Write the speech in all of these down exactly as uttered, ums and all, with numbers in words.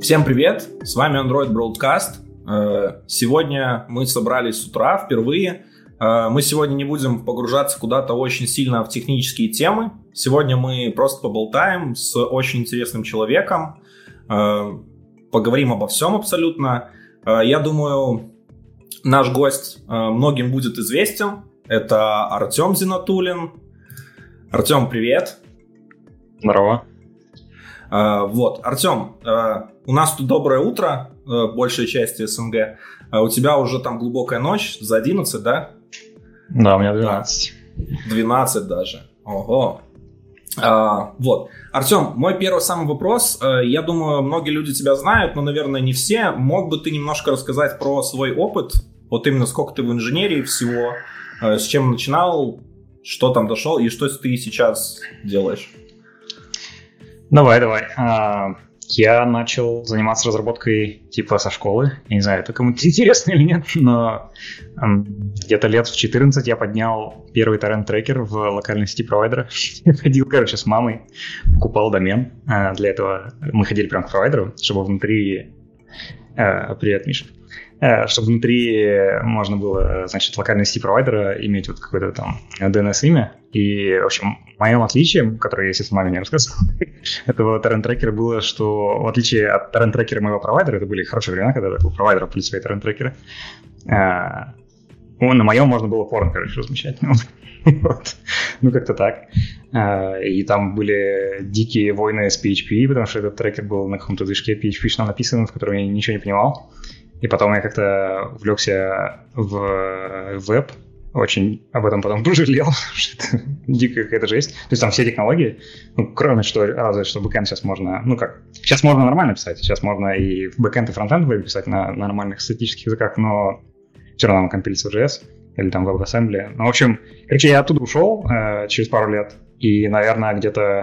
Всем привет, с вами Android Broadcast. Сегодня мы собрались с утра впервые. Мы сегодня не будем погружаться куда-то очень сильно в технические темы. Сегодня мы просто поболтаем с очень интересным человеком, поговорим обо всем абсолютно. Я думаю, наш гость многим будет известен. Это Артем Зинатуллин. Артем, привет. Здорово. Вот, Артем, у нас тут доброе утро, большей части СНГ. У тебя уже там глубокая ночь, за одиннадцать, да? Да, у меня двенадцать. двенадцать даже. Ого. А, вот. Артем, мой первый самый вопрос. Я думаю, многие люди тебя знают, но, наверное, не все. Мог бы ты немножко рассказать про свой опыт? Вот именно сколько ты в инженерии всего, с чем начинал, что там дошел и что ты сейчас делаешь? Давай, давай. Я начал заниматься разработкой типа со школы. Я не знаю, это кому-то интересно или нет, но где-то лет в четырнадцать я поднял первый торрент-трекер в локальной сети провайдера. Ходил, короче, с мамой, покупал домен. Для этого мы ходили прямо к провайдеру, чтобы внутри... Привет, Миша. Чтобы внутри можно было, значит, в локальной сети провайдера иметь вот какое-то там ди эн эс-имя. И, в общем, моим отличием, которое я, естественно, маме не рассказывал, этого торрент-трекера было, что в отличие от торрент-трекера моего провайдера, это были хорошие времена, когда у провайдера были свои торрент-трекеры, на моем можно было порно, короче, размещать. Вот. Ну, как-то так. И там были дикие войны с пи эйч пи, потому что этот трекер был на каком-то движке пи эйч пи-шном написан, в котором я ничего не понимал. И потом я как-то увлекся в веб, очень об этом потом тоже жалел, что это дикая какая-то жесть. То есть там все технологии, ну, кроме что, разве что бэкэнд сейчас можно, ну как, сейчас можно нормально писать, сейчас можно и бэкэнд, и фронтенд писать на, на нормальных статических языках, но все равно компилится в джей эс или там WebAssembly. Ну, в общем, короче, я оттуда ушел э, через пару лет, и, наверное, где-то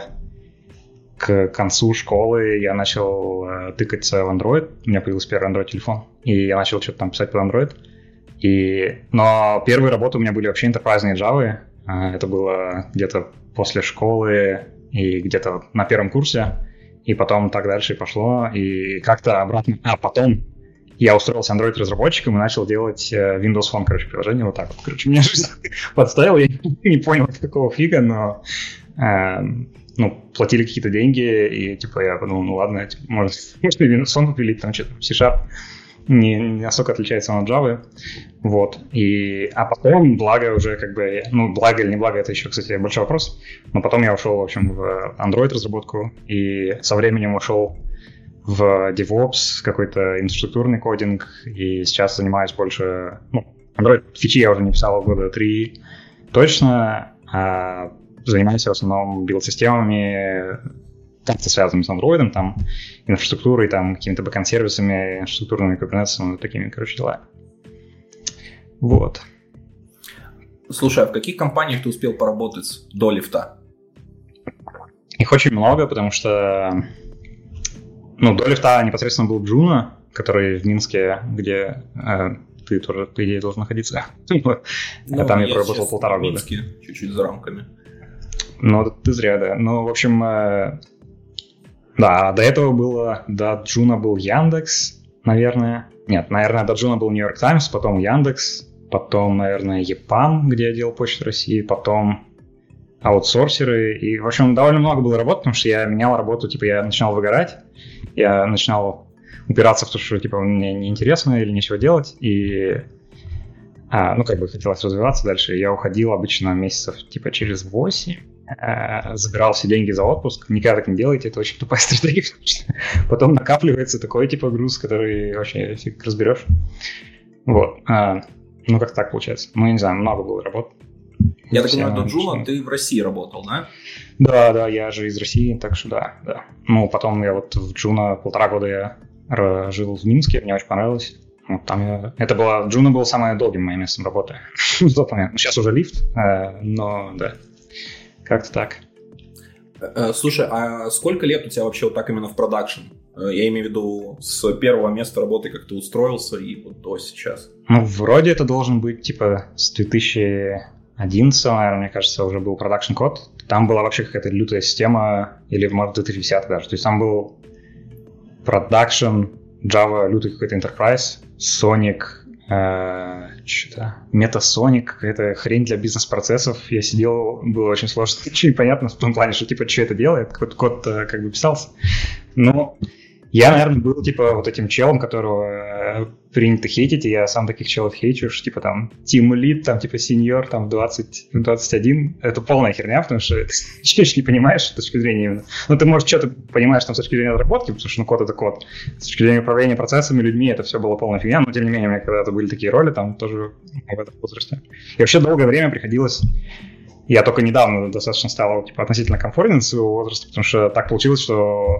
к концу школы я начал э, тыкаться в Android. У меня появился первый Android-телефон, и я начал что-то там писать под Android. И... Но первые работы у меня были вообще enterprise Java. Э, это было где-то после школы и где-то на первом курсе. И потом так дальше и пошло. И как-то обратно... А потом я устроился Android-разработчиком и начал делать Windows Phone, короче, приложение. Вот так вот. Короче, меня жизнь подставила. Я не понял, какого фига, но... Э, ну, платили какие-то деньги, и, типа, я подумал, ну, ладно, типа, может, может, и Windows Phone попилить, там, что-то, C-Sharp не, не настолько отличается от Java, вот, и, а потом, благо, уже, как бы, ну, благо или не благо, это еще, кстати, большой вопрос, но потом я ушел, в общем, в Android-разработку, и со временем ушел в DevOps, какой-то инфраструктурный кодинг, и сейчас занимаюсь больше, ну, Android-фичи я уже не писал года три точно, а занимаюсь в основном билд-системами, как-то связанными с Android, там, инфраструктурой, там, какими-то бэкэнд-сервисами, инфраструктурными кубернетами, вот такими, короче, дела. Вот. Слушай, а в каких компаниях ты успел поработать до лифта? Их очень много, потому что, ну, до лифта непосредственно был Juno, который в Минске, где э, ты тоже, по идее, должен находиться. Ну, там я проработал полтора года. В Минске, чуть-чуть за рамками. Ну, ты зря, да. Ну, в общем, э, да, до этого было, до Juno был Яндекс, наверное. Нет, наверное, до Juno был New York Times, потом Яндекс, потом, наверное, EPAM, где я делал Почту России, потом аутсорсеры. И, в общем, довольно много было работы, потому что я менял работу, типа, я начинал выгорать, я начинал упираться в то, что, типа, мне неинтересно или нечего делать, и... А, ну, как бы хотелось развиваться дальше. Я уходил обычно месяцев, типа, через восемь. Забирал все деньги за отпуск. Никогда так не делайте, это очень тупая стратегия. Потом накапливается такой типа груз, который вообще фиг разберешь. Вот. А, ну, как так получается. Ну, я не знаю, много было работ. Я так понимаю, до Juno ты в России работал, да? Да, да, я же из России, так что да, да. Ну, потом я вот в Juno полтора года я жил в Минске, мне очень понравилось. Вот там я... Это было... Juno был самым долгим моим местом работы. Сейчас уже лифт, но да. Как-то так. Слушай, а сколько лет у тебя вообще вот так именно в продакшн? Я имею в виду с первого места работы, как ты устроился, и вот до сейчас. Ну, вроде это должен быть, типа, с две тысячи одиннадцатого, наверное, мне кажется, уже был продакшн-код. Там была вообще какая-то лютая система, или, может, две тысячи десятый даже. То есть там был Production, Java, лютый какой-то Enterprise, Sonic, э, что-то, Metasonic, какая-то хрень для бизнес-процессов. Я сидел, было очень сложно, ничего не понятно в том плане, что типа, что это делает, какой-то код как бы писался. Но я, наверное, был типа вот этим челом, которого принято хейтить, и я сам таких челов хейчу, что типа там Team Lead, там типа сеньор, там двадцать двадцать один. Это полная херня, потому что ты ничего не понимаешь с точки зрения именно. Ну, ты, может, что-то понимаешь там с точки зрения разработки, потому что ну, код — это код. С точки зрения управления процессами, людьми, это все было полная фигня, но тем не менее, у меня когда-то были такие роли, там тоже в этом возрасте. И вообще долгое время приходилось... Я только недавно достаточно стал типа относительно комфортен с своего возраста, потому что так получилось, что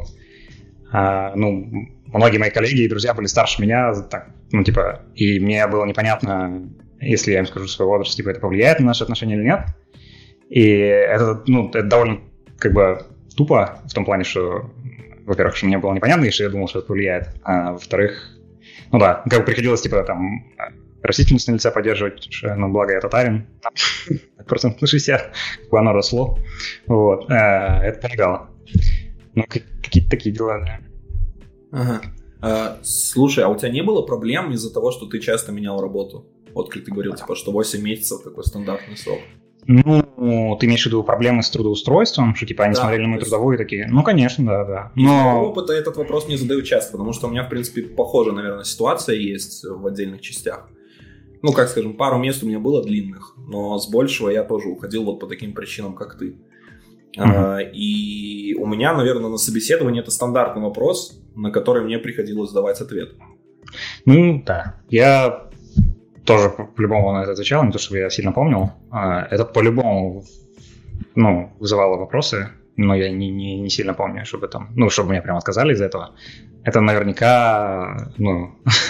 Uh, ну, многие мои коллеги и друзья были старше меня, так, ну, типа, и мне было непонятно, если я им скажу свой возраст, типа, это повлияет на наши отношения или нет. И это, ну, это довольно, как бы, тупо в том плане, что, во-первых, что мне было непонятно, и что я думал, что это повлияет, а во-вторых, ну да, как бы приходилось, типа, там, растительность на лице поддерживать, потому что, ну, благо я татарин, процентов на шестьдесят, как бы оно росло, вот, это помогало. Ну, какие-то такие дела, да. Ага. А, слушай, а у тебя не было проблем из-за того, что ты часто менял работу? Вот как ты говорил, типа, что восемь месяцев такой стандартный срок. Ну, ты имеешь в виду проблемы с трудоустройством, что типа они да, смотрели на мою трудовую и такие, ну, конечно, да, да. Но... Из моего опыта этот вопрос не задаю часто, потому что у меня, в принципе, похожая, наверное, ситуация есть в отдельных частях. Ну, как скажем, пару мест у меня было длинных, но с большего я тоже уходил вот по таким причинам, как ты. Uh-huh. Uh, и у меня, наверное, на собеседовании это стандартный вопрос, на который мне приходилось давать ответ. Ну, да. Я тоже по-любому на это отвечал, не то чтобы я сильно помнил. Uh, это по-любому, ну, вызывало вопросы, но я не, не, не сильно помню, чтобы там, ну, чтобы мне прям отказали из этого. Это наверняка, ну,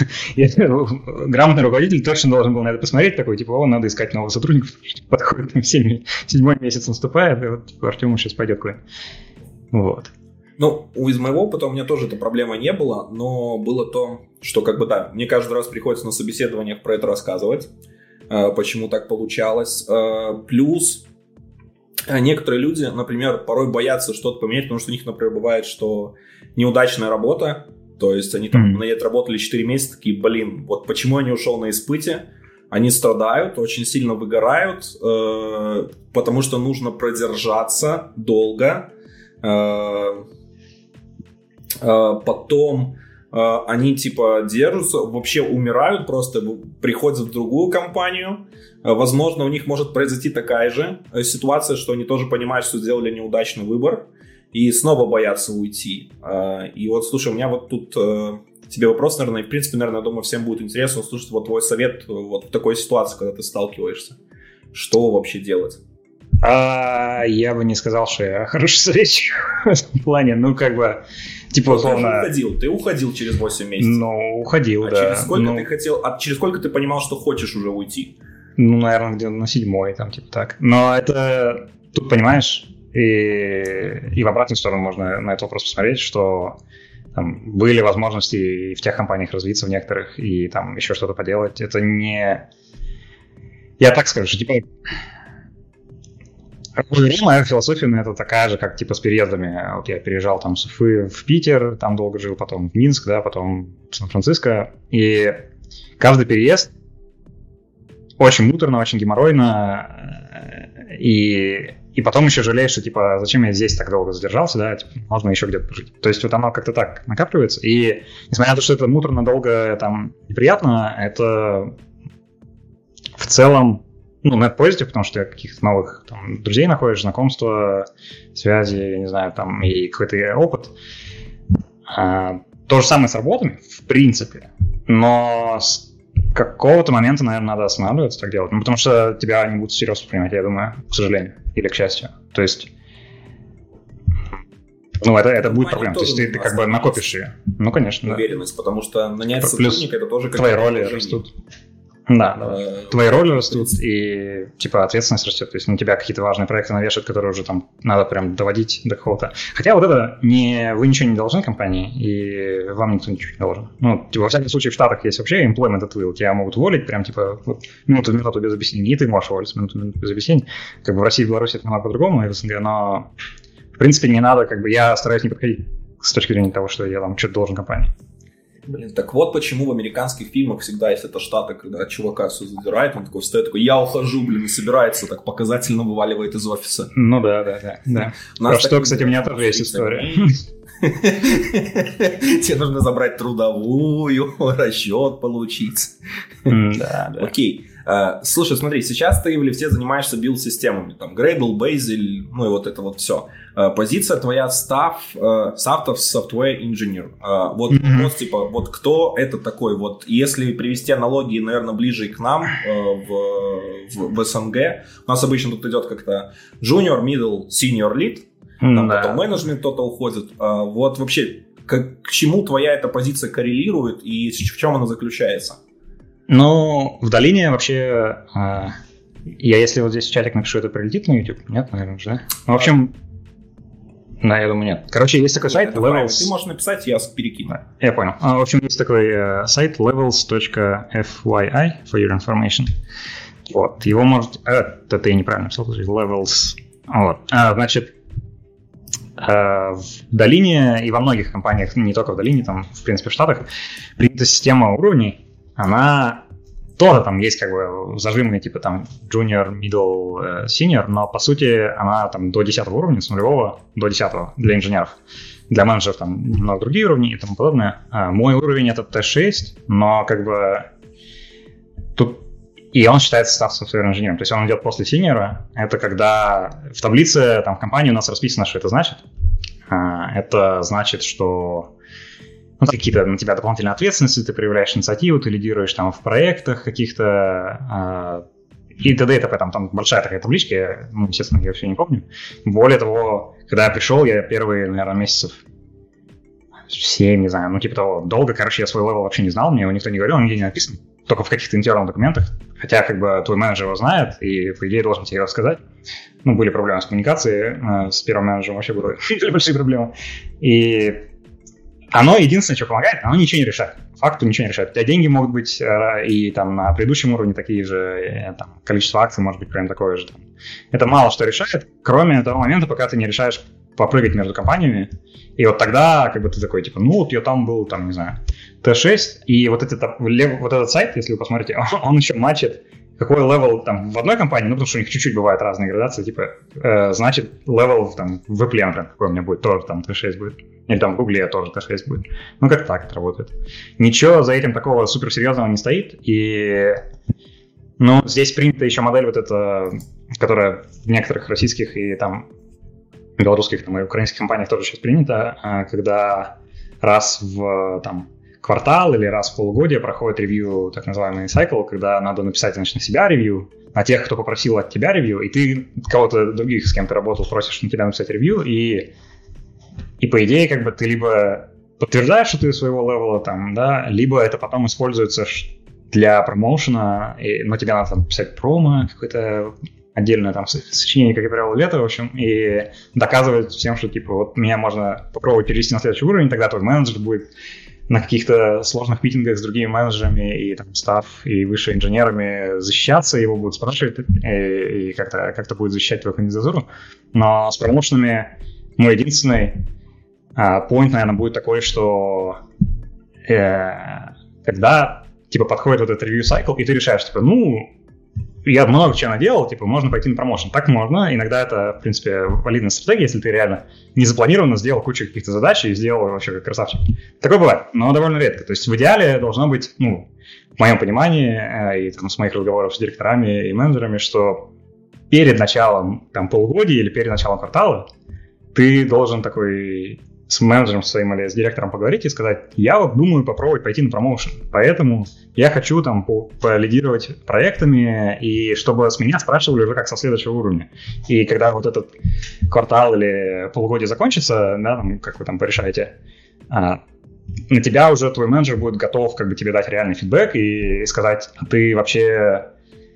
грамотный руководитель точно должен был на это посмотреть, такой, типа, о, надо искать нового сотрудника, подходит, там, седьмой месяц наступает, и вот типа, Артему сейчас пойдет куда-нибудь. Вот. Ну, из моего опыта у меня тоже эта проблема не было, но было то, что, как бы, да, мне каждый раз приходится на собеседованиях про это рассказывать, почему так получалось. Плюс некоторые люди, например, порой боятся что-то поменять, потому что у них, например, бывает, что неудачная работа, то есть они там mm-hmm. на ней отработали четыре месяца, такие, блин, вот почему я не ушел на испыте, они страдают, очень сильно выгорают, э, потому что нужно продержаться долго, э, э, потом э, они типа держатся, вообще умирают, просто приходят в другую компанию, э, возможно, у них может произойти такая же ситуация, что они тоже понимают, что сделали неудачный выбор, и снова боятся уйти. И вот, слушай, у меня вот тут тебе вопрос, наверное, и в принципе, наверное, я думаю, всем будет интересно услышать вот твой совет вот в такой ситуации, когда ты сталкиваешься. Что вообще делать? А, я бы не сказал, что я хороший советчик в этом плане. Ну, как бы, типа, ну, условно... Ты уходил, ты уходил через восемь месяцев. Ну, уходил, а да. Через сколько ну... ты хотел, а через сколько ты понимал, что хочешь уже уйти? Ну, наверное, где-то на седьмой, там, типа так. Но это, тут, понимаешь... И, и в обратную сторону можно на этот вопрос посмотреть, что там, были возможности и в тех компаниях развиться в некоторых, и там еще что-то поделать. Это не... Я так скажу, что типа... Моя философия на это такая же, как типа с переездами. Вот я переезжал там с Уфы в Питер, там долго жил, потом в Минск, да, потом в Сан-Франциско. И каждый переезд очень муторно, очень геморройно. И... И потом еще жалеешь, что, типа, зачем я здесь так долго задержался, да, типа, можно еще где-то пожить. То есть вот оно как-то так накапливается. И несмотря на то, что это муторно, долго, там, неприятно, это в целом, ну, net positive, потому что ты каких-то новых там, друзей находишь, знакомства, связи, я не знаю, там, и какой-то опыт. А, то же самое с работами, в принципе, но с какого-то момента, наверное, надо останавливаться так делать, ну, потому что тебя не будут всерьез воспринимать, я думаю, к сожалению, или к счастью. То есть, ну, это, это будет проблема. То есть ты, ты как бы накопишь ее. Ну, конечно, уверенность, да. Потому что нанять Плюс сотрудника, это тоже как твои роли растут. Да, да. Твои роли растут, и типа ответственность растет. То есть на тебя какие-то важные проекты навешивают, которые уже там надо прям доводить до какого-то. Хотя вот это не вы ничего не должны компании, и вам никто ничего не должен. Ну, типа, во всяком случае, в Штатах есть вообще employment at will. Тебя могут уволить прям типа вот, минуту в минуту без объяснений, и ты можешь уволиться минуту в минуту без объяснений. Как бы в России и Беларуси это немного по-другому, и в СНГ, но в принципе не надо, как бы я стараюсь не подходить с точки зрения того, что я там что-то должен компании. Блин, так вот почему в американских фильмах всегда есть это Штаты, когда чувака все задирает, он такой встает, такой, я ухожу, блин, и собирается, так показательно вываливает из офиса. Ну да, да, да. да. Про что, кстати, у меня тоже есть история. Тебе нужно забрать трудовую, расчет получить. Да, да. Окей. Слушай, смотри, сейчас ты в лифте занимаешься билд-системами, там, Gradle, Bazel, ну и вот это вот все. Позиция твоя став, став Software Engineer. Вот mm-hmm. вопрос, типа, вот кто это такой? Вот если привести аналогии, наверное, ближе к нам в, в, в СНГ, у нас обычно тут идет как-то junior, middle, senior, lead, там да. потом менеджмент кто-то уходит. Вот вообще, к, к чему твоя эта позиция коррелирует и в чем она заключается? Ну, в долине вообще, э, я если вот здесь в чатик напишу, это прилетит на YouTube? Нет, наверное, уже, да? Ну, в общем, да, я думаю, нет. Короче, есть такой сайт Levels. Ты можешь написать, я перекину. Да, я понял. В общем, есть такой э, сайт levels точка эф вай ай for your information. Вот, его можете... Э, это ты неправильно написал, Levels. Вот, а, значит, э, в долине и во многих компаниях, не только в долине, там, в принципе, в Штатах, принята система уровней. Она тоже там есть как бы зажимные типа там junior, middle, senior, но по сути она там до десятого уровня, с нулевого до десятого для инженеров. Для менеджеров там немного другие уровни и тому подобное. А мой уровень это ти шесть, но как бы тут и он считается став software инженером, то есть он идет после senior. Это когда в таблице там в компании у нас расписано, что это значит. Это значит, что ну, какие-то на тебя дополнительные ответственности, ты проявляешь инициативу, ты лидируешь там в проектах каких-то э, и т.д. и т.п. Там, там большая такая табличка, ну, естественно, я все не помню. Более того, когда я пришел, я первые, наверное, месяцев семь, не знаю, ну, типа того, долго, короче, я свой левел вообще не знал, мне его никто не говорил, он нигде не написан, только в каких-то интернных документах, хотя, как бы, твой менеджер его знает, и, по идее, должен тебе рассказать. Ну, были проблемы с коммуникацией, э, с первым менеджером вообще были большие проблемы, и оно единственное, что помогает, оно ничего не решает. Факту ничего не решает. У тебя деньги могут быть и там на предыдущем уровне такие же, там, количество акций может быть прям такое же. Там. Это мало что решает, кроме того момента, пока ты не решаешь попрыгать между компаниями. И вот тогда как бы ты такой, типа, ну вот я там был, там, не знаю, ти шесть, и вот этот, вот этот сайт, если вы посмотрите, он еще матчит какой левел там в одной компании, ну, потому что у них чуть-чуть бывают разные градации, типа, э, значит, левел там в Apple, например, какой у меня будет, тоже там ти шесть будет. Или там в Google тоже ти шесть будет. Ну, как так это работает. Ничего за этим такого суперсерьезного не стоит, и, ну, здесь принята еще модель вот эта, которая в некоторых российских и там белорусских там, и украинских компаниях тоже сейчас принята, когда раз в там квартал или раз в полугодие проходит ревью, так называемый cycle, когда надо написать, значит, на себя ревью, на тех, кто попросил от тебя ревью, и ты кого-то других, с кем ты работал, просишь на тебя написать ревью, и, и по идее, как бы ты либо подтверждаешь, что ты своего левела там, да, либо это потом используется для промоушена, и, но тебе надо там писать промо, какое-то отдельное там сочинение, как я правило, лето, в общем, и доказывать всем, что, типа, вот меня можно попробовать перевести на следующий уровень, тогда твой менеджер будет на каких-то сложных митингах с другими менеджерами и там став и выше инженерами защищаться, его будут спрашивать и, и как-то, как-то будет защищать твою кандидатуру. Но с промоушенами мой единственный поинт, наверное, будет такой, что э, когда типа подходит вот этот review cycle, и ты решаешь, типа, ну, я много чего наделал, типа, можно пойти на промоушен. Так можно. Иногда это, в принципе, валидная стратегия, если ты реально незапланированно сделал кучу каких-то задач и сделал вообще как красавчик. Такое бывает, но довольно редко. То есть в идеале должно быть, ну, в моем понимании, и там, с моих разговоров с директорами и менеджерами, что перед началом там, полугодия или перед началом квартала ты должен такой с менеджером своим или с директором поговорить и сказать, я вот думаю попробовать пойти на промоушен, поэтому я хочу там полидировать проектами, и чтобы с меня спрашивали уже как со следующего уровня. И когда вот этот квартал или полугодие закончится, да, там, как вы там порешаете, а, на тебя уже твой менеджер будет готов как бы тебе дать реальный фидбэк и, и сказать, ты вообще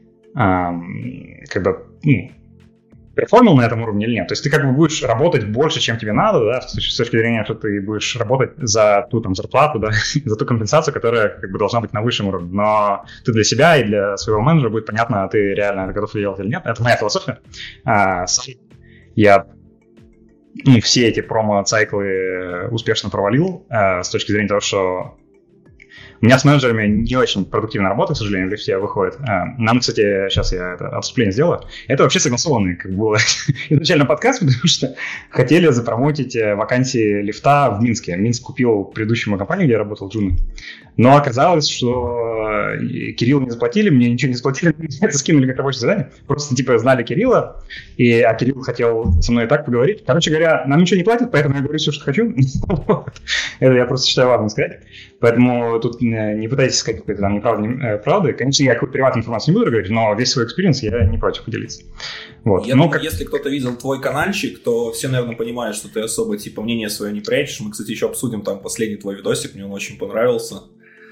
а, как бы, ну, перформил на этом уровне или нет. То есть ты как бы будешь работать больше, чем тебе надо, да, с точки зрения, что ты будешь работать за ту там зарплату, да, за ту компенсацию, которая как бы должна быть на высшем уровне. Но ты для себя и для своего менеджера будет понятно, ты реально готов это делать или нет. Это моя философия. А, я ну, все эти промо-цайклы успешно провалил э, с точки зрения того, что у меня с менеджерами не очень продуктивная работа, к сожалению, для всех выходит. Нам, кстати, сейчас я это отступление сделаю. Это вообще согласованный, как было изначально подкаст, потому что хотели запромотить вакансии лифта в Минске. Минск купил предыдущую компанию, где я работал, Джуна. Но оказалось, что Кириллу не заплатили, мне ничего не заплатили, это скинули как рабочее задание. Просто типа знали Кирилла, и, а Кирилл хотел со мной так поговорить. Короче говоря, нам ничего не платят, поэтому я говорю все, что хочу. Это я просто считаю важным сказать. Поэтому тут не пытайтесь сказать какой-то там неправды, правды. Конечно, я какую-то приватную информацию не буду говорить, но весь свой экспириенс я не против поделиться. Вот. Я но думаю, как... если кто-то видел твой каналчик, то все, наверное, понимают, что ты особо типа мнение свое не прячешь. Мы, кстати, еще обсудим там последний твой видосик, мне он очень понравился.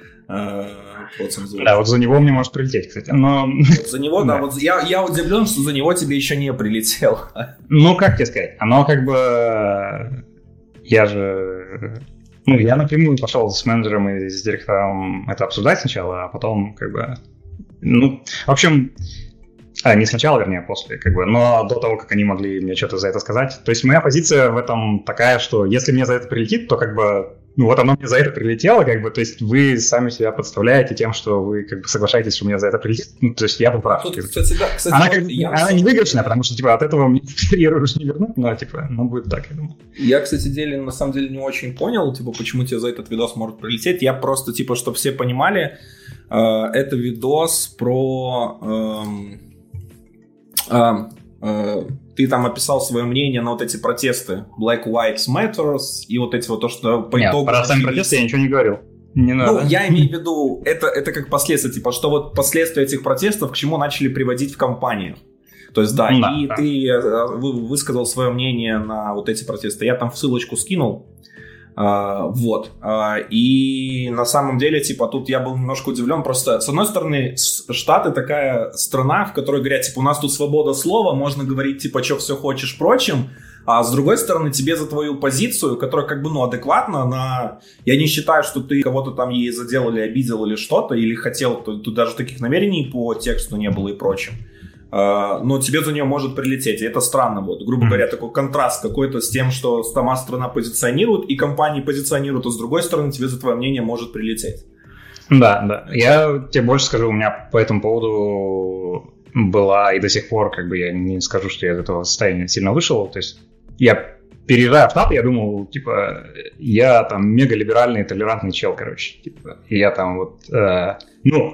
Да, вот за него мне может прилететь, кстати. Но... Вот за него, да, да вот я, я удивлен, что за него тебе еще не прилетел. Ну, как тебе сказать, оно как бы... Я же... Ну, я напрямую пошел с менеджером и с директором это обсуждать сначала, а потом как бы... Ну, в общем... А, не сначала, вернее, а после, как бы, но до того, как они могли мне что-то за это сказать. То есть моя позиция в этом такая, что если мне за это прилетит, то как бы... Ну вот оно мне за это прилетело, как бы, то есть вы сами себя подставляете тем, что вы как бы соглашаетесь, что мне за это прилетит. Ну, то есть я был прав. Тут, кстати, да, кстати, она как, я она не выигрышная, потому что типа от этого мне карьеру уже не вернут, но типа, ну будет так, я думаю. Я, кстати, деле, на самом деле не очень понял, типа, почему тебе за этот видос может прилететь. Я просто, типа, чтобы все понимали, э, это видос про... Э, э, э, ты там описал свое мнение на вот эти протесты Black Lives Matters и вот эти вот то, что по Нет, итогу... про сами протесты я ничего не говорил. Не надо. Ну, я имею в виду, это, это как последствия, типа, что вот последствия этих протестов к чему начали приводить в компаниях. То есть, да, да и да. ты высказал свое мнение на вот эти протесты. Я там ссылочку скинул. Uh, вот. Uh, и на самом деле, типа, тут я был немножко удивлен. Просто, с одной стороны, Штаты такая страна, в которой говорят, типа, у нас тут свобода слова, можно говорить, типа, что все хочешь, прочим. А с другой стороны, тебе за твою позицию, которая как бы, ну, адекватна, она... Я не считаю, что ты кого-то там ей задел или обидел или что-то, или хотел, тут даже таких намерений по тексту не было и прочим. Uh, но тебе за нее может прилететь, и это странно, вот, грубо mm-hmm. говоря, такой контраст какой-то с тем, что сама страна позиционирует, и компании позиционируют, а с другой стороны тебе за твое мнение может прилететь. Да, да, я тебе больше скажу, у меня по этому поводу была и до сих пор, как бы я не скажу, что я из этого состояния сильно вышел, то есть я переезжая в Штаты, я думал, типа, я там мега-либеральный, толерантный чел, короче, типа, и я там вот, э, ну...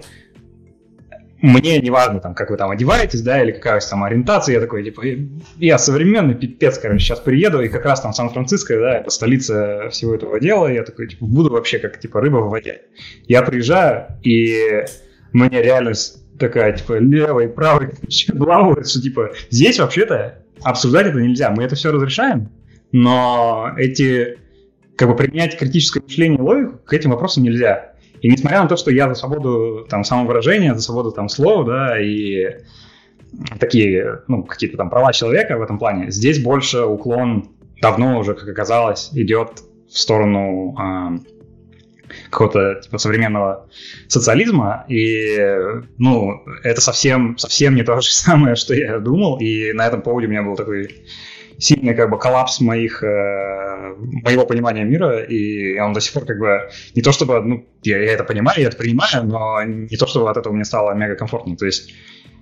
Мне не важно, там, как вы там одеваетесь, да, или какая у вас там ориентация, я такой, типа, я современный пипец, короче, сейчас приеду, и как раз там Сан-Франциско, да, это столица всего этого дела, я такой, типа, буду вообще как, типа, рыба в воде. Я приезжаю, и мне реально такая, типа, левая и правая вламывает, что, типа, здесь вообще-то обсуждать это нельзя, мы это все разрешаем, но эти, как бы, применять критическое мышление и логику к этим вопросам нельзя. И несмотря на то, что я за свободу там, самовыражения, за свободу там, слова, да, и такие, ну, какие-то там права человека в этом плане, здесь больше уклон давно уже, как оказалось, идет в сторону э, какого-то типа современного социализма, и, ну, это совсем, совсем не то же самое, что я думал, и на этом поводе у меня был такой сильный как бы коллапс моих, э, моего понимания мира, и он до сих пор как бы не то чтобы, ну, я, я это понимаю, я это принимаю, но не то чтобы от этого мне стало мега комфортно, то есть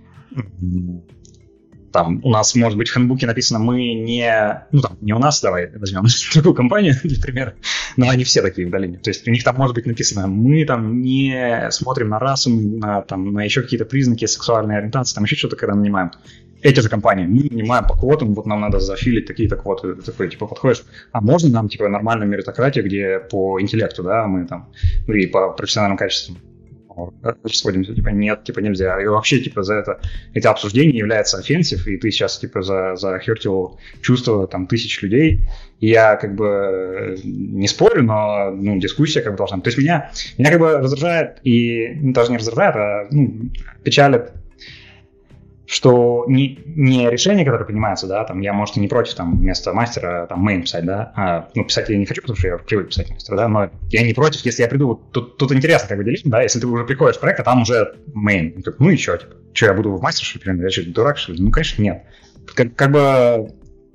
там у нас, может быть, в хэндбуке написано мы не, ну там, не у нас, давай возьмем другую компанию для примера, но они все такие в долине, то есть у них там может быть написано мы там не смотрим на расу, на, там, на еще какие-то признаки сексуальной ориентации, там еще что-то, когда нанимаем. Эти же компании, мы нанимаем по квотам, вот нам надо зафилить такие-то квоты, ты такой, типа, подходишь, а можно нам, типа, нормальную меритократию, где по интеллекту, да, мы там, и по профессиональным качествам сходимся, типа, нет, типа, нельзя, и вообще, типа, за это, эти обсуждения являются офенсив, и ты сейчас, типа, за, захертил чувства, там, тысяч людей, и я, как бы, не спорю, но, ну, дискуссия, как бы, должна быть, то есть меня, меня, как бы, раздражает, и, ну, даже не раздражает, а, ну, печалит, что не, не решение, которое принимается, да, там, я, может, и не против, там, вместо мастера, там, main писать, да, а, ну, писать я не хочу, потому что я привык писать мастера, да, но я не против, если я приду, тут, тут интересно, как бы, делить, да, если ты уже приходишь в проект, а там уже main, ну, ну и что, типа, что, я буду в мастер, что ли, я что, дурак, что ли, ну, конечно, нет, как, как бы,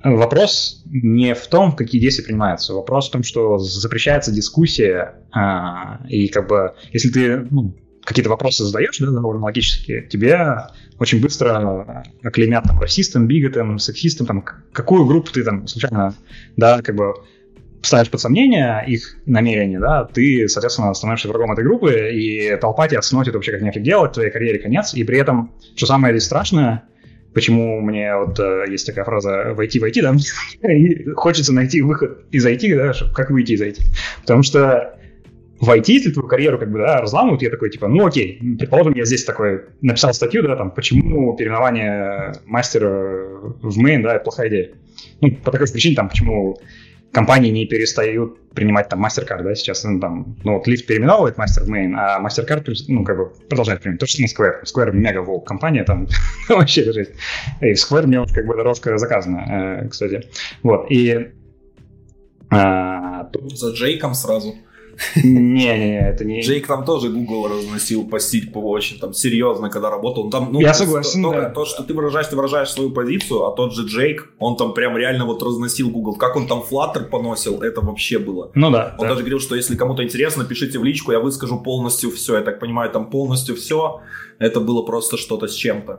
вопрос не в том, какие действия принимаются. Вопрос в том, что запрещается дискуссия, и как бы, если ты ну, какие-то вопросы задаешь, да, довольно логические, тебе очень быстро оклеймят там расистом, биготом, сексистом, там, какую группу ты там случайно, да, как бы ставишь под сомнение их намерения, да, ты, соответственно, становишься врагом этой группы, и толпа тебя смотрит вообще как нефиг делать, твоей карьере конец, и при этом, что самое здесь страшное, почему мне вот э, есть такая фраза «войти, войти», да, и хочется найти выход из ай ти, да, как выйти из ай ти, потому что в ай ти, если твою карьеру как бы, да, разламывают, я такой, типа, ну окей, предположим, я здесь такой написал статью, да, там, почему переименование мастера в мейн, да, это плохая идея. Ну, по такой причине, там, почему компании не перестают принимать там MasterCard, да, сейчас, ну, там, ну, вот Lyft переименовывает мастер в мейн, а MasterCard, ну, как бы продолжает принимать. То же самое Square. Square мега волк компания, там, вообще жесть. И в Square мне вот как бы дорожка заказана, э, кстати. Вот, и... А, тут... За Джейком сразу. Не-не-не, это не... Джейк там тоже Google разносил по стильку очень там серьезно, когда работал. Он там, ну, я согласен, то, да. То, что ты выражаешь, ты выражаешь свою позицию, а тот же Джейк, он там прям реально вот разносил Google. Как он там Flutter поносил, это вообще было. Ну да. Он да. даже говорил, что если кому-то интересно, пишите в личку, я выскажу полностью все. Я так понимаю, там полностью все. Это было просто что-то с чем-то.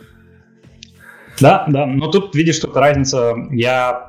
Да, да, но тут видишь, что разница, я...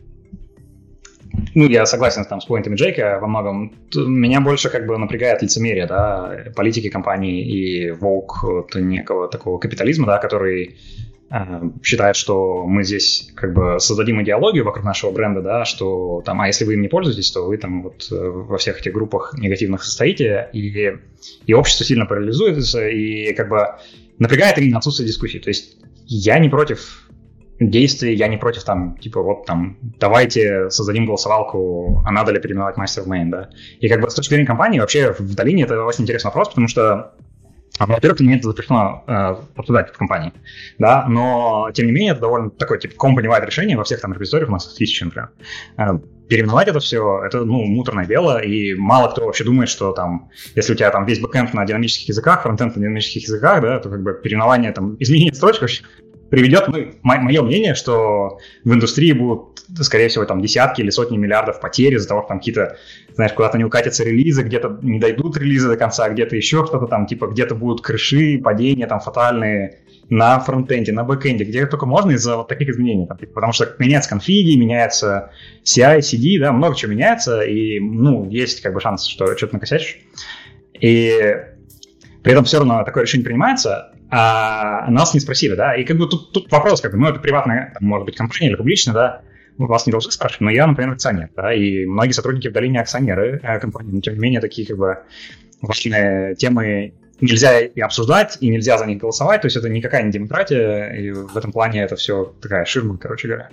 Ну, я согласен там, с поинтами Джейка во многом. Меня больше как бы напрягает лицемерие, да, политики компании и волк некого такого капитализма, да, который э, считает, что мы здесь как бы создадим идеологию вокруг нашего бренда, да, что там, а если вы им не пользуетесь, то вы там вот во всех этих группах негативных состоите, и, и общество сильно парализуется, и как бы напрягает именно отсутствие дискуссий. То есть я не против... действий, я не против там, типа, вот там, давайте создадим голосовалку, а надо ли переименовать мастер в мейн, да. И как бы с точки зрения компании вообще в долине это очень интересный вопрос, потому что, во-первых, мне это запрещено э, обсуждать в компании, да, но, тем не менее, это довольно такое, типа, company-wide решение во всех там репозиториях, у нас тысячи, например. Э, переименовать это все, это, ну, муторное дело, и мало кто вообще думает, что там, если у тебя там весь бэкэнд на динамических языках, фронтенд на динамических языках, да, то как бы переименование, там, изменение строчек вообще приведет, ну, мое мнение, что в индустрии будут, скорее всего, там десятки или сотни миллиардов потерь из-за того, что там какие-то, знаешь, куда-то не укатятся релизы, где-то не дойдут релизы до конца, где-то еще что-то там, типа, где-то будут крыши, падения там фатальные на фронтенде, на бэкенде, где только можно из-за вот таких изменений, там, потому что меняются конфиги, меняется си ай, си ди, да, много чего меняется, и, ну, есть как бы шанс, что что-то накосячишь. И при этом все равно такое решение принимается, а нас не спросили, да, и как бы тут, тут вопрос, как бы, ну, это приватная, там, может быть, компания или публичная, да, вас не должны спрашивать, но я, например, акционер, да, и многие сотрудники в долине акционеры э, компании, но, тем не менее, такие, как бы, важные темы нельзя и обсуждать, и нельзя за них голосовать, то есть это никакая не демократия, и в этом плане это все такая ширма, короче говоря.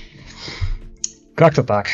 Как-то так.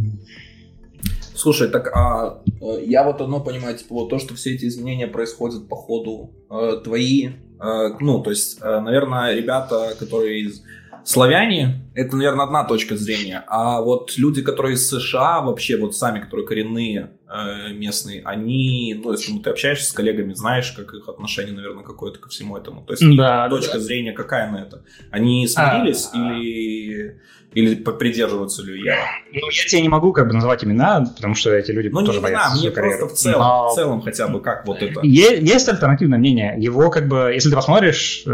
Слушай, так а я вот одно понимаю, типа вот то, что все эти изменения происходят по ходу э, твои, э, ну, то есть, э, наверное, ребята, которые из славяне, это, наверное, одна точка зрения, а вот люди, которые из США, вообще вот сами, которые коренные э, местные, они, ну, если ты общаешься с коллегами, знаешь, как их отношение, наверное, какое-то ко всему этому, то есть да, точка да. зрения какая на это? Они смирились а, или... Или придерживаться Люяра? Ну, я тебе не могу как бы называть имена, потому что эти люди ну, тоже не боятся имена, свою мне карьеру. просто в целом, Но... в целом хотя бы как вот это. Е- есть альтернативное мнение. Его как бы, если ты посмотришь,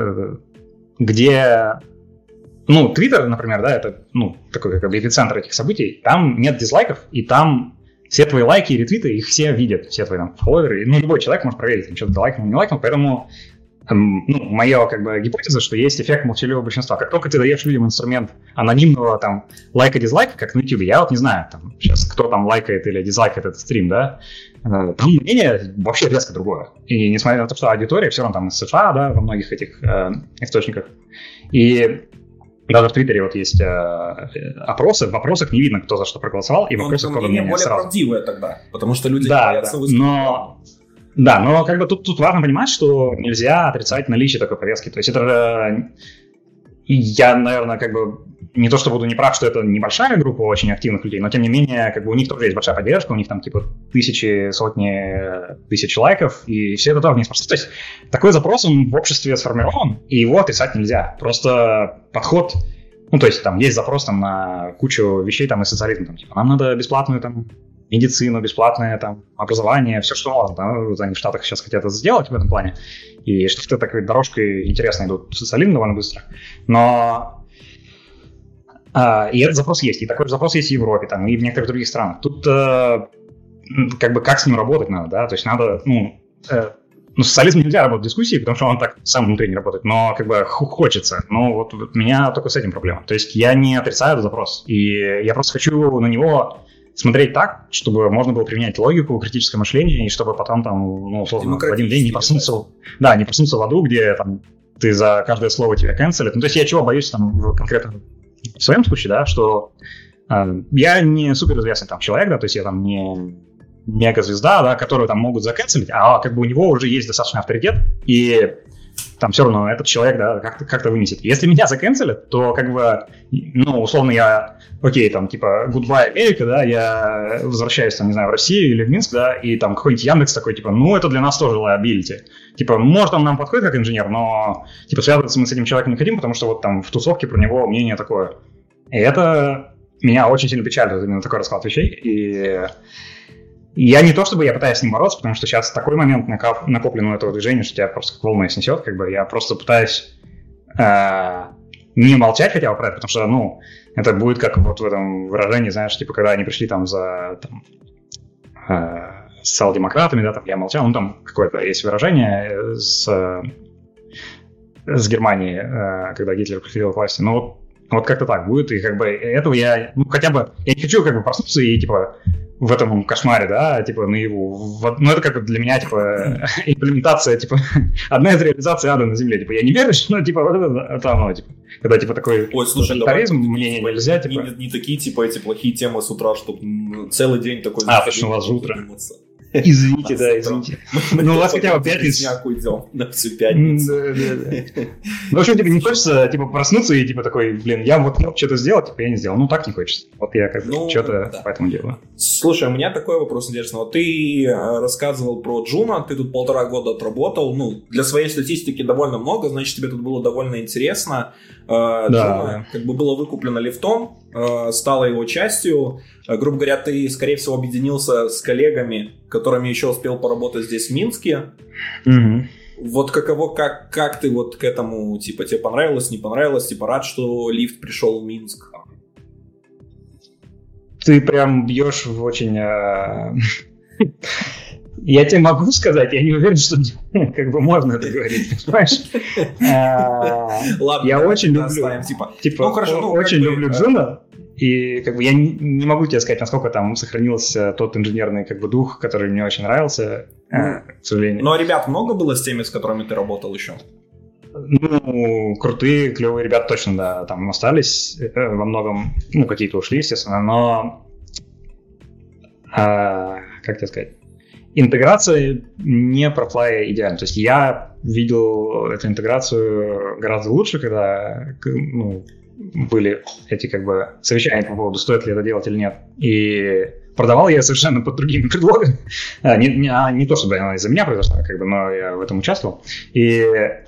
где... Ну, Twitter, например, да, это, ну, такой как бы эпицентр этих событий. Там нет дизлайков, и там все твои лайки и ретвиты, их все видят, все твои там фолловеры. Ну, любой человек может проверить, там что-то лайкнул, не лайкнул, поэтому... Ну, моя как бы гипотеза, что есть эффект молчаливого большинства. Как только ты даешь людям инструмент анонимного там лайка-дизлайка, как на YouTube, я вот не знаю, там сейчас кто там лайкает или дизлайкает этот стрим, да, там мнение вообще резко другое. И несмотря на то, что аудитория все равно там из США, да, во многих этих э, источниках. И даже в Твиттере вот есть э, опросы, в вопросах не видно, кто за что проголосовал, и в вопросах кто мнение более сразу. Правдивое тогда, потому что люди да, боятся да, выступить. Но... Да, но как бы тут, тут важно понимать, что нельзя отрицать наличие такой повестки. То есть это... Я, наверное, как бы не то, что буду не прав, что это небольшая группа очень активных людей, но тем не менее, как бы у них тоже есть большая поддержка, у них там типа тысячи, сотни тысяч лайков, и все это тоже неспроста. То есть такой запрос, он в обществе сформирован, и его отрицать нельзя. Просто подход Ну, то есть там есть запрос там, на кучу вещей там, из социализма. Там, типа, нам надо бесплатную там, медицину, бесплатное там, образование, все, что можно. Да? Вот они в Штатах сейчас хотят это сделать в этом плане. И что-то такой дорожкой интересно идут. Социализм довольно быстро. Но а, и этот запрос есть. И такой же запрос есть и в Европе, там, и в некоторых других странах. Тут а, как бы как с ним работать надо, да? То есть надо, ну... Ну, социализм нельзя работать в дискуссии, потому что он так сам внутри не работает, но как бы хочется. Но вот, вот у меня только с этим проблема. То есть я не отрицаю этот запрос, и я просто хочу на него смотреть так, чтобы можно было применять логику, критическое мышление, и чтобы потом там, ну, условно, в один день не проснуться, да, не проснуться в аду, где там ты за каждое слово тебя канцелят. Ну, то есть я чего боюсь там в конкретно в своем случае, да, что э, я не суперизвестный там человек, да, то есть я там не... мегазвезда, да, которую там могут заканцелить, а как бы у него уже есть достаточный авторитет, и там все равно этот человек, да, как-то, как-то вынесет. Если меня заканцелят, то как бы, ну, условно я, окей, там, типа, goodbye, Америка, да, я возвращаюсь, там, не знаю, в Россию или в Минск, да, и там какой-нибудь Яндекс такой, типа, ну, это для нас тоже liability. Типа, может, он нам подходит как инженер, но, типа, связываться мы с этим человеком не хотим, потому что вот там в тусовке про него мнение такое. И это меня очень сильно печалит, именно такой расклад вещей, и... Я не то, чтобы я пытаюсь с ним бороться, потому что сейчас такой момент накоп- накоплен у этого движения, что тебя просто как волна снесет, как бы я просто пытаюсь э- не молчать хотя бы про это, потому что, ну, это будет как вот в этом выражении, знаешь, типа, когда они пришли там за там, э- социал-демократами, да, там я молчал, ну, там какое-то есть выражение с, с Германии, э- когда Гитлер приходил к власти, но вот, вот как-то так будет, и как бы этого я, ну, хотя бы, я не хочу как бы проснуться и, типа, в этом кошмаре, да, типа, наяву. В, ну, это как бы для меня, типа, имплементация, типа, одна из реализаций ада на земле. Типа, я не верю, но, типа, вот это, это оно, типа, когда, типа, такой тоталитаризм, мне типа, нельзя, типа... Не, не такие, типа, эти плохие темы с утра, чтобы целый день такой... А, точно, у вас же утро. Извините, да, извините. Ну, у вас хотя бы пятница. уйдем на всю пятницу. Да, да, да. Ну, в общем, типа, не хочется, типа, проснуться и, типа, такой, блин, я вот мог что-то сделать, типа, я не сделал. Ну, так не хочется. Вот я как бы ну, что-то да. Поэтому делаю. Слушай, у меня такой вопрос интересный. Вот ты рассказывал про Джуна, ты тут полтора года отработал. Ну, для своей статистики довольно много, значит, тебе тут было довольно интересно. Да. Джуна как бы было выкуплено лифтом, стала его частью. Грубо говоря, ты, скорее всего, объединился с коллегами, которыми еще успел поработать здесь, в Минске. Mm-hmm. Вот каково, как, как ты вот к этому, типа, тебе понравилось, не понравилось, типа, рад, что лифт пришел в Минск? Ты прям бьешь в очень... Я тебе могу сказать, я не уверен, что как бы можно это говорить, понимаешь? Ладно, я очень люблю... Типа, типа, ну, хорошо, ну, очень люблю бы, Джуна. И как бы я не, не могу тебе сказать, насколько там сохранился тот инженерный как бы дух, который мне очень нравился, ну, э, к сожалению. Ну, а ребят много было с теми, с которыми ты работал еще? Ну, крутые, клевые ребята точно, да, там остались э, во многом, ну, какие-то ушли, естественно, но, э, как тебе сказать, интеграция не прошла идеально. То есть я видел эту интеграцию гораздо лучше, когда, ну, были эти как бы совещания по поводу, стоит ли это делать или нет. И продавал я совершенно под другими предлогами. А, не, не, а, не то, чтобы она из-за меня произошла, как бы, но я в этом участвовал. И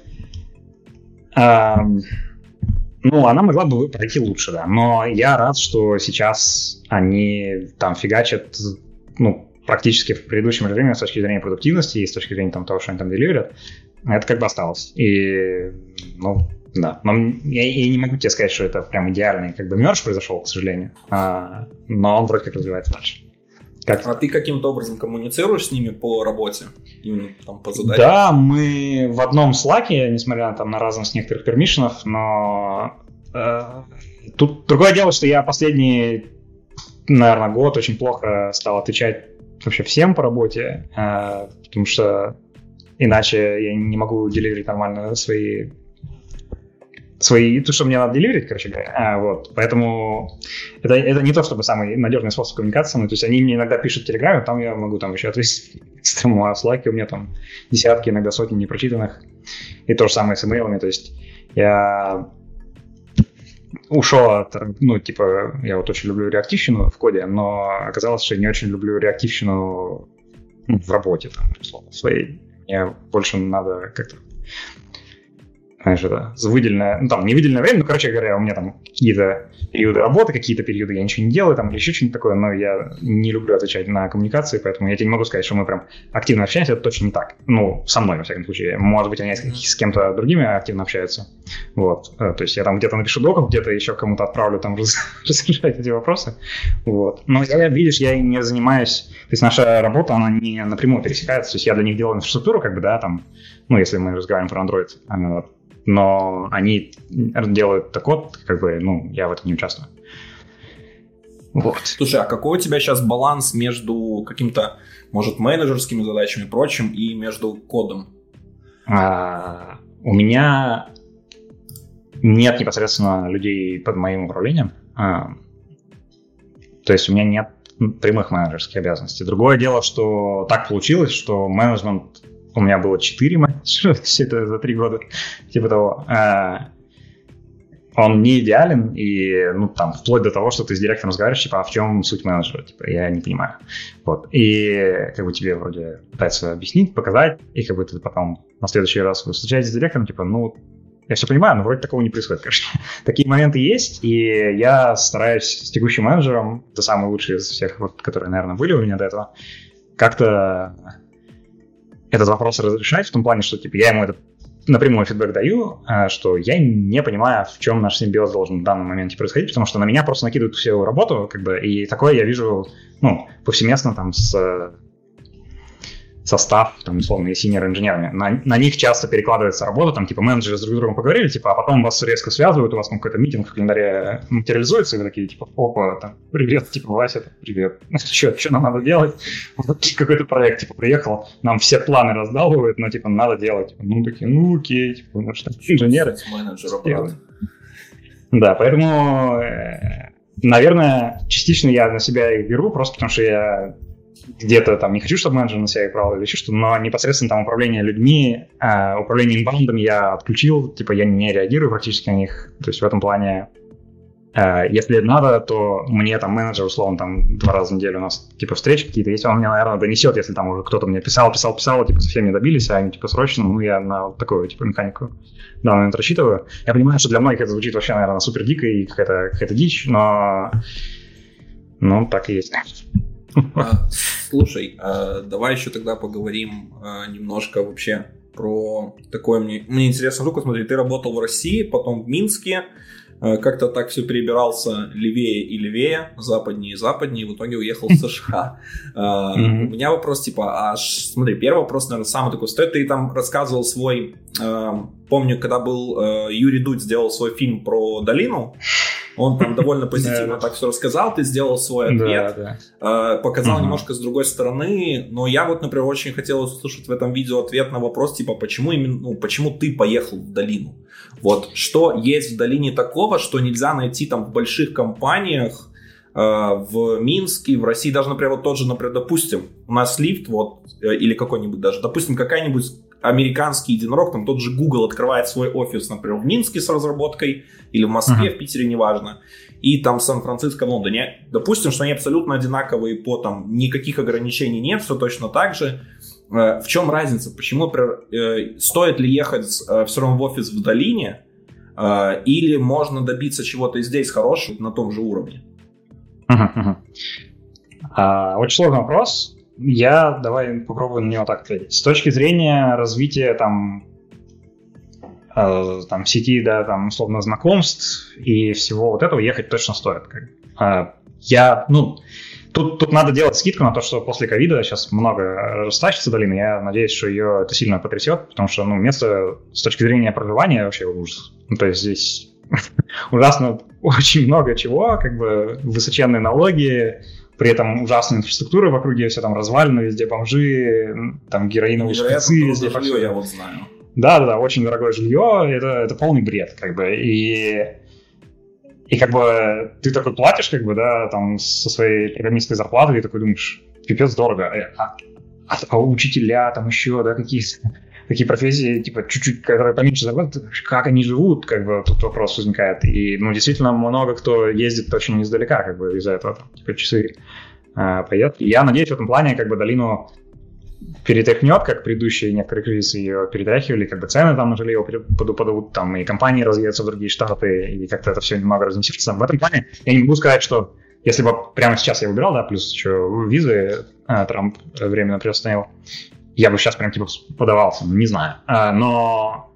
а, ну, она могла бы пройти лучше, да. Но я рад, что сейчас они там фигачат, ну, практически в предыдущем режиме с точки зрения продуктивности и с точки зрения там, того, что они там деливерят. Это как бы осталось. И, ну, да, но я, я не могу тебе сказать, что это прям идеальный как бы мерж произошел, к сожалению, а, но он вроде как развивается дальше. Как... А ты каким-то образом коммуницируешь с ними по работе? Именно там по задачам? Да, мы в одном Slack'е, несмотря там, на разность некоторых пермишенов, но э, тут другое дело, что я последний, наверное, год очень плохо стал отвечать вообще всем по работе, э, потому что иначе я не могу деливерить нормально свои... свои, то, что мне надо деливерить, короче говоря, а, вот, поэтому это, это не то, чтобы самый надежный способ коммуникации, ну, то есть они мне иногда пишут в Телеграме, там я могу там еще ответить экстрему, а в Slack'е у меня там десятки, иногда сотни непрочитанных, и то же самое с имейлами, то есть я ушел от, ну, типа, я вот очень люблю реактивщину в коде, но оказалось, что я не очень люблю реактивщину в работе, там, условно, своей, мне больше надо как-то знаешь, это выделенное, ну, там, не выделенное время, ну, короче говоря, у меня там какие-то периоды работы, какие-то периоды я ничего не делаю, там, или еще что-нибудь такое, но я не люблю отвечать на коммуникации, поэтому я тебе не могу сказать, что мы прям активно общаемся, это точно не так. Ну, со мной, во всяком случае. Может быть, они с кем-то другими активно общаются. Вот. То есть я там где-то напишу доков, где-то еще кому-то отправлю там разрешать эти вопросы. Вот. Но, я, видишь, я не занимаюсь, то есть наша работа, она не напрямую пересекается, то есть я для них делаю инфраструктуру, как бы, да, там, ну, если мы разговариваем про Android, но они делают так вот, как бы, ну, я в этом не участвую. Вот. Слушай, а какой у тебя сейчас баланс между каким-то, может, менеджерскими задачами и прочим, и между кодом? А, у меня нет непосредственно людей под моим управлением. А, то есть у меня нет прямых менеджерских обязанностей. Другое дело, что так получилось, что менеджмент... У меня было четыре менеджера, все это за три года, типа того. А, он не идеален, и, ну, там, вплоть до того, что ты с директором разговариваешь, типа, а в чем суть менеджера, типа, я не понимаю. Вот. И, как бы, тебе вроде пытаются объяснить, показать, и, как бы, ты потом на следующий раз вы встречаетесь с директором, типа, ну, я все понимаю, но вроде такого не происходит, конечно. Такие моменты есть, и я стараюсь с текущим менеджером, это самый лучший из всех, вот, которые, наверное, были у меня до этого, как-то этот вопрос разрешать в том плане, что, типа, я ему этот напрямую фидбэк даю, что я не понимаю, в чем наш симбиоз должен в данном моменте происходить, потому что на меня просто накидывают всю работу, как бы, и такое я вижу, ну, повсеместно там с состав, там, условно, и синьор-инженерами. На, на них часто перекладывается работа, там, типа, менеджеры с друг другом поговорили, типа, а потом вас резко связывают, у вас там какой-то митинг в календаре материализуется, и вы такие, типа, опа, там, привет, типа, Вася, привет, что, что нам надо делать? Вот какой-то проект, типа, приехал, нам все планы раздалбывают, но, типа, надо делать. Типа, ну, такие, ну, окей, типа, ну, что, инженеры. Да, поэтому, наверное, частично я на себя их беру, просто потому что я где-то там не хочу, чтобы менеджер на себя их брал или еще что-то, но непосредственно там управление людьми, э, управление инбаундом я отключил, типа я не реагирую практически на них, то есть в этом плане, э, если надо, то мне там менеджер, условно, там два раза в неделю у нас типа встречи какие-то есть, он мне, наверное, донесет, если там уже кто-то мне писал, писал, писал, типа совсем не добились, а они типа срочно, ну я на вот такую типа механику в данный момент рассчитываю. Я понимаю, что для многих это звучит вообще, наверное, супер дико и какая-то, какая-то дичь, но ну так и есть. А, слушай, а, давай еще тогда поговорим а, немножко вообще про такое мне, мне интересно штука. Смотри, ты работал в России, потом в Минске, а, как-то так все перебирался левее и левее, западнее и западнее, и в итоге уехал в США. А, mm-hmm. У меня вопрос типа, аж смотри, первый вопрос, наверное, самый такой стоит. Ты там рассказывал свой, а, помню, когда был а, Юрий Дудь сделал свой фильм про долину. Он там довольно позитивно так все рассказал, ты сделал свой ответ, да, да. показал uh-huh. немножко с другой стороны, но я вот, например, очень хотел услышать в этом видео ответ на вопрос, типа, почему именно, ну, почему ты поехал в долину? Вот, что есть в долине такого, что нельзя найти там в больших компаниях, в Минске, в России, даже, например, вот тот же, например, допустим, у нас лифт, вот, или какой-нибудь даже, допустим, какая-нибудь американский единорог, там тот же Google открывает свой офис, например, в Минске с разработкой, или в Москве, uh-huh. в Питере, неважно, и там Сан-Франциско, в Лондоне. Допустим, что они абсолютно одинаковые по там, никаких ограничений нет, все точно так же. В чем разница? Почему, например, стоит ли ехать все равно в офис в долине, или можно добиться чего-то и здесь хорошего на том же уровне? Uh-huh, uh-huh. А, очень сложный вопрос. Я давай попробую на него так ответить. С точки зрения развития там, э, там сети, да, там условно знакомств и всего вот этого ехать точно стоит. Э, я, ну, тут, тут надо делать скидку на то, что после ковида сейчас много растащится долины. Я надеюсь, что ее это сильно потрясет, потому что, ну, место с точки зрения проживания вообще ужас. Ну, то есть здесь ужасно очень много чего, как бы высоченные налоги. При этом ужасная инфраструктура в округе, все там развалено, везде бомжи, там героиновые шприцы, везде жилье, я вот знаю. Да-да-да, очень дорогое жилье, это, это полный бред, как бы, и, и как бы ты такой платишь, как бы, да, там со своей программистской зарплатой, и такой думаешь, пипец дорого, а, а, а учителя там еще, да, какие-то такие профессии, типа, чуть-чуть, которые поменьше зарплаты, как они живут, как бы, тут вопрос возникает. И, ну, действительно, много кто ездит очень издалека, как бы, из-за этого, там, типа, часы а, поедет. И я надеюсь, в этом плане, как бы, долину перетряхнет, как предыдущие некоторые кризисы ее перетряхивали, как бы цены там на жилье подадут, там и компании разъедутся в другие штаты, и как-то это все немного разнесется. В этом плане я не могу сказать, что если бы прямо сейчас я выбирал, да, плюс еще визы а, Трамп временно приостановил, я бы сейчас прям типа подавался, не знаю. А, но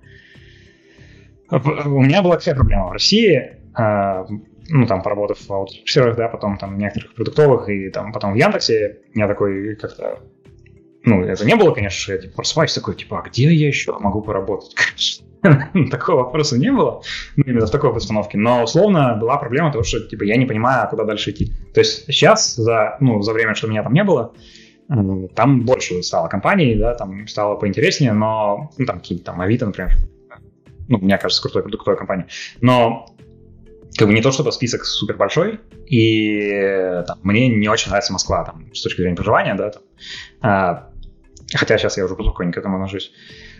у меня была такая проблема в России, а, ну, там, поработав в аутсорсерах, да, потом там в некоторых продуктовых, и там потом в Яндексе, я такой как-то, ну, это не было, конечно, что я типа просыпаюсь такой, типа, а где я еще могу поработать? Такого вопроса не было, ну, именно в такой постановке, но условно была проблема того, что, типа, я не понимаю, куда дальше идти. То есть сейчас, за, ну, за время, что меня там не было, там больше стало компаний, да, там стало поинтереснее, но, ну, там какие-то там Авито, например, ну, мне кажется, крутой продуктовая компания, но как бы не то, чтобы список супер большой, и там, мне не очень нравится Москва, там, с точки зрения проживания, да, там, а, хотя сейчас я уже потихоньку к этому отношусь.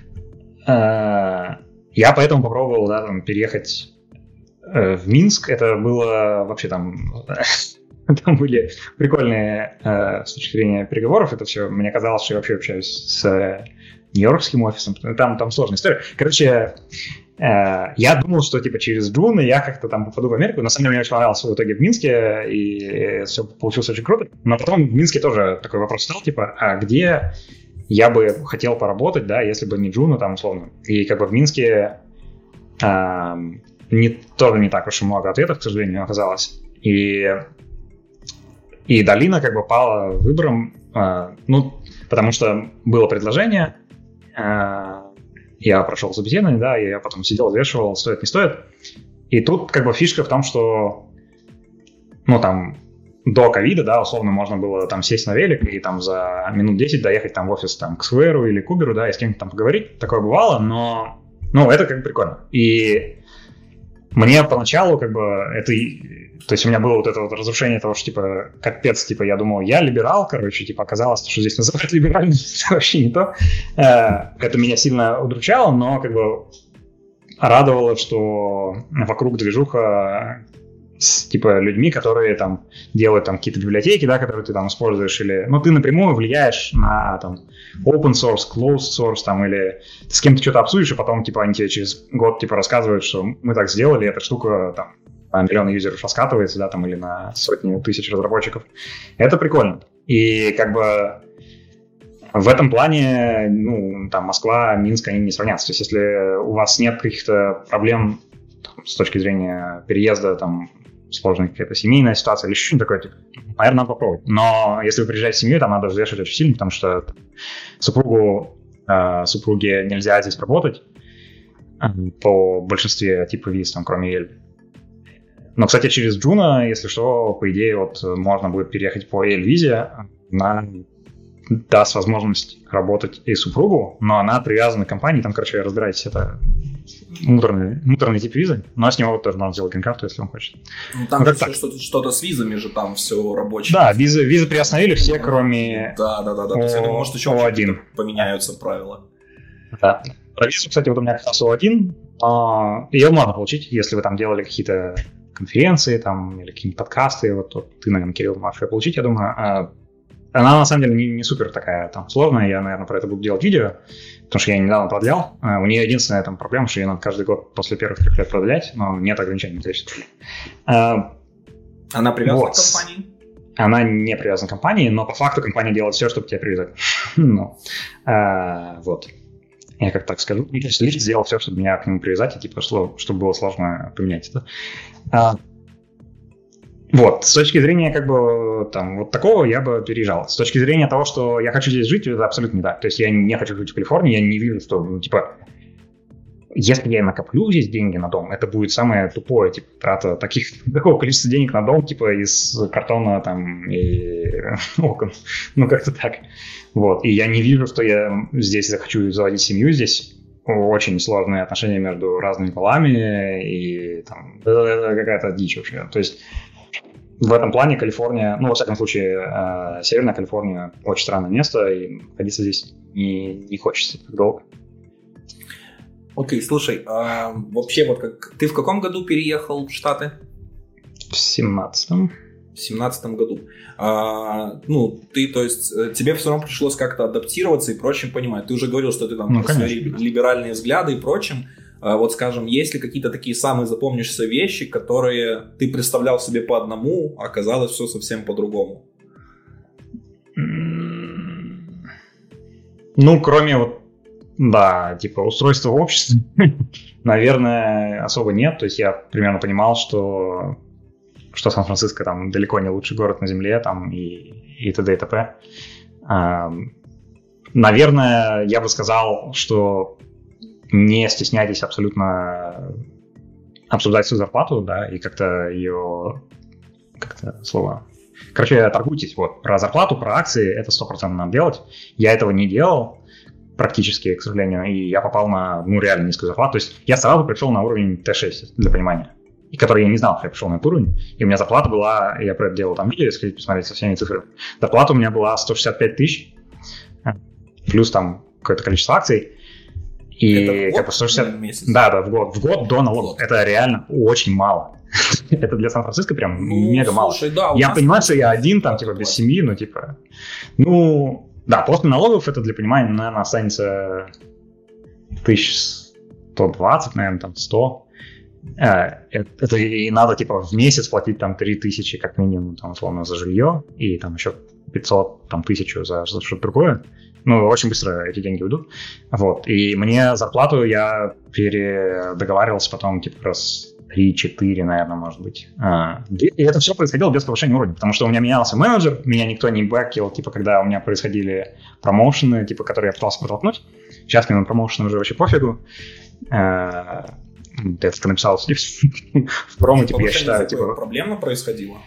А, я поэтому попробовал, да, там, переехать э, в Минск, это было вообще там, там были прикольные э, с точки зрения переговоров, это все, мне казалось, что я вообще общаюсь с э, нью-йоркским офисом, там, там сложная история. Короче, я думал, что типа через Джун я как-то там попаду в Америку. На самом деле мне очень понравилось в итоге в Минске, и все получилось очень круто. Но потом в Минске тоже такой вопрос стал, типа, а где я бы хотел поработать, да, если бы не Джуна, там, условно. И как бы в Минске а, не, тоже не так уж и много ответов, к сожалению, оказалось. И, и долина как бы пала выбором, а, ну, потому что было предложение, а, я прошел собеседование, да, и я потом сидел, взвешивал, стоит, не стоит. И тут как бы фишка в том, что, ну, там, до ковида, да, условно, можно было там сесть на велик и там за минут десять доехать там в офис там к Скверу или к Уберу, да, и с кем-то там поговорить. Такое бывало, но, ну, это как бы прикольно. И мне поначалу как бы это... То есть у меня было вот это вот разрушение того, что, типа, капец, типа, я думал, я либерал, короче, типа, оказалось, что здесь называют либеральным, это вообще не то. Это меня сильно удручало, но, как бы, радовало, что вокруг движуха с, типа, людьми, которые, там, делают, там, какие-то библиотеки, да, которые ты, там, используешь, или, ну, ты напрямую влияешь на, там, open source, closed source, там, или ты с кем-то что-то обсудишь, и потом, типа, они тебе через год, типа, рассказывают, что мы так сделали, эта штука, там, на миллион юзеров раскатывается, да, там, или на сотни тысяч разработчиков. Это прикольно. И как бы в этом плане, ну, там, Москва, Минск, они не сравнятся. То есть если у вас нет каких-то проблем там, с точки зрения переезда, там, сложная какая-то семейная ситуация или еще что-нибудь такое, типа, наверное, надо попробовать. Но если вы приезжаете в семью, там надо взвешивать очень сильно, потому что супругу, э, супруге нельзя здесь работать э, по большинстве типов виз, там, кроме Эль. Но, кстати, через Джуна, если что, по идее, вот можно будет переехать по Эль-визе, она даст возможность работать и супругу, но она привязана к компании, там, короче, разбирайтесь, это муторный, муторный тип визы, но с него вот тоже можно сделать грин-карту, если он хочет. Ну, там ну, что-то, что-то с визами же там все рабочее. Да, визы, визы приостановили все, кроме Да, да, да, да. О, то есть, я думаю, может, еще о один поменяются правила. Да. Про визу, кстати, вот у меня как раз о один, ее можно получить, если вы там делали какие-то конференции там, или какие-нибудь подкасты, вот, вот ты, наверное, Кирилл, можешь ее получить, я думаю. Она, на самом деле, не, не супер такая там сложная, я, наверное, про это буду делать видео, потому что я недавно продлял. У нее единственная там проблема, что ее надо каждый год после первых трех лет продлять, но нет ограничений на количество. Она привязана вот. к компании? Она не привязана к компании, но по факту компания делает все, чтобы тебя привязать. ну, а, вот. Я как так скажу. То есть Лифт сделал все, чтобы меня к нему привязать, и типа, чтобы было сложно поменять это. А, вот, с точки зрения как бы там вот такого я бы переезжал. С точки зрения того, что я хочу здесь жить, это абсолютно не так. То есть я не хочу жить в Калифорнии, я не вижу, что, ну, типа, если я накоплю здесь деньги на дом, это будет самое тупое, типа, трата таких, такого количества денег на дом, типа, из картона там и окон. Ну, как-то так. Вот. И я не вижу, что я здесь захочу заводить семью. Здесь очень сложные отношения между разными полами, и там это какая-то дичь вообще. То есть в этом плане Калифорния, ну, во всяком случае, э, Северная Калифорния очень странное место, и находиться здесь не, не хочется так долго. Окей, okay, слушай, а вообще вот как ты в каком году переехал в Штаты? В семнадцатом. В в семнадцатом году. А, ну, ты, то есть, тебе все равно пришлось как-то адаптироваться и прочим понимать. Ты уже говорил, что ты там ну, свои либеральные взгляды и прочим. А, вот, скажем, есть ли какие-то такие самые запомнившиеся вещи, которые ты представлял себе по одному, а оказалось все совсем по-другому? Ну, кроме вот, да, типа устройства общества, наверное, особо нет. То есть я примерно понимал, что, что Сан-Франциско там далеко не лучший город на Земле, там и, и т.д. и т.п. А, наверное, я бы сказал, что не стесняйтесь абсолютно обсуждать свою зарплату, да, и как-то ее, как-то слово... Короче, торгуйтесь, вот, про зарплату, про акции, это сто процентов надо делать. Я этого не делал практически, к сожалению, и я попал на, ну, реально низкую зарплату. То есть я сразу пришел на уровень Т шесть, для понимания, и который я не знал, что я пришел на этот уровень. И у меня зарплата была, я про это делал там видео, если хотите посмотреть со всеми цифрами, зарплата у меня была сто шестьдесят пять тысяч, плюс там какое-то количество акций. И это в как бы сто шестьдесят... Да, да, в год, в год до налогов. Год. Это реально очень мало. Это для Сан-Франциско прям ну, мега слушай, мало. Да, я понимаю, что я один там, типа, без семьи, ну, типа... Ну, да, после налогов это, для понимания, наверное, останется тысяча сто двадцать, наверное, там, сто. Это и надо, типа, в месяц платить там три тысячи, как минимум, там, условно, за жилье, и там еще пятьсот, там, тысячу за, за что-то другое. Ну, очень быстро эти деньги уйдут. Вот. И мне зарплату я передоговаривался потом, типа, раз три-четыре, наверное, может быть. А, и это все происходило без повышения уровня, потому что у меня менялся менеджер, меня никто не бэкил, типа, когда у меня происходили промоушены, типа, которые я пытался протолкнуть. Сейчас мне на промоушены уже вообще пофигу. А, это написал в промо, типа, я считаю, типа... Проблемно происходило?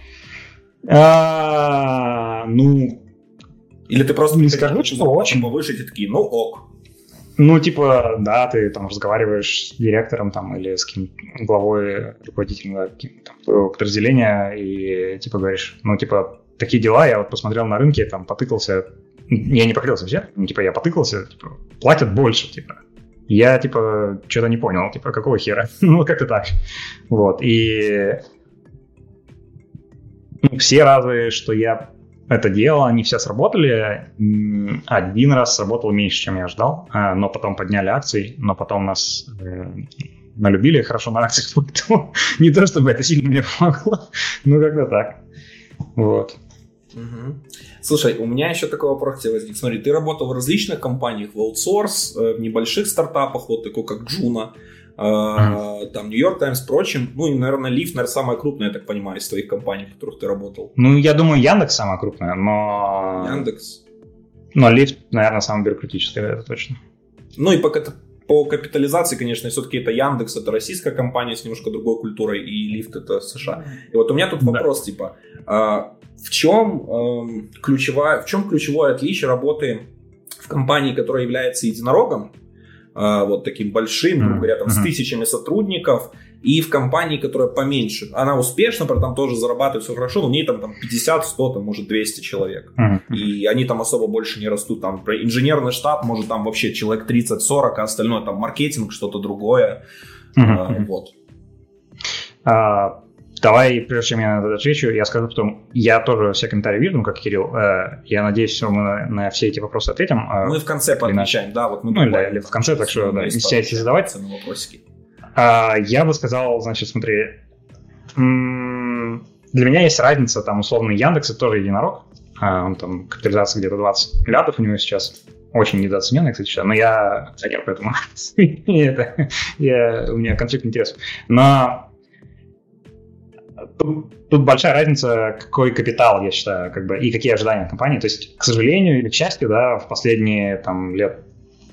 А, ну... Или ты просто не скажу, что очень повышить и такие, ну ок. Ну, типа, да, ты там разговариваешь с директором там или с кем главой руководителем там, подразделения и типа говоришь, ну, типа, такие дела, я вот посмотрел на рынке, там, потыкался, я не покрылся все, ну, типа, я потыкался, типа, платят больше, типа. Я, типа, что-то не понял, типа, какого хера? Ну, как-то так. Вот, и ну, все рады, что я это дело, они все сработали. Один раз сработал меньше, чем я ждал, но потом подняли акции, но потом нас э, налюбили хорошо на акциях, поэтому не то, чтобы это сильно мне помогло, но как-то так. Вот. Угу. Слушай, у меня еще такой вопрос к тебе возник. Смотри, ты работал в различных компаниях, в аутсорс, в небольших стартапах, вот такой как Juno, Uh-huh. там New York Times, прочим. Ну и, наверное, Lyft, наверное, самая крупная, я так понимаю, из твоих компаний, в которых ты работал. Ну, я думаю, Яндекс самая крупная, но... Яндекс. Но Lyft, наверное, самая бюрократическая, это точно. Ну и по, по капитализации, конечно, все-таки это Яндекс, это российская компания с немножко другой культурой, и Lyft это США. И вот у меня тут вопрос, да. типа, в чем, ключевая, в чем ключевое отличие работы в компании, которая является единорогом, вот таким большим, грубо говоря, там, mm-hmm. с тысячами сотрудников, и в компании, которая поменьше. Она успешна, правда, там тоже зарабатывает все хорошо, но в ней там, там пятьдесят, сто, там, может, двести человек. Mm-hmm. И они там особо больше не растут. Там инженерный штат, может, там вообще человек тридцать-сорок, а остальное там маркетинг, что-то другое. Mm-hmm. А, вот. Uh... Давай, прежде чем я на это отвечу, я скажу, что я тоже все комментарии вижу, ну, как Кирилл. Э, я надеюсь, что мы на, на все эти вопросы ответим. Э, мы в конце поотвечаем, да. Вот мы ну, или, или в конце, так что, да, не стесняйтесь задавать. А, я бы сказал, значит, смотри, м- для меня есть разница, там, условно, Яндекс, это тоже единорог. А, он там, капитализация где-то двадцать миллиардов у него сейчас. Очень недооцененный, кстати, сейчас. Но я акционер, поэтому это, я, у меня конфликт интересов. Но... Тут, тут большая разница, какой капитал, я считаю, как бы, и какие ожидания компании. То есть, к сожалению или к счастью, да, в последние там, лет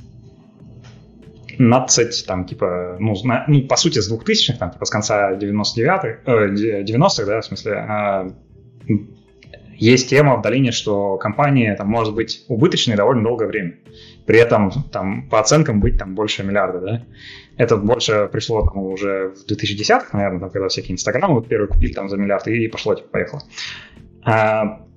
пятнадцать, там, типа, ну, на, ну, по сути, с двухтысячных, там, типа, с конца девяносто девятых, э, девяностых, да, в смысле, э, есть тема в долине, что компания там, может быть убыточной довольно долгое время. При этом там, по оценкам быть там, больше миллиарда. Да? Это больше пришло там, уже в две тысячи десятых, наверное, там, когда всякие инстаграмы вот, первые купили там, за миллиард, и пошло, типа, поехало. А,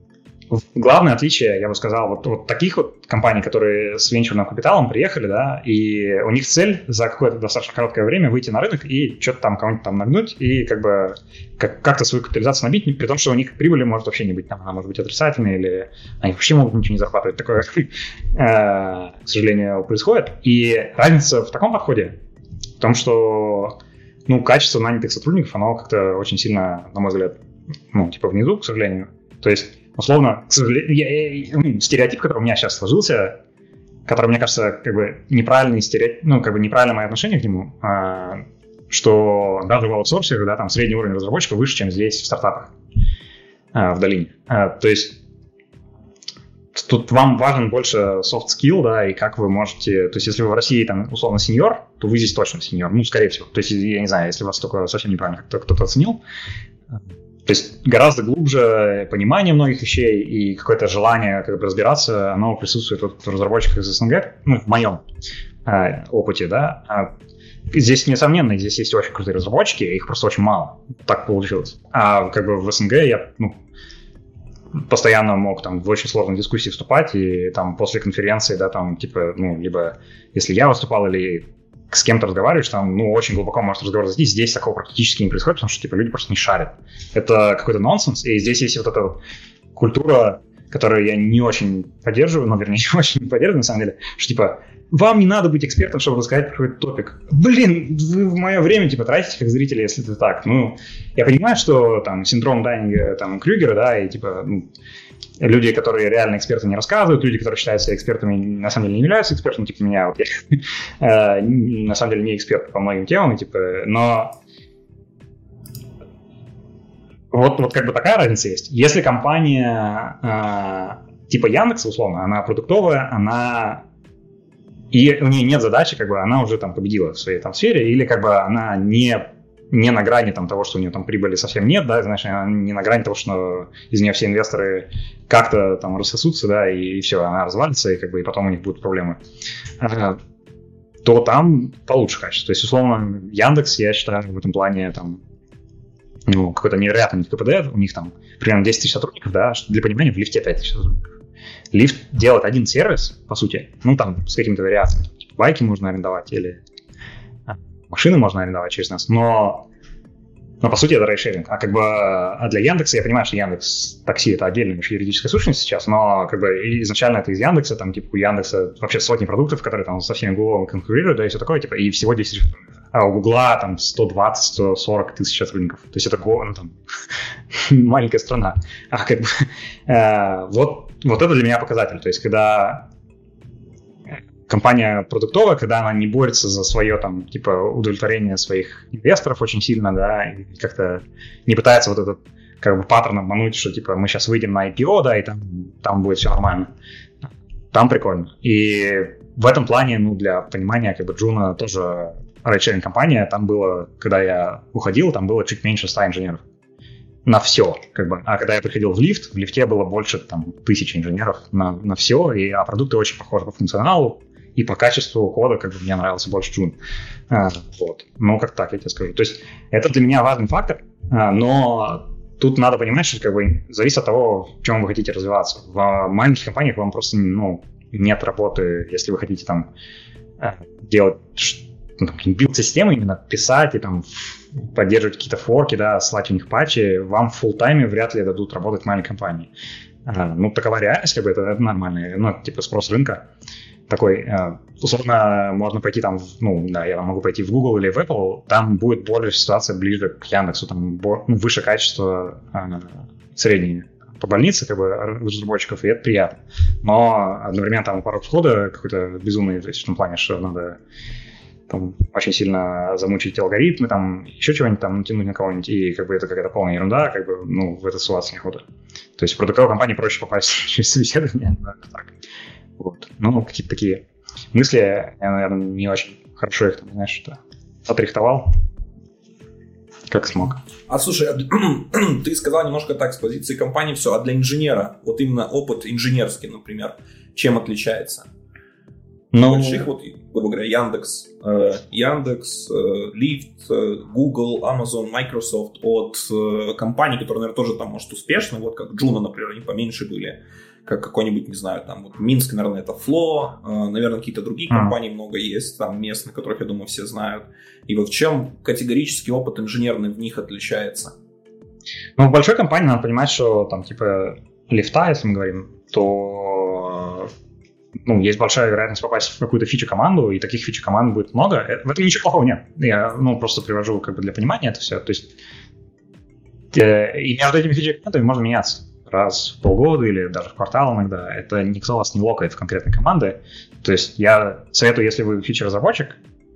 главное отличие, я бы сказал, вот, вот таких вот компаний, которые с венчурным капиталом приехали, да, и у них цель за какое-то достаточно короткое время выйти на рынок и что-то там кого-нибудь там нагнуть и как бы как- как-то свою капитализацию набить, при том, что у них прибыли может вообще не быть, там, она может быть отрицательной, или они вообще могут ничего не захватывать. Такое, к сожалению, происходит. И разница в таком подходе в том, что ну, качество нанятых сотрудников, оно как-то очень сильно, на мой взгляд, ну, типа внизу, к сожалению. То есть, условно, к сожалению, я, я, стереотип, который у меня сейчас сложился, который, мне кажется, как бы неправильный стереотип, ну, как бы неправильное мое отношение к нему, а, что даже в аутсорсе, да, там средний уровень разработчика выше, чем здесь в стартапах а, в долине. А, то есть тут вам важен больше soft skill, да, и как вы можете... То есть если вы в России, там, условно, сеньор, то вы здесь точно сеньор, ну, скорее всего. То есть, я не знаю, если вас только совсем неправильно кто-то оценил. То есть гораздо глубже понимание многих вещей и какое-то желание как бы разбираться, оно присутствует вот в разработчиках из СНГ, ну, в моем э, опыте, да. А здесь, несомненно, здесь есть очень крутые разработчики, их просто очень мало. Так получилось. А как бы в СНГ я, ну, постоянно мог там в очень сложные дискуссии вступать, и там после конференции, да, там, типа, ну, либо если я выступал, или с кем-то разговариваешь, там, ну, очень глубоко может разговор зайти, здесь такого практически не происходит, потому что, типа, люди просто не шарят. Это какой-то нонсенс, и здесь есть вот эта вот культура, которую я не очень поддерживаю, но, вернее, не очень поддерживаю, на самом деле, что, типа, вам не надо быть экспертом, чтобы рассказать про какой-то топик. Блин, вы в мое время, типа, тратите как зрители, если это так. Ну, я понимаю, что, там, синдром Дайнинга, там, Крюгера, да, и, типа, ну, люди, которые реально эксперты, не рассказывают, люди, которые считают себя экспертами, на самом деле не являются экспертами, типа меня, вот я, э, на самом деле не эксперт по многим темам, типа, но вот, вот как бы такая разница есть. Если компания э, типа Яндекса, условно, она продуктовая, она и у нее нет задачи, как бы она уже там победила в своей там сфере, или как бы она не не на грани там, того, что у нее там прибыли совсем нет, да, значит, она не на грани того, что из нее все инвесторы как-то там рассосутся, да, и, и все, она развалится, и как бы и потом у них будут проблемы, а, то там получше качество. То есть, условно, Яндекс, я считаю, в этом плане там, ну, какой-то невероятный КПД, у них там примерно десять тысяч сотрудников, да, для понимания, в лифте пять тысяч сотрудников. Лифт делает один сервис, по сути, ну, там, с какими-то вариациями, типа, байки можно арендовать или машины можно арендовать через нас, но, но по сути это райдшеринг. А как бы а для Яндекса, я понимаю, что Яндекс Такси это отдельная юридическая сущность сейчас, но как бы изначально это из Яндекса, там типа у Яндекса вообще сотни продуктов, которые там со всеми Гуглом конкурируют, да, и все такое, типа, и всего десять сотрудников. А у Гугла там сто двадцать - сто сорок тысяч сотрудников. То есть это ну, там, маленькая страна. А как бы э, вот, вот это для меня показатель. То есть когда компания продуктовая, когда она не борется за свое там, типа, удовлетворение своих инвесторов очень сильно, да, и как-то не пытается вот этот, как бы, паттерн обмануть, что, типа, мы сейчас выйдем на ай пи о, да, и там, там будет все нормально. Там прикольно. И в этом плане, ну, для понимания, как бы, Juno тоже райдшеринг компания, там было, когда я уходил, там было чуть меньше ста инженеров. На все, как бы. А когда я приходил в лифт, в лифте было больше, там, тысячи инженеров на, на все, и, а продукты очень похожи по функционалу, и по качеству кода, как бы, мне нравился больше Juno. А, вот. Ну, как так, я тебе скажу. То есть это для меня важный фактор, а, но тут надо понимать, что как бы зависит от того, в чем вы хотите развиваться. В маленьких компаниях вам просто, ну, нет работы, если вы хотите там делать ну, билд-системы, именно писать и там поддерживать какие-то форки, да, слать у них патчи, вам в фулл-тайме вряд ли дадут работать в маленькой компании. А, ну, такова реальность, как бы, это, это нормально, ну, типа спрос рынка. Такой, условно, можно пойти там, ну, да, я могу пойти в Google или в Apple, там будет более ситуация ближе к Яндексу, там ну, выше качество среднее по больнице, как бы, разработчиков, и это приятно. Но одновременно там порог входа какой-то безумный, то есть в том плане, что надо там очень сильно замучить алгоритмы, там еще чего-нибудь там натянуть на кого-нибудь, и как бы это какая-то полная ерунда, как бы, ну, в это ссылаться неохота. То есть в продуктовой компании проще попасть через собеседование, да, так. Вот. Ну, какие-то такие мысли, я, наверное, не очень хорошо их, там, знаешь, что отрихтовал, как смог. А слушай, ты сказал немножко так с позиции компании все, а для инженера, вот именно опыт инженерский, например, чем отличается? Ну... Больших, вот, грубо говоря, Яндекс, э, Яндекс, э, Lyft, э, Google, Amazon, Microsoft, от э, компаний, которые, наверное, тоже там, может, успешны, вот как Juno, например, они поменьше были, как какой-нибудь, не знаю, там, вот Минск, наверное, это Flow, э, наверное, какие-то другие mm. компании много есть, там, местные, которых, я думаю, все знают. И вот в чем категорический опыт инженерный в них отличается? Ну, в большой компании надо понимать, что там, типа, лифта, если мы говорим, то ну, есть большая вероятность попасть в какую-то фичу-команду, и таких фичу-команд будет много. В этом ничего плохого нет. Я ну, просто привожу как бы для понимания это все. То есть э, и между этими фичу-командами можно меняться раз в полгода или даже в квартал иногда. Это никто вас не локает в конкретной команды. То есть я советую, если вы фичи-разработчик,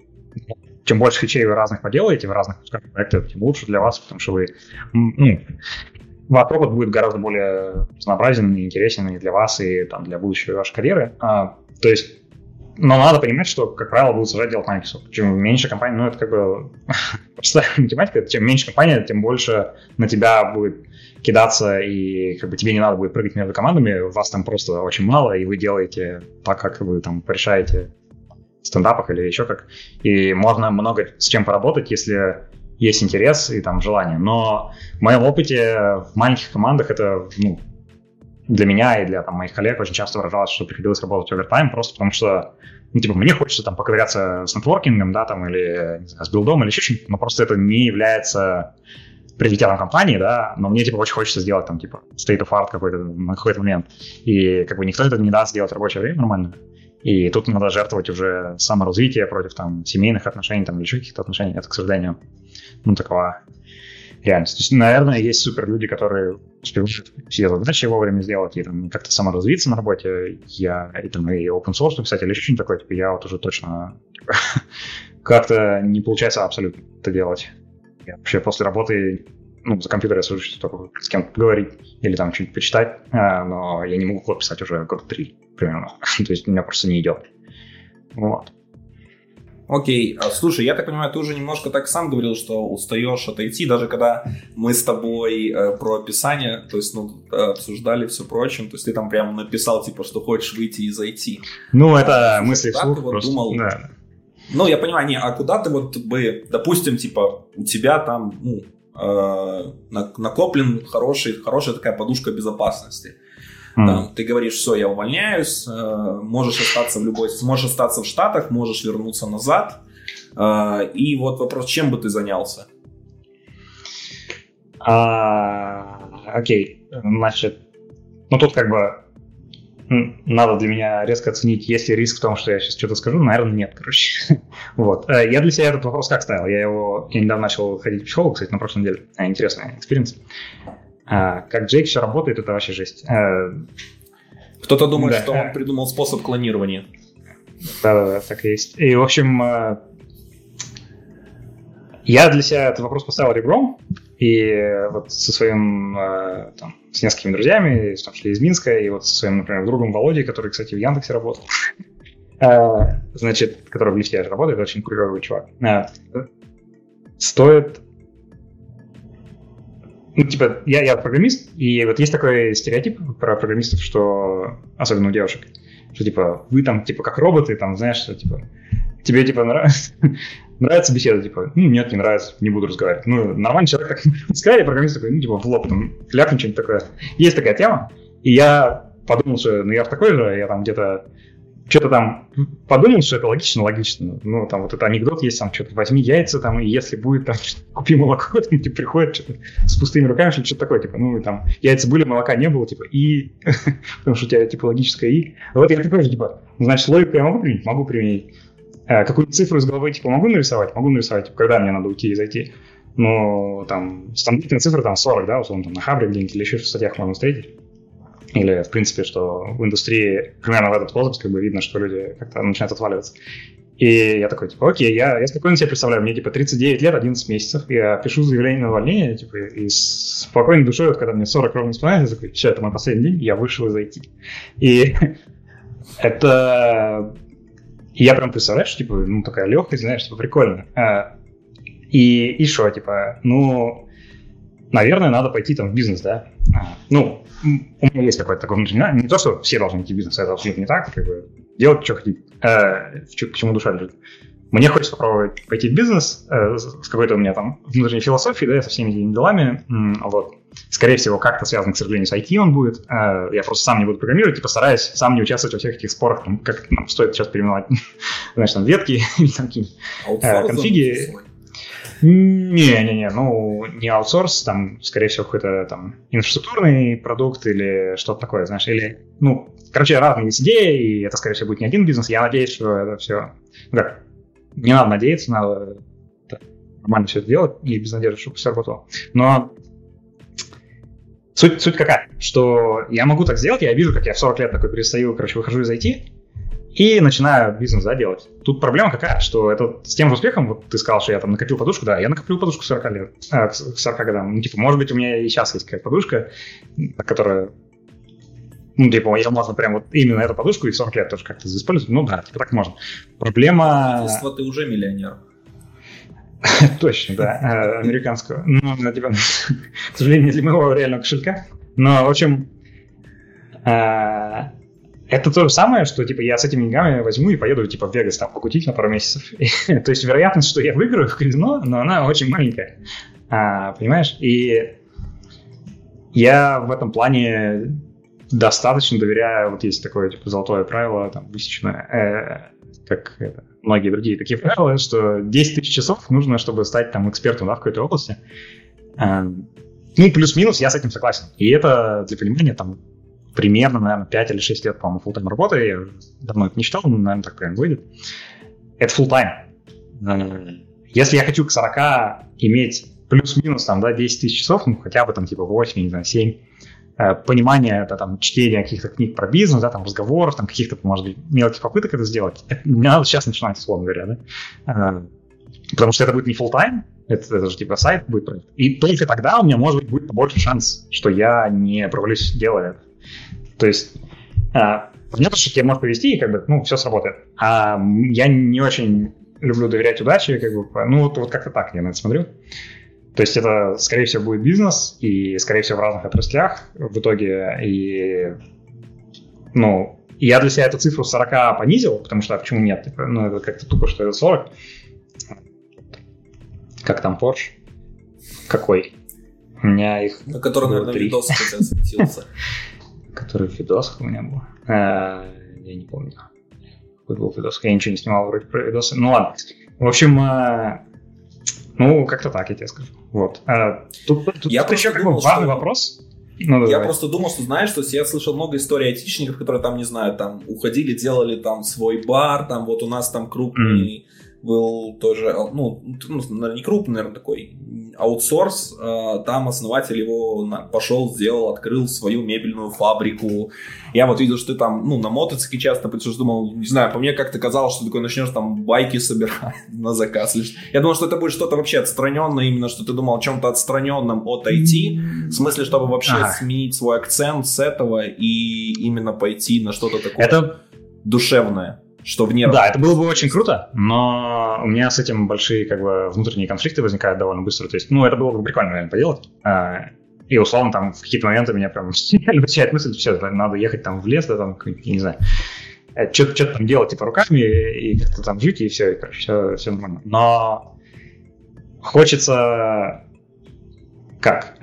чем больше фичей вы разных поделаете в разных проектах, тем лучше для вас, потому что вы, ну, ваш опыт будет гораздо более разнообразен и интересен и для вас, и там, для будущей вашей карьеры. А, то есть, но надо понимать, что, как правило, будут сажать делать Microsoft. Чем меньше компания, ну, это как бы простая математика, чем меньше компания, тем больше на тебя будет кидаться, и как бы тебе не надо будет прыгать между командами, вас там просто очень мало, и вы делаете так, как вы там порешаете в стендапах или еще как. И можно много с чем поработать, если есть интерес и там желание. Но в моем опыте в маленьких командах это, ну, для меня и для там, моих коллег очень часто выражалось, что приходилось работать овертайм, просто потому что, ну, типа, мне хочется там поковыряться с нетворкингом, да, там, или, не знаю, с билдом, или еще что-нибудь, но просто это не является приоритетом компании, да, но мне, типа, очень хочется сделать там, типа, state of art какой-то на какой-то момент. И, как бы, никто это не даст сделать в рабочее время нормально. И тут надо жертвовать уже саморазвитие против там семейных отношений там, или еще каких-то отношений. Это, к сожалению, ну, такова реальность. То есть, наверное, есть суперлюди, которые успевают все задачи вовремя сделать и там, как-то саморазвиться на работе. Я и, там, и open source, кстати, или еще что-нибудь такое. Типа, я вот уже точно типа, как-то не получается абсолютно это делать. Я вообще после работы, ну, за компьютером я сажусь только с кем-то поговорить или там что-нибудь почитать, но я не могу код писать уже года три примерно. То есть у меня просто не идет. Вот. Окей, слушай, я так понимаю, ты уже немножко так сам говорил, что устаешь от ай ти, даже когда мы с тобой э, про описание, то есть, ну, обсуждали все прочим, то есть ты там прямо написал, типа, что хочешь выйти из ай ти. Ну, это а, мысли вслух вот просто. Думал, да. Ну, я понимаю, не, а куда ты вот бы, допустим, типа, у тебя там, ну, э, накоплен хороший, хорошая такая подушка безопасности. Mm. Там, ты говоришь, все, я увольняюсь, э, можешь остаться в любой, можешь остаться в Штатах, можешь вернуться назад. Э, и вот вопрос, чем бы ты занялся? А, окей, значит, ну тут как бы надо для меня резко оценить, есть ли риск в том, что я сейчас что-то скажу. Наверное, нет, короче. Вот. Я для себя этот вопрос как ставил? Я его, я недавно начал ходить к психологу, кстати, на прошлой неделе. Интересный экспириенс. А, как Джейк все работает, это вообще жесть. А, Кто-то думает, да, что он придумал способ клонирования. Да-да-да, так и есть. И, в общем, я для себя этот вопрос поставил ребром, и вот со своим, там, с несколькими друзьями, в том числе из Минска, и вот со своим, например, другом Володей, который, кстати, в Яндексе работал, значит, который в лифте работает, очень крутой чувак, стоит... Ну, типа, я, я программист, и вот есть такой стереотип про программистов, что, особенно у девушек, что, типа, вы там, типа, как роботы, там, знаешь, что, типа, тебе, типа, нравится, нравится беседа, типа, ну, нет, не нравится, не буду разговаривать. Ну, нормальный человек так сказали, программист такой, ну, типа, в лоб, там, ляпнуть что-нибудь такое. Есть такая тема, и я подумал, что, ну, я в такой же, я там где-то что-то там подумал, что это логично, логично. Ну, там вот этот анекдот есть, там что-то возьми яйца, там, и если будет, там, купи молоко, там, типа, приходит что-то с пустыми руками, что-то такое, типа, ну, там, яйца были, молока не было, типа, и, потому что у тебя, типа, логическое и. Вот я такой же, типа, значит, логику я могу применить? Могу применить. А, какую-то цифру из головы, типа, могу нарисовать? Могу нарисовать, типа, когда мне надо уйти и зайти. Ну, там, стандартная цифра, там, сорок, да, условно, там, на Хабре где-нибудь или еще в статьях можно встретить. Или, в принципе, что в индустрии примерно в этот возраст как бы видно, что люди как-то начинают отваливаться. И я такой, типа, окей, я, я спокойно себе представляю, мне, типа, тридцать девять лет, одиннадцать месяцев, я пишу заявление на увольнение, типа, и с спокойной душой, вот, когда мне сорок ровно исполняется, я такой, все, это мой последний день, я вышел из ай ти. И это... И я прям представляю, что, типа, ну, такая легкость, знаешь, типа, прикольно. И, и что, типа, ну, наверное, надо пойти там в бизнес, да? Ну, у меня есть какой-то такой внутренний, не то, что все должны идти в бизнес, это абсолютно не так, как бы, делать, что хотите. э, к чему душа лежит. Мне хочется попробовать пойти в бизнес э, с какой-то у меня там внутренней философией, да, со всеми этими делами, вот. Скорее всего, как-то связан, к сожалению, с ай ти он будет. Э, я просто сам не буду программировать и постараюсь сам не участвовать во всех этих спорах, там, как нам стоит сейчас переименовать, знаешь, там, ветки или там какие-нибудь э, конфиги. Не-не-не, ну, не аутсорс, там, скорее всего, какой-то там инфраструктурный продукт или что-то такое, знаешь, или, ну, короче, разные есть идеи, и это, скорее всего, будет не один бизнес. Я надеюсь, что это все, ну, как, не надо надеяться, надо нормально все это делать, и без надежды, чтобы все работало. Но суть, суть какая, что я могу так сделать, я вижу, как я в сорок лет такой перестаю, короче, выхожу из ай ти, и начинаю бизнес, да, делать. Тут проблема какая, что это с тем же успехом, вот ты сказал, что я там накопил подушку, да, я накопил подушку к сорока лет, э, к сорока годам. Ну, типа, может быть, у меня и сейчас есть какая-то подушка, которая, ну, типа, я можно прям вот именно эту подушку и в сорок лет тоже как-то использовать. Ну, да, типа, так можно. Проблема... Ты уже миллионер. Точно, да, американского. Ну, типа, к сожалению, для моего реального кошелька. Но, в общем... Это то же самое, что, типа, я с этими деньгами возьму и поеду, типа, в Вегас там покутить на пару месяцев. То есть вероятность, что я выиграю в казино, но она очень маленькая. А, понимаешь? И я в этом плане достаточно доверяю, вот есть такое, типа, золотое правило, там, высеченное, э, как это, многие другие такие правила, что десять тысяч часов нужно, чтобы стать, там, экспертом, да, в какой-то области. А, ну, плюс-минус, я с этим согласен. И это, для понимания, там, примерно, наверное, пять или шесть лет, по-моему, фулл-тайм работы. Я давно это не считал, но, наверное, так прям выйдет. Это фулл-тайм. Если я хочу к сорока иметь плюс-минус, там, да, десять тысяч часов, ну, хотя бы, там, типа, восемь, не знаю, семь, понимание, это, там, чтение каких-то книг про бизнес, да, там, разговоров, там, каких-то, может быть, мелких попыток это сделать, это, мне надо сейчас начинать, условно говоря, да. Потому что это будет не фулл-тайм, это, это же, типа, сайт будет проект. И только тогда у меня, может быть, будет побольше шанс, что я не провалюсь, делая это. То есть, а, понятно, что тебе может повезти, и как бы, ну, все сработает. А я не очень люблю доверять удаче, как бы, ну, вот, вот как-то так я на это смотрю. То есть это, скорее всего, будет бизнес, и, скорее всего, в разных отраслях в итоге. И, ну, я для себя эту цифру сорока понизил, потому что, а почему нет? Типа, ну, это как-то тупо, что это сорок. Как там Porsche? Какой? У меня их... На который, наверное, видос хотя светился. Который в видосах у меня был. А, я не помню. Какой был видос. Я ничего не снимал вроде про видосы. Ну ладно. В общем, а, ну, как-то так, я тебе скажу. Вот. А, тут тут, я тут еще как бы думал, важный что... вопрос. Ну, я давай. просто думал, что, знаешь, что я слышал много историй айтишников, которые там, не знаю, там уходили, делали там свой бар, там вот у нас там крупный... Mm. был тоже, ну, не крупный, наверное, такой аутсорс, там основатель его пошел, сделал, открыл свою мебельную фабрику. Я вот видел, что ты там, ну, на мотоцикле часто, потому что думал, не знаю, по мне как-то казалось, что ты такой начнешь там байки собирать на заказ. Я думал, что это будет что-то вообще отстраненное, именно, что ты думал о чем-то отстраненном от ай ти, в смысле, чтобы вообще ага. сменить свой акцент с этого и именно пойти на что-то такое это... душевное. Что вне да, это было бы очень круто, но у меня с этим большие как бы внутренние конфликты возникают довольно быстро. То есть, ну, это было бы прикольно, наверное, поделать. И, условно, там в какие-то моменты меня прям начинает мысль, все, надо ехать там в лес, да, там, я не знаю, что-то, что-то там делать, типа, руками, и как-то там жить, и все, и, короче, все, все нормально. Но хочется... Как?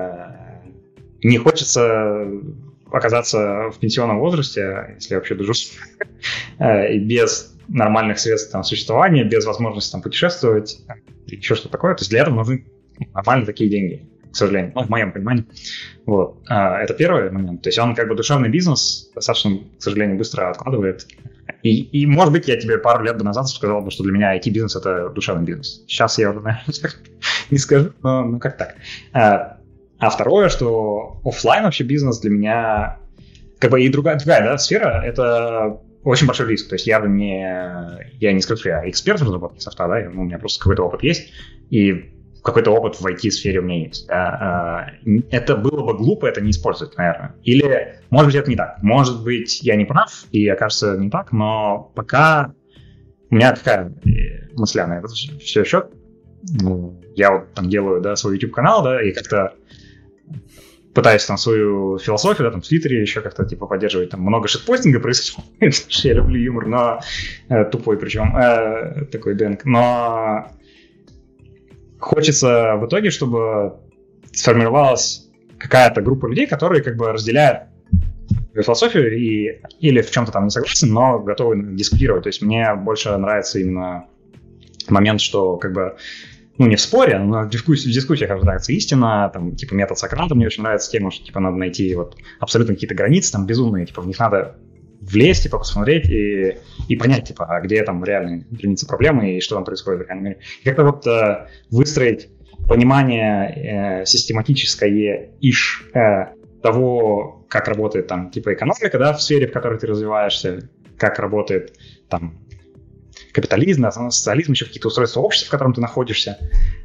Не хочется... оказаться в пенсионном возрасте, если я вообще доживу, и без нормальных средств там, существования, без возможности там, путешествовать, еще что-то такое. То есть для этого нужны нормальные такие деньги, к сожалению, ну, в моем понимании. Вот. Это первый момент. То есть он как бы душевный бизнес достаточно, к сожалению, быстро откладывает. И, и может быть, я тебе пару лет бы назад сказал бы, что для меня ай ти-бизнес — это душевный бизнес. Сейчас я уже, наверное, не скажу, но ну, как так. А второе, что офлайн вообще бизнес для меня, как бы и другая, другая да, сфера, это очень большой риск. То есть я не, я не скажу, что я эксперт в разработке софта, да, у меня просто какой-то опыт есть, и какой-то опыт в ай ти-сфере у меня есть. Да. Это было бы глупо это не использовать, наверное. Или, может быть, это не так. Может быть, я не прав, и окажется не так, но пока у меня такая мысля на это все счет. Я вот там делаю, да, свой YouTube-канал, да, и как-то пытаюсь там свою философию, да, там в Твиттере еще как-то типа поддерживать, там много шитпостинга происходит, я люблю юмор, но э, тупой причем, э, такой бэнк, но хочется в итоге, чтобы сформировалась какая-то группа людей, которые как бы разделяют философию и, или в чем-то там не согласен, но готовы дискутировать. То есть мне больше нравится именно момент, что как бы, ну, не в споре, но в дискуссиях, в дискуссиях рождается истина, там, типа, метод Сократа мне очень нравится тема, что, типа, надо найти вот абсолютно какие-то границы, там, безумные, типа, в них надо влезть, типа, посмотреть и, и понять, типа, а где там реальные границы проблемы и что там происходит в реальном мире. И как-то вот э, выстроить понимание э, систематическое иш э, того, как работает там, типа, экономика, да, в сфере, в которой ты развиваешься, как работает там капитализм, социализм, еще какие-то устройства общества, в котором ты находишься,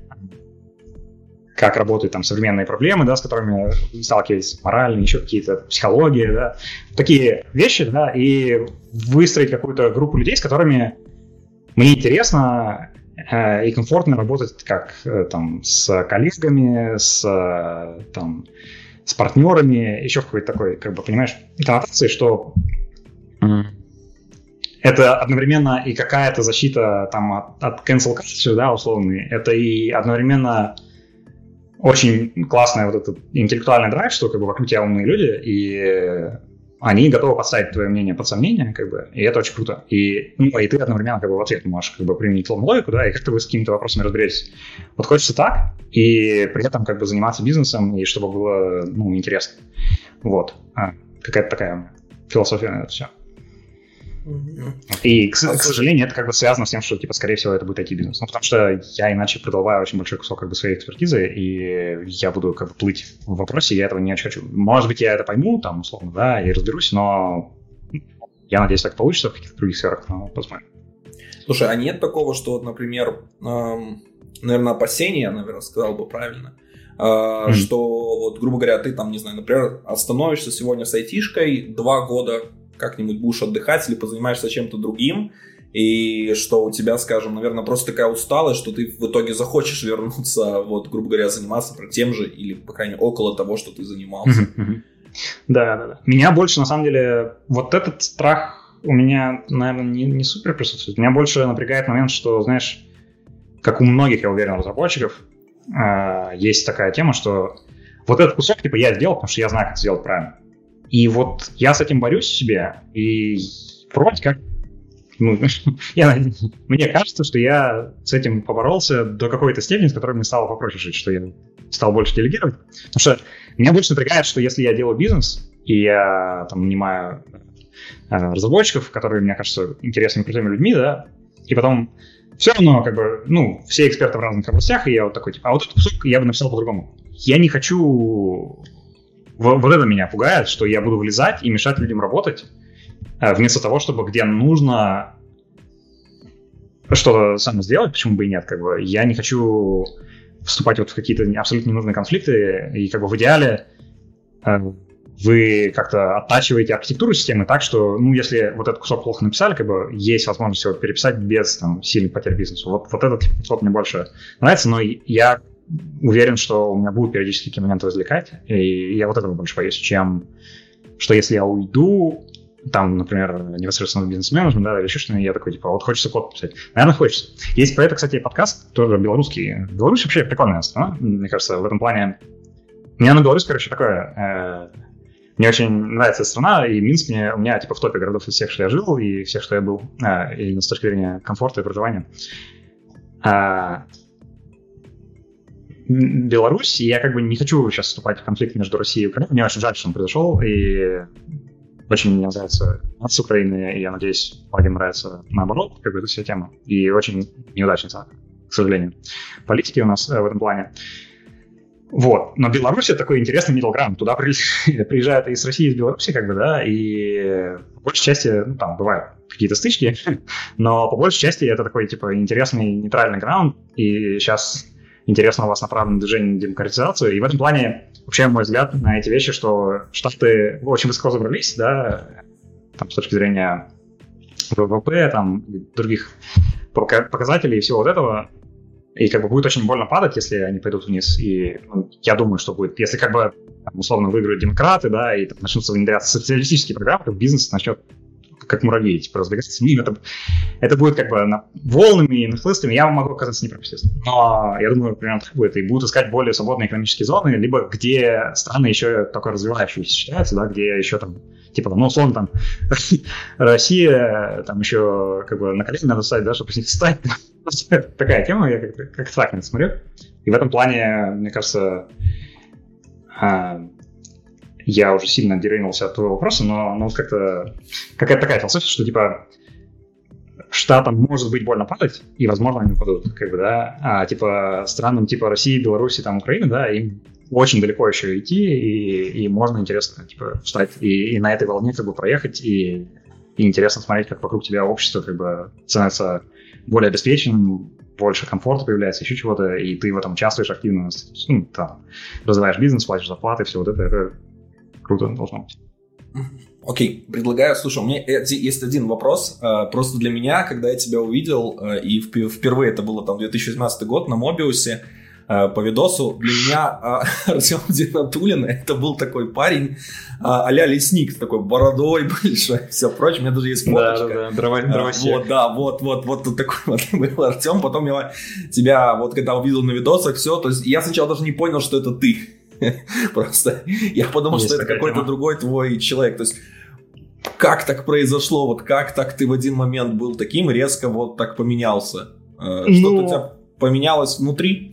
как работают там современные проблемы, да, с которыми сталкиваетесь, моральные, еще какие-то, психология, да, такие вещи, да, и выстроить какую-то группу людей, с которыми мне интересно э, и комфортно работать, как э, там с коллегами, с э, там с партнерами, еще в какой-то такой, как бы, понимаешь, коннотации, что mm. это одновременно и какая-то защита там от, от cancel culture, да, условный, это и одновременно очень классный вот этот интеллектуальный драйв, что как бы вокруг тебя умные люди, и они готовы поставить твое мнение под сомнение, как бы, и это очень круто. И, ну, и ты одновременно как бы в ответ можешь как бы применить логику, да, и как-то вы с какими-то вопросами разберетесь. Вот хочется так, и при этом как бы заниматься бизнесом, и чтобы было, ну, интересно. Вот. А, какая-то такая философия на это все. И, к, к сожалению, это как бы связано с тем, что, типа, скорее всего, это будет ай ти-бизнес. Ну, потому что я иначе продолбаю очень большой кусок как бы своей экспертизы, и я буду как бы плыть в вопросе, и я этого не очень хочу. Может быть, я это пойму, там, условно, да, и разберусь, но я надеюсь, так получится в каких-то других сферах, но посмотрим. Слушай, а нет такого, что, вот, например, эм, наверное, опасения, я, наверное, сказал бы правильно, э, mm-hmm. что, вот, грубо говоря, ты там, не знаю, например, остановишься сегодня с айтишкой, два года как-нибудь будешь отдыхать или позанимаешься чем-то другим, и что у тебя, скажем, наверное, просто такая усталость, что ты в итоге захочешь вернуться, вот, грубо говоря, заниматься тем же или, по крайней мере, около того, что ты занимался. Да, да, да. Меня больше, на самом деле, вот этот страх у меня, наверное, не, не супер присутствует. Меня больше напрягает момент, что, знаешь, как у многих, я уверен, разработчиков, э, есть такая тема, что вот этот кусок, типа, я сделал, потому что я знаю, как сделать правильно. И вот я с этим борюсь в себе, и вроде как, ну, я, мне кажется, что я с этим поборолся до какой-то степени, с которой мне стало попроще жить, что я стал больше делегировать. Потому что меня больше напрягает, что если я делаю бизнес, и я там нанимаю э, разработчиков, которые, мне кажется, интересными, крутыми людьми, да, и потом все равно, как бы, ну, все эксперты в разных областях, и я вот такой, типа, а вот этот кусок я бы написал по-другому. Я не хочу... Вот это меня пугает, что я буду влезать и мешать людям работать, вместо того, чтобы где нужно что-то сам сделать, почему бы и нет, как бы. Я не хочу вступать вот в какие-то абсолютно ненужные конфликты, и как бы в идеале вы как-то оттачиваете архитектуру системы так, что, ну, если вот этот кусок плохо написали, как бы есть возможность его переписать без там сильных потерь бизнесу. Вот, вот этот подход мне больше нравится, но я уверен, что у меня будут периодически такие моменты возникать, и я вот этого больше боюсь, чем что если я уйду, там, например, непосредственно в бизнес-менеджмент, да, или еще что-нибудь, я такой, типа, вот хочется код писать. Наверное, хочется. Есть про это, кстати, подкаст, тоже белорусский. Беларусь вообще прикольная страна, мне кажется, в этом плане. Мне на Беларусь, короче, такое... Э, мне очень нравится эта страна, и Минск мне, у меня, типа, в топе городов из всех, что я жил, и всех, что я был, э, и с точки зрения комфорта и проживания. Э, Беларусь, и я как бы не хочу сейчас вступать в конфликт между Россией и Украиной. Мне очень жаль, что он произошел, и очень мне нравится с Украины, и я надеюсь, многим нравится наоборот, как бы эта вся тема. И очень неудачный, к сожалению, политики у нас в этом плане. Вот. Но Беларусь — это такой интересный middle ground. Туда приезжают из России, из Беларуси, как бы, да, и по большей части, ну, там бывают какие-то стычки, но по большей части это такой, типа, интересный нейтральный граунд, и сейчас интересно у вас направлено движение на демократизацию, и в этом плане, вообще, мой взгляд на эти вещи, что Штаты очень высоко забрались, да, там, с точки зрения вэ вэ пэ, там, других показателей и всего вот этого, и как бы будет очень больно падать, если они пойдут вниз. И ну, я думаю, что будет, если как бы условно выиграют демократы, да, и там, начнутся внедряться социалистические программы, то бизнес начнет как муравей, типа, разбегаться. Это, это будет как бы на, волнами и нахлыстами. Я могу оказаться неправ, естественно. Но я думаю, примерно так будет. И будут искать более свободные экономические зоны, либо где страны еще только развивающиеся считаются, да, где еще там, типа, ну, условно, там, Россия, там еще как бы на колени надо ставить, да, чтобы с них встать. Такая тема, я как-то, как-то так на это смотрю. И в этом плане, мне кажется, я уже сильно деревнулся от твоего вопроса, но, но как-то какая-то такая философия, что типа штатам может быть больно падать, и, возможно, они упадут, как бы, да, а типа странам типа России, Беларуси, там, Украины, да, им очень далеко еще идти, и, и можно интересно, типа, встать и, и на этой волне как бы проехать, и, и интересно смотреть, как вокруг тебя общество как бы становится более обеспеченным, больше комфорта появляется, еще чего-то, и ты в этом участвуешь активно, ну, там, развиваешь бизнес, платишь зарплаты, все вот это, это круто должно быть. Окей, okay. Предлагаю, слушай, у меня есть один вопрос, просто для меня, когда я тебя увидел, и впервые это было там две тысячи восемнадцатый год на Мобиусе, по видосу, для меня Артем Зинатуллин, это был такой парень а-ля лесник, с такой бородой большой, все прочее, у меня даже есть фоточка. Да, да, да, дровосек. Вот, да, вот, вот, вот тут такой вот был Артем, потом я тебя, вот когда увидел на видосах, все, то есть я сначала даже не понял, что это ты, просто я подумал, есть что это какой-то тема. Другой твой человек, то есть как так произошло, вот как так ты в один момент был таким, резко вот так поменялся, что-то ну... у тебя поменялось внутри?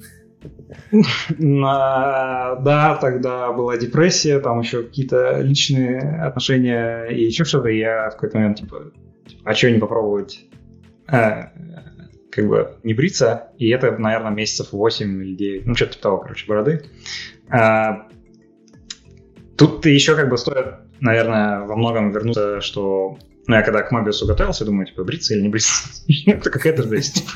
Да, тогда была депрессия, там еще какие-то личные отношения и еще что-то. И я в какой-то момент типа, а что не попробовать а, как бы не бриться? И это, наверное, месяцев восемь или девять, ну что-то типа того, короче, бороды. А, тут еще как бы стоит, наверное, во многом вернуться, что... Ну, я когда к Мобиусу готовился, думаю, типа, бриться или не бриться? Это какая-то жесть.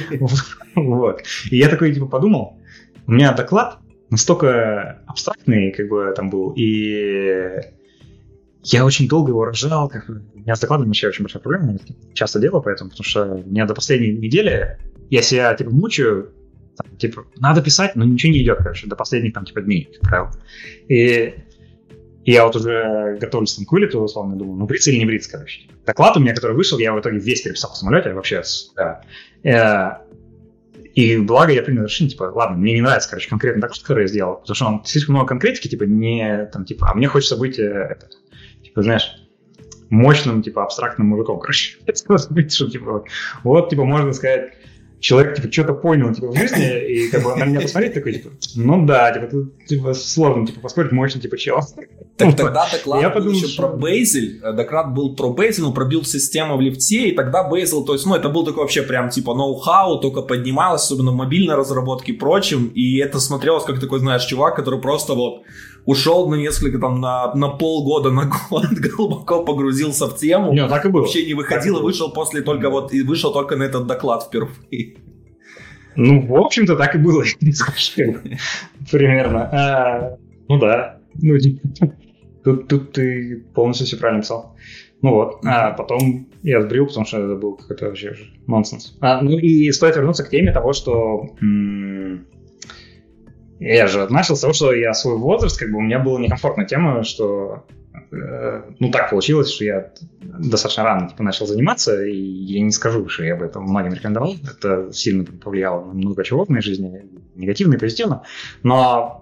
Вот. И я такой, типа, подумал, у меня доклад настолько абстрактный, как бы, там был, и я очень долго его рожал. Как... У меня с докладом вообще очень большая проблема, я часто делаю поэтому, потому что у меня до последней недели я себя, типа, мучаю, там, типа, надо писать, но ничего не идет, короче, до последних, там, типа, дней, как правило. И... И я вот уже готовлюсь там к вылету, условно, думаю, ну, бриться или не бриться, короче. Доклад у меня, который вышел, я в итоге весь переписал в самолете вообще. Да. И благо я принял решение, типа, ладно, мне не нравится, короче, конкретный доклад, который я сделал, потому что он слишком много конкретики, типа, не, там, типа, а мне хочется быть, это, типа, знаешь, мощным, типа, абстрактным мужиком, короче. Что, типа, вот, типа, можно сказать, человек, типа, что-то понял, типа, в жизни, и, как бы, на меня посмотреть такой, типа, ну да, типа, тут, типа, сложно, типа, поспорить, мощный, типа, чел. Так тогда доклад был еще про Бейзель, доклад был про Бейзель, ну, про билд-систему в лифте, и тогда Бейзел, то есть, ну, это был такой вообще прям, типа, ноу-хау, только поднималось, особенно в мобильной разработке и прочем, и это смотрелось как такой, знаешь, чувак, который просто вот ушел на несколько, там, на, на полгода, на год, глубоко погрузился в тему. Нет, так и было. Вообще не выходил и вышел после только вот, и вышел только на этот доклад впервые. Ну, в общем-то, так и было. Примерно. А, ну да. Ну, тут, тут ты полностью все правильно писал. Ну вот. А потом я сбрил, потому что это был какой-то вообще нонсенс. А, ну и стоит вернуться к теме того, что... М- Я же начал с того, что я свой возраст, как бы у меня была некомфортная тема, что э, ну так получилось, что я достаточно рано типа начал заниматься, и я не скажу, что я бы это многим рекомендовал, это сильно повлияло на много чего в моей жизни, негативно и позитивно, но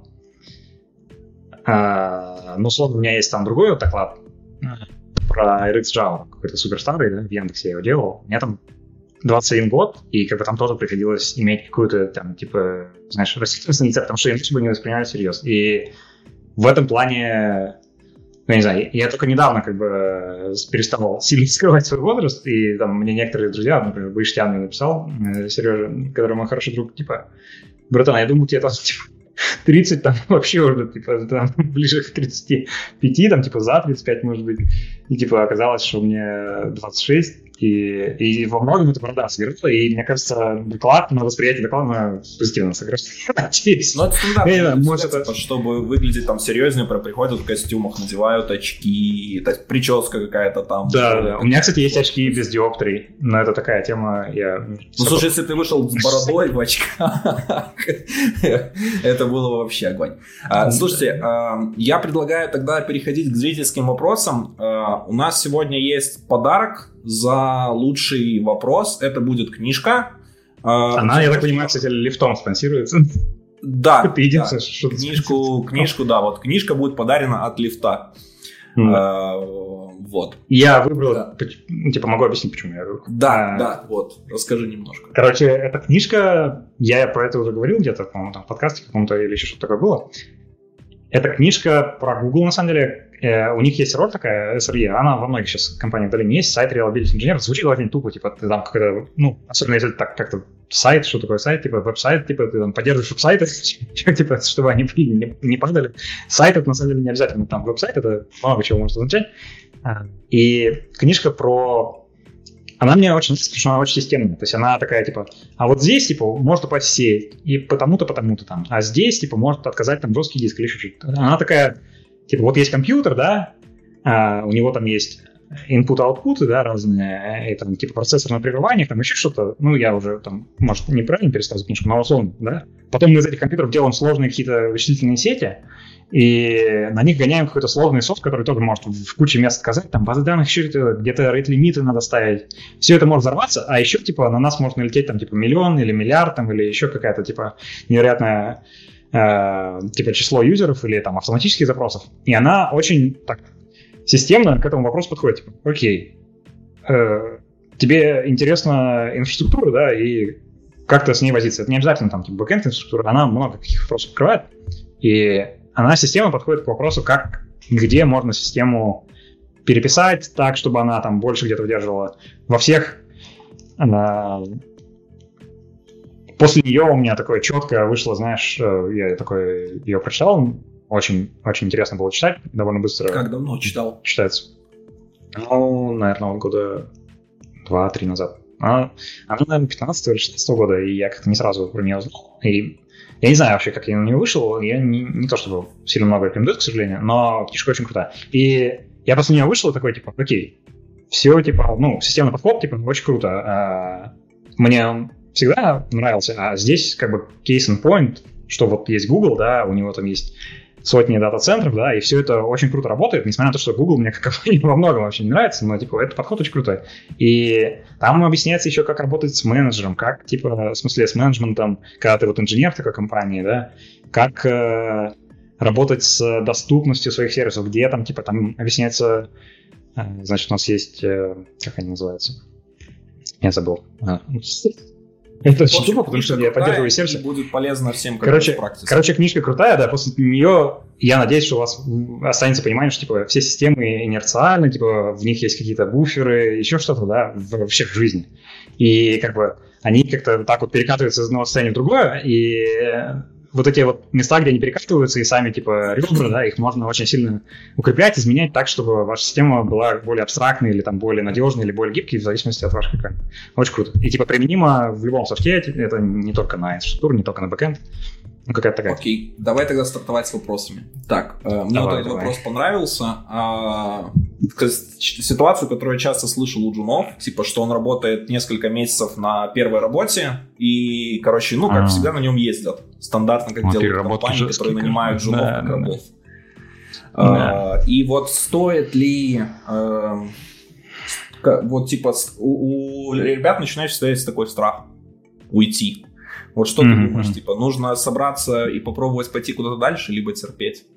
э, ну, условно, у меня есть там другой вот доклад про эр икс Java, какой-то супер старый, да, в Яндексе я его делал, у меня там двадцать один год, и как бы там тоже приходилось иметь какую-то там, типа, знаешь, растительность на лице, потому что иначе бы не воспринимали всерьез. И в этом плане, ну, я не знаю, я только недавно как бы перестал сильно скрывать свой возраст, и там мне некоторые друзья, например, Быштян мне написал, Сережа, который мой хороший друг, типа, братан, я думаю, тебе там, типа, тридцать, там, вообще уже, типа, там, ближе к тридцати пяти, там, типа, за тридцать пять, может быть, и, типа, оказалось, что мне двадцать шесть, И, и во многом это правда сверху, и мне кажется, доклад на восприятие доклада позитивно сыграет. Ну, это стандартно, может, это... чтобы выглядеть там серьезнее, приходят в костюмах, надевают очки, прическа какая-то там. Да, да. У меня, кстати, есть очки без диоптрий, но это такая тема, я... Ну, слушай, если ты вышел с бородой в очках, это было вообще огонь. Слушайте, я предлагаю тогда переходить к зрительским вопросам. У нас сегодня есть подарок за лучший вопрос. Это будет книжка. Она, я так понимаю, кстати, лифтом спонсируется. Да, да. Книжку, книжку, да, вот книжка будет подарена от лифта. Mm. А, вот. Я выбрал, да. Типа могу объяснить, почему я выбрал. Да, а, да, вот, расскажи немножко. Короче, эта книжка, я про это уже говорил где-то, по-моему, там в подкасте каком-то или еще что-то такое было. Эта книжка про Google, на самом деле. У них есть роль такая, эс эр и, она во многих сейчас компаниях в долине есть, сайт Reliability Engineer, звучит очень тупо, типа, ты там какой-то, ну, особенно если так как-то сайт, что такое сайт, типа, веб-сайт, типа, ты там поддерживаешь веб-сайты, типа, чтобы они не, не падали. Сайт, это на самом деле не обязательно там веб-сайт, это много чего может означать. И книжка про... Она мне очень нравится, потому что она очень системная, то есть она такая, типа, а вот здесь, типа, может упасть сеть, и потому-то, потому-то там, а здесь, типа, может отказать там жесткий диск или еще что-то. Она такая... Типа, вот есть компьютер, да, а у него там есть input-output, да, разные, и там, типа, процессор на прерываниях, там еще что-то, ну, я уже там, может, неправильно пересказываю книжку, но условно, да. Потом мы из этих компьютеров делаем сложные какие-то вычислительные сети, и на них гоняем какой-то сложный софт, который тоже может в куче мест отказать, там, базы данных еще где-то рейт-лимиты надо ставить. Все это может взорваться, а еще, типа, на нас может налететь, там, типа, миллион или миллиард, там, или еще какая-то, типа, невероятная... типа число юзеров или там автоматических запросов. И она очень так системно к этому вопросу подходит. Типа, окей, э, тебе интересна инфраструктура, да, и как-то с ней возиться. Это не обязательно там типа бэкэнд инфраструктура, она много каких вопросов открывает. И она системно подходит к вопросу, как, где можно систему переписать так, чтобы она там больше где-то выдерживала. Во всех она... После нее у меня такое четко вышло, знаешь, я такой ее прочитал, очень, очень интересно было читать, довольно быстро. Как давно читал? Читается. Ну, наверное, года два-три назад. Она, она, наверное, пятнадцатого или шестнадцатого года, и я как-то не сразу про нее узнал. И я не знаю вообще, как я на нее вышел, я не, не то чтобы сильно много рекомендую, к сожалению, но книжка очень крутая. И я после нее вышел такой, типа, окей, все, типа, ну, системный подход, типа, очень круто. Мне он всегда нравился, а здесь как бы case in point, что вот есть Google, да, у него там есть сотни дата-центров, да, и все это очень круто работает, несмотря на то, что Google мне как компания во многом вообще не нравится, но, типа, этот подход очень крутой. И там объясняется еще, как работать с менеджером, как, типа, в смысле, с менеджментом, когда ты вот инженер в такой компании, да, как э, работать с доступностью своих сервисов, где там, типа, там объясняется, э, значит, у нас есть, э, как они называются, я забыл, а, это очень тупо, потому что я поддерживаю сервисы. Будет полезно всем, как короче, короче, книжка крутая, да, после нее я надеюсь, что у вас останется понимание, что типа все системы инерциальны, типа в них есть какие-то буферы, еще что-то, да, вообще в жизни. И как бы они как-то так вот перекатываются из одного состояния в другое, и вот эти вот места, где они перекатываются, и сами типа ребра, да, их можно очень сильно укреплять, изменять так, чтобы ваша система была более абстрактной или там более надежной или более гибкой в зависимости от вашей компании. Очень круто. И типа применимо в любом софте, это не только на инфраструктуру, не только на бэкэнд. Ну, какая-то такая. Окей, давай тогда стартовать с вопросами. Так, э, мне давай, вот этот давай. вопрос понравился. А, ситуацию, которую я часто слышу у джунов, типа, что он работает несколько месяцев на первой работе, и, короче, ну, как А-а-а. всегда, на нем ездят. Стандартно, как вот делают компании, жесткие, которые нанимают джунов да, как рабов. Да. А, и вот стоит ли... Э, вот, типа, у, у ребят начинает состояться такой страх уйти. Вот что mm-hmm. ты думаешь, типа, нужно собраться и попробовать пойти куда-то дальше, либо терпеть?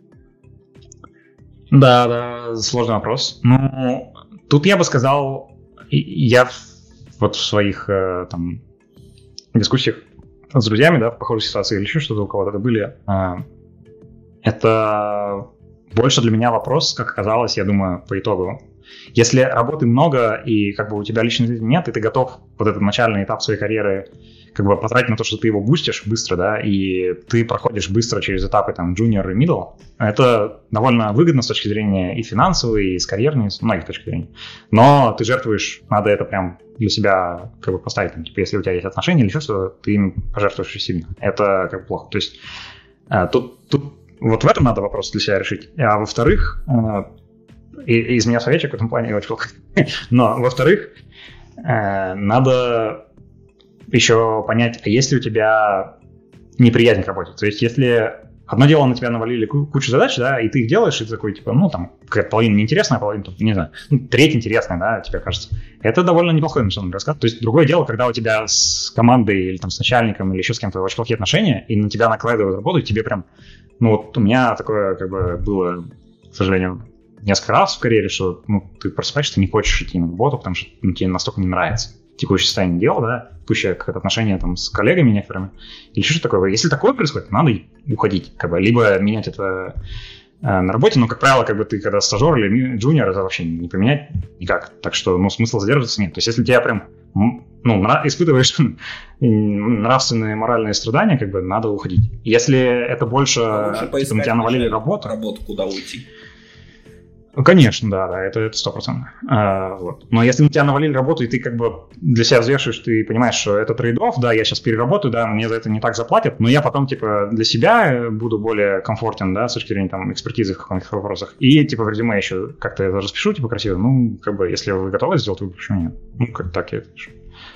Да, да, сложный вопрос. Ну, тут я бы сказал, я вот в своих там дискуссиях с друзьями, да, в похожей ситуации или еще что-то у кого-то были, это больше для меня вопрос, как оказалось, я думаю, по итогу, Если работы много и как бы у тебя личной жизни нет, и ты готов вот этот начальный этап своей карьеры как бы потратить на то, что ты его бустишь быстро, да, и ты проходишь быстро через этапы там junior и middle, это довольно выгодно с точки зрения и финансовой, и с карьерной, с многих точек зрения. Но ты жертвуешь, надо это прям для себя как бы поставить, там, типа, если у тебя есть отношения или еще что-то, ты им пожертвуешь очень сильно. Это как бы плохо. То есть тут, тут вот в этом надо вопрос для себя решить. А во-вторых, и, из меня советчик в этом плане очень плохо, но во-вторых, надо еще понять, а есть ли у тебя неприязнь к работе. То есть, если одно дело на тебя навалили кучу задач, да, и ты их делаешь, и ты такой, типа, ну, там, какая-то половина неинтересная, половина, не знаю, ну, треть интересная, да, тебе кажется. Это довольно неплохой эмоциональный рассказ. То есть, другое дело, когда у тебя с командой или там с начальником или еще с кем-то очень плохие отношения, и на тебя накладывают работу, и тебе прям, ну, вот у меня такое, как бы, было, к сожалению, несколько раз в карьере, что, ну, ты просыпаешься, ты не хочешь идти на работу, потому что ну, тебе настолько не нравится текущее состояние дела, да, текущее какое-то отношение там с коллегами некоторыми, или что-то такое. Если такое происходит, надо уходить, как бы, либо менять это э, на работе, но, как правило, как бы ты, когда стажер или джуниор, это вообще не поменять никак, так что, ну, смысла задерживаться нет. То есть, если тебя прям, ну, нрав- испытываешь нравственные, моральные страдания, как бы, надо уходить. Если это больше, типа, на тебя навалили работу, работу, куда уйти. Конечно, да, да, это сто процентов. А, вот. Но если на тебя навалили работу, и ты как бы для себя взвешиваешь, ты понимаешь, что это трейд-офф, да, я сейчас переработаю, да, мне за это не так заплатят, но я потом, типа, для себя буду более комфортен, да, с точки зрения, там, экспертизы в каких-то вопросах. И, типа, в резюме еще как-то это распишу, типа, красиво. Ну, как бы, если вы готовы сделать выбор, почему нет? Ну, как так я это решу.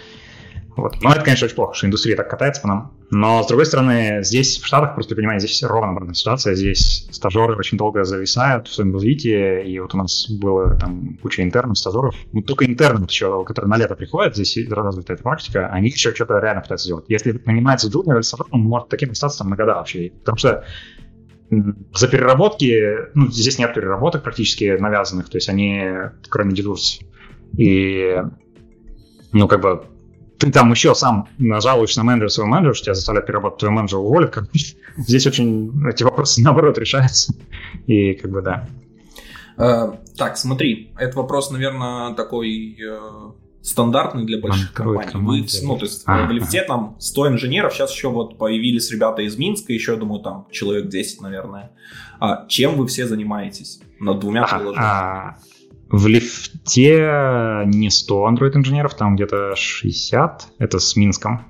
Вот. Но это, конечно, очень плохо, что индустрия так катается по нам. Но, с другой стороны, здесь, в Штатах, просто понимаете, здесь ровно обратная ситуация. Здесь стажеры очень долго зависают в своем развитии. И вот у нас было там куча интернов, стажеров. Ну, только интернов еще, которые на лето приходят, здесь развита эта практика, они еще что-то реально пытаются сделать. Если нанимается джуниор или стажер, он может таким остаться там на года вообще. Потому что за переработки, ну, здесь нет переработок практически навязанных. То есть они, кроме дежурств. И, ну, как бы, ты там еще сам нажалуешься на менеджера своего менеджера, что тебя заставляют переработать, твой менеджер уволит. Как... Здесь очень эти вопросы, наоборот, решаются. И как бы, да. Uh, так, смотри, этот вопрос, наверное, такой uh, стандартный для больших Man, компаний. Вы, ну, то есть а, в лифте там сто инженеров, сейчас еще вот появились ребята из Минска, еще, думаю, там человек десять, наверное. А чем вы все занимаетесь над двумя приложениями? А, в лифте не сто Android-инженеров, там где-то шестьдесят, это с Минском.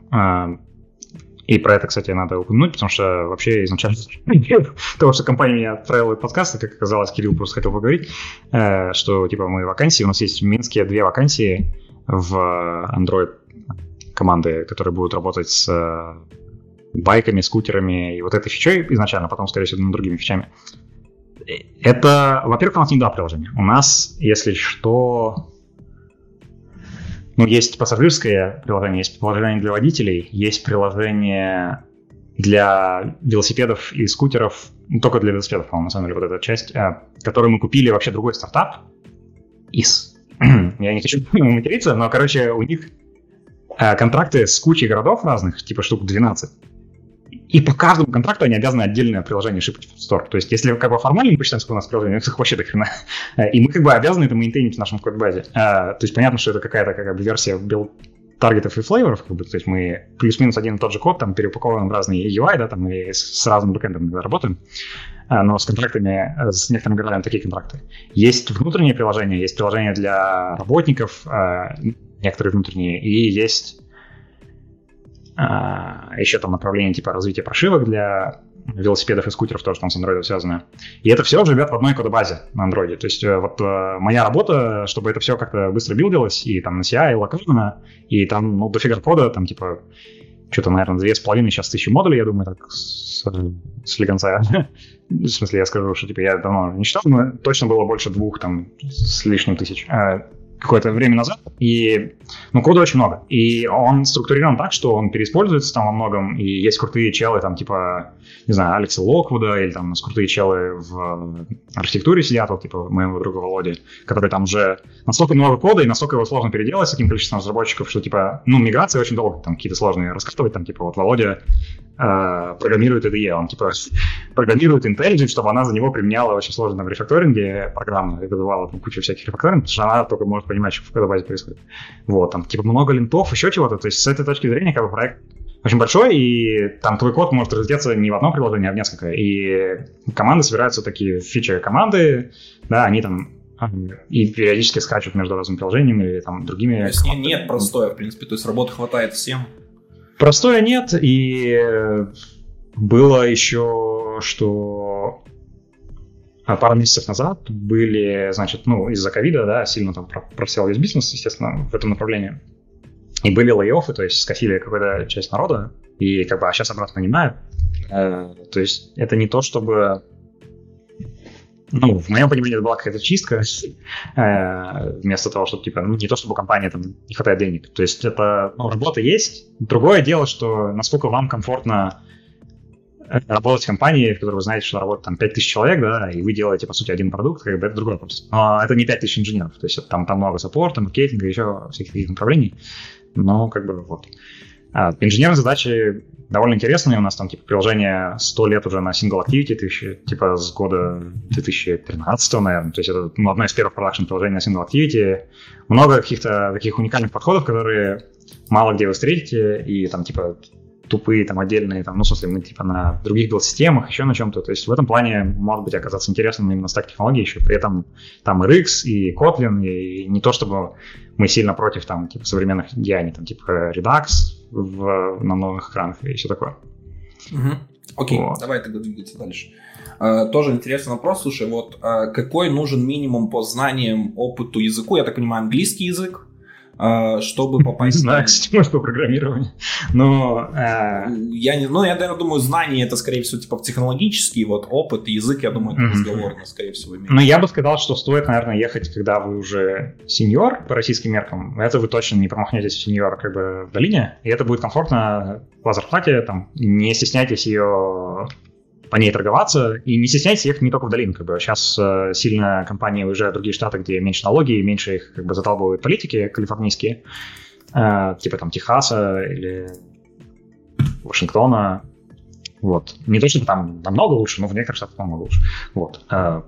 И про это, кстати, надо упомянуть, потому что вообще изначально того, что компания меня отправила подкасты, как оказалось, Кирилл просто хотел поговорить, что типа мы вакансии, у нас есть в Минске две вакансии в Android команды, которые будут работать с байками, скутерами и вот этой фичой изначально, потом, скорее всего, другими фичами. Это, во-первых, у нас не два приложения. У нас, если что, ну, есть пассажирское приложение, есть приложение для водителей, есть приложение для велосипедов и скутеров, ну, только для велосипедов, по-моему, на самом деле, вот эта часть, которую мы купили вообще другой стартап. ИС. Я не хочу материться, но, короче, у них контракты с кучей городов разных, типа штук двенадцать. И по каждому контракту они обязаны отдельное приложение шипать в Store. То есть, если как бы формально мы посчитаем, сколько у нас приложений, их вообще до хрена. И мы как бы обязаны это мейнтейнить в нашем код-базе. То есть, понятно, что это какая-то как бы версия билд-таргетов и флейворов. Как бы, то есть, мы плюс-минус один и тот же код там переупаковываем в разные ю ай, да, там, и с разным бэкэндом работаем. Но с контрактами, с некоторыми городами такие контракты. Есть внутренние приложения, есть приложения для работников, некоторые внутренние, и есть Uh, еще там направление типа развития прошивок для велосипедов и скутеров, тоже там с Android связано. И это все живет в одной кодобазе на Android. То есть вот uh, моя работа, чтобы это все как-то быстро билдилось, и там на си ай, и локально, и там, ну, дофига кода, там типа что-то, наверное, две с половиной сейчас тысячи модулей, я думаю, так с, с легонца. В смысле, я скажу, что типа я давно не читал, но точно было больше двух там с лишним тысяч. Uh, какое-то время назад, и, ну, кода очень много, и он структурирован так, что он переиспользуется там во многом, и есть крутые челы, там, типа, не знаю, Алекса Локвуда, или там крутые челы в архитектуре сидят, вот, типа, моего друга Володи, которые там уже настолько много кода, и настолько его сложно переделать с таким количеством разработчиков, что, типа, ну, миграция очень долго, там, какие-то сложные раскатывать, там, типа, вот, Володя э, программирует ай ди и. Он типа программирует IntelliJ, чтобы она за него применяла очень сложно в рефакторинге программу и выдавала там кучу всяких рефакторингов, потому что она только может понимать, что в какой базе происходит. Вот, там типа много линтов, еще чего-то. То есть с этой точки зрения как бы проект очень большой, и там твой код может разлететься не в одно приложение, а в несколько. И команды собираются такие фичи команды, да, они там и периодически скачут между разными приложениями или там другими. То есть командами. Нет простоя, в принципе, то есть работы хватает всем. Простоя нет, и было еще, что пару месяцев назад были, значит, ну, из-за ковида, да, сильно там просел весь бизнес, естественно, в этом направлении. И были лей-оффы, то есть скосили какую-то часть народа, и как бы, а сейчас обратно нанимают. Э, то есть это не то, чтобы... Ну, в моем понимании это была какая-то чистка, э, вместо того, чтобы, типа, ну, не то, чтобы у компании там не хватает денег. То есть это, ну, работа есть. Другое дело, что насколько вам комфортно работать в компании, в которой вы знаете, что работает там пять тысяч человек, да, и вы делаете, по сути, один продукт, как бы это другой вопрос. Но это не пять тысяч инженеров, то есть это, там, там много саппорта, маркетинга, еще всяких таких направлений. Но как бы вот. А, инженерные задачи довольно интересные. У нас там типа приложение сто лет уже на Single Activity, тысячи, типа с года две тысячи тринадцатого, наверное. То есть это ну, одно из первых продакшн приложений на Single Activity. Много каких-то таких уникальных подходов, которые мало где вы встретите, и там типа тупые, там, отдельные, там, ну, в смысле, мы, типа, на других билд-системах, еще на чем-то. То есть в этом плане может быть оказаться интересным именно стак технологий еще. При этом там и эр икс, и Kotlin, и не то, чтобы мы сильно против, там, типа, современных ди ай, там, типа, Redux в, на новых экранах и все такое. Угу. Окей, вот. Давай тогда двигаться дальше. Uh, тоже интересный вопрос. Слушай, вот uh, какой нужен минимум по знаниям, опыту, языку? Я так понимаю, английский язык, чтобы попасть... Не знаю, кстати, может, по программированию. Но... Э... Я, не, ну, я, наверное, думаю, знания это, скорее всего, типа технологический, вот опыт, язык, я думаю, это mm-hmm. разговорно, скорее всего. Ну, я бы сказал, что стоит, наверное, ехать, когда вы уже сеньор по российским меркам. Это вы точно не промахнетесь в сеньор как бы в долине, и это будет комфортно по зарплате, там, не стесняйтесь ее... по ней торговаться, и не стесняйтесь ехать не только в долину. Как бы. Сейчас э, сильно компании уезжают в другие штаты, где меньше налоги, и меньше их как бы заталбывают политики калифорнийские, э, типа там Техаса или Вашингтона. Вот. Не то, что там намного лучше, но в некоторых штатах намного лучше. Вот. Э,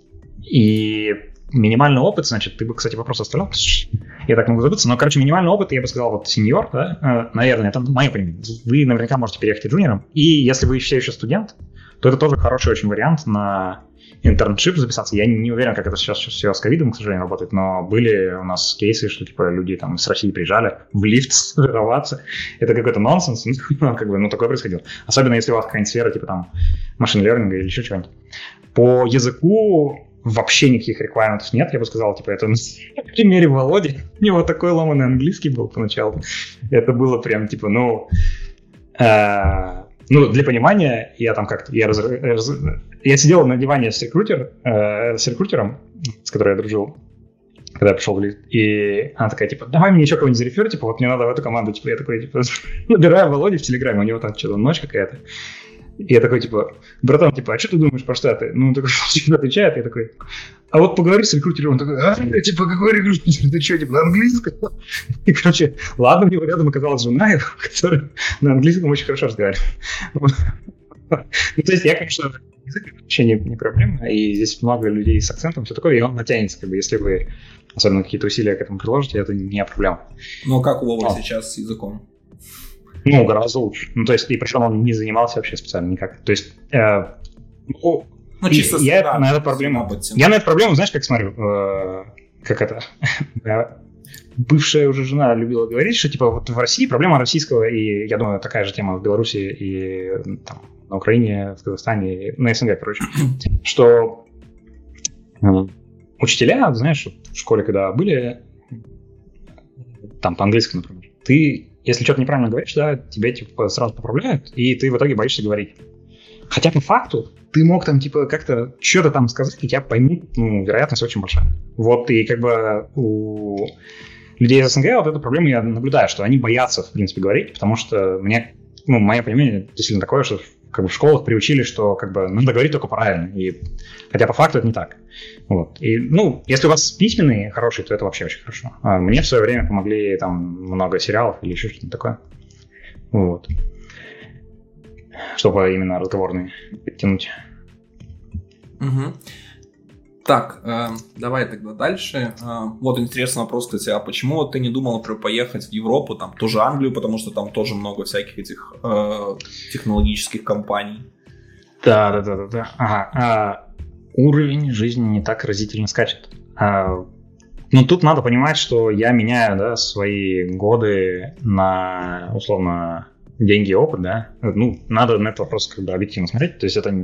и минимальный опыт, значит, ты бы, кстати, вопрос оставлял, я так могу забыться, но, короче, минимальный опыт, я бы сказал, вот сеньор, да, э, наверное, это мое понимание. Вы наверняка можете переехать джуниором, и если вы все еще студент, то это тоже хороший очень вариант на интерншип записаться. Я не уверен, как это сейчас все с ковидом, к сожалению, работает, но были у нас кейсы, что типа люди там с России приезжали в лифт стажироваться. Это какой-то нонсенс, ну, как бы, ну, такое происходило. Особенно если у вас какая-нибудь сфера, типа там машин-лернинга или еще чего-нибудь. По языку вообще никаких реквайрментов нет, я бы сказал, типа, это на примере Володи. У него такой ломаный английский был поначалу. Это было прям, типа, ну... Ну, для понимания, я там как-то... Я, раз, раз, я сидел на диване с, рекрутер, э, с рекрутером, с которой я дружил, когда я пришел в лифт, и она такая, типа, давай мне еще кого-нибудь зарефер, типа, вот мне надо в эту команду, типа, я такой, типа, набираю Володю в Телеграме, у него там что-то ночь какая-то. И я такой, типа, братан, типа, а что ты думаешь про Штаты? Ну, он такой, что отвечает, я такой, а вот поговори с рекрутером, он такой, а, типа, какой рекрутер, ты что, типа, на английском? И, короче, ладно, у него рядом оказалась жена, которая на английском очень хорошо разговаривает. Ну, то есть я, конечно, язык вообще не, не проблема, и здесь много людей с акцентом, все такое, и он натянется, как бы, если вы особенно какие-то усилия к этому приложите, это не проблема. Ну, а как у Вовы сейчас с языком? Ну, гораздо лучше. Ну, то есть, и причем он не занимался вообще специально никак. То есть, э, ну, ну, чисто я да, на эту проблему... Я на эту проблему, знаешь, как смотрю, э, как это... Бывшая уже жена любила говорить, что, типа, вот в России проблема российского, и, я думаю, такая же тема в Беларуси и там, на Украине, в Казахстане, на СНГ, короче, что учителя, знаешь, в школе, когда были, там, по-английски, например, ты... Если что-то неправильно говоришь, да, тебя типа сразу поправляют, и ты в итоге боишься говорить. Хотя по факту ты мог там типа как-то что-то там сказать, и тебя поймут, ну, вероятность очень большая. Вот, и как бы у людей из СНГ вот эту проблему я наблюдаю, что они боятся, в принципе, говорить, потому что мне, ну, мое понимание действительно такое, что как бы в школах приучили, что как бы надо говорить только правильно, и хотя по факту это не так. Вот. И, ну, если у вас письменный хороший, то это вообще очень хорошо. А мне в свое время помогли там много сериалов или еще что-то такое. Вот. чтобы именно разговорные подтянуть. Угу. Так, э, давай тогда дальше. Э, вот интересный вопрос, кстати, а почему ты не думал, например, поехать в Европу, там тоже Англию, потому что там тоже много всяких этих э, технологических компаний? Да, да, да, да, да. Ага. А, уровень жизни не так разительно скачет. А, ну, тут надо понимать, что я меняю, да, свои годы на, условно, деньги и опыт, да. Ну, надо на этот вопрос как бы объективно смотреть. То есть это...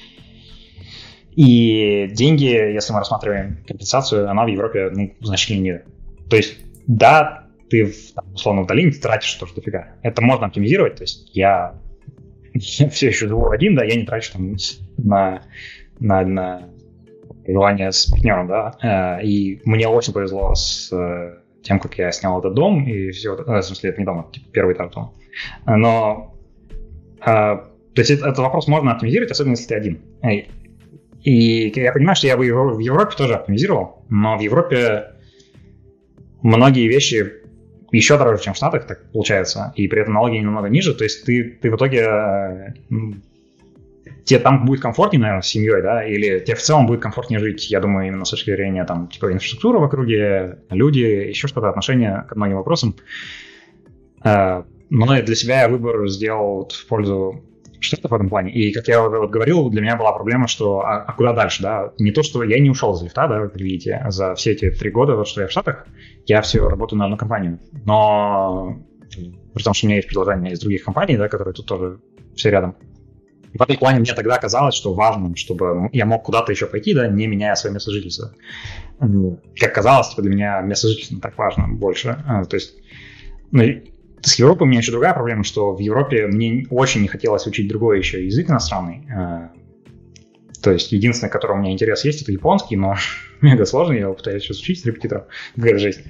И деньги, если мы рассматриваем компенсацию, она в Европе, ну, значительно ниже. То есть, да, ты, там, условно, в долине тратишь тоже дофига. Это можно оптимизировать. То есть я, я все еще живу один, да, я не трачу там на, на, на проживание с партнером, да. И мне очень повезло с тем, как я снял этот дом, и все, в смысле, это не дом, это типа первый этап дома. Но, то есть, этот вопрос можно оптимизировать, особенно если ты один. И я понимаю, что я бы его в Европе тоже оптимизировал, но в Европе многие вещи еще дороже, чем в Штатах, так получается, и при этом налоги немного ниже, то есть ты, ты в итоге, ну, тебе там будет комфортнее, наверное, с семьей, да, или тебе в целом будет комфортнее жить, я думаю, именно с точки зрения, там, типа, инфраструктуры в округе, люди, еще что-то, отношения к многим вопросам. Но для себя я выбор сделал вот в пользу Штатов в этом плане. И, как я вот говорил, для меня была проблема, что а, а куда дальше, да? Не то, что я не ушел из лифта, да, как видите, за все эти три года, вот, что я в Штатах, я все работаю на одну компанию. Но при том, что у меня есть предложения из других компаний, да, которые тут тоже все рядом. В этом плане мне тогда казалось, что важно, чтобы я мог куда-то еще пойти, да, не меняя свое место жительства. Как казалось, типа, для меня место жительства так важно больше. А, то есть, ну, с Европой у меня еще другая проблема, что в Европе мне очень не хотелось учить другой еще язык иностранный. То есть единственное, которое у меня интерес есть, это японский, но мега сложный, я его пытаюсь сейчас учить с репетитором. Какая жизнь.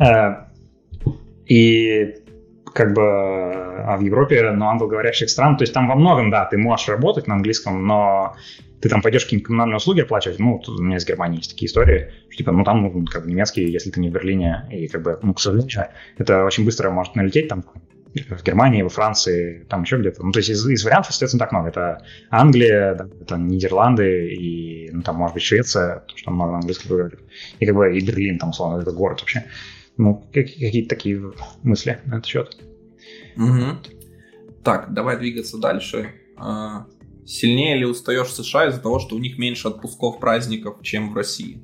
И как бы, а в Европе, ну, англоговорящих стран, то есть там во многом, да, ты можешь работать на английском, но ты там пойдешь какие-нибудь коммунальные услуги оплачивать, ну, тут у меня из Германии есть такие истории, что, типа, ну, там нужен как бы немецкий, если ты не в Берлине, и как бы, ну, к сожалению, это очень быстро может налететь там в Германии, во Франции, там еще где-то. Ну, то есть из, из вариантов, естественно, так много. Это Англия, да, это Нидерланды и, ну, там, может быть, Швеция, потому что там много английского говорят. И как бы и Берлин, там, условно, это город вообще. Ну, какие-то такие мысли на этот счет. Угу. Так, давай двигаться дальше. Сильнее ли устаешь в США из-за того, что у них меньше отпусков, праздников, чем в России?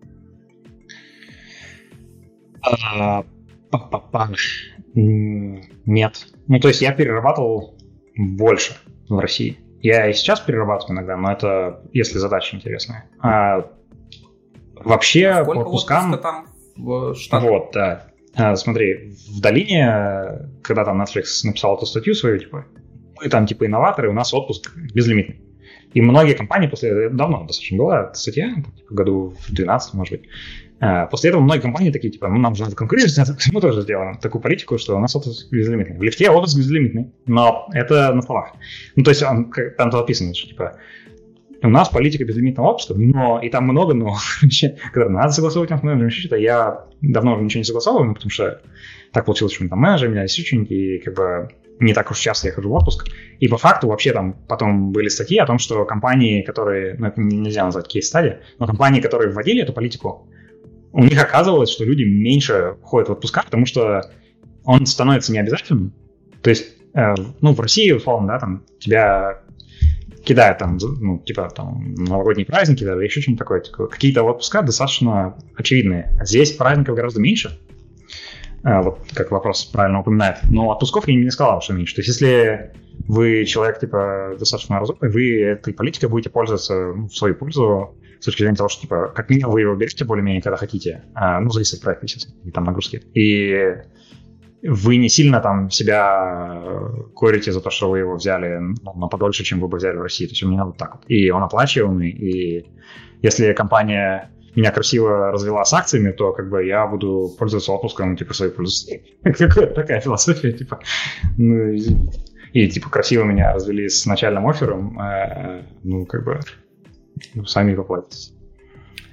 А, нет. Ну, то есть я перерабатывал больше в России. Я и сейчас перерабатываю иногда, но это если задача интересная. А, вообще, а по отпускам... там в Штатах? Вот, да. А, смотри, в долине, когда там Netflix написал эту статью свою, типа, мы там типа инноваторы, у нас отпуск безлимитный. И многие компании после... Давно достаточно была эта статья, типа, году в двенадцатом, может быть. А, после этого многие компании такие, типа, ну нам же надо конкурировать, мы тоже сделаем такую политику, что у нас отпуск безлимитный. В лифте отпуск безлимитный, но это на словах. Ну, то есть он, там тут описано, что, типа, у нас политика безлимитного отпуска, но и там много, но когда надо согласовывать там с менеджером, еще что-то, я давно уже ничего не согласовываю, потому что так получилось, что у меня там менеджер менялись, еще что-нибудь, и как бы не так уж часто я хожу в отпуск. И по факту вообще там потом были статьи о том, что компании, которые, ну это нельзя назвать кейс-стади, но компании, которые вводили эту политику, у них оказывалось, что люди меньше ходят в отпуска, потому что он становится необязательным. То есть, э, ну в России, условно, да, там тебя... кидают там, ну, типа, там, новогодние праздники, даже еще что-нибудь такое. Какие-то отпуска достаточно очевидные. А здесь праздников гораздо меньше. А, вот как вопрос правильно упоминает. Но отпусков я не сказал, что меньше. То есть, если вы человек, типа, достаточно разумный, вы этой политикой будете пользоваться в свою пользу с точки зрения того, что, типа, как минимум вы его берете более-менее, когда хотите. А, ну, зависит от проекта, естественно, и там нагрузки. И вы не сильно там себя корите за то, что вы его взяли, ну, на подольше, чем вы бы взяли в России. То есть у меня вот так вот. И он оплачиваемый, и если компания меня красиво развела с акциями, то как бы я буду пользоваться отпуском, типа, своей пользы. Такая философия, типа. Ну, и, и, типа, красиво меня развели с начальным оффером, э, ну, как бы, ну, сами поплатитесь.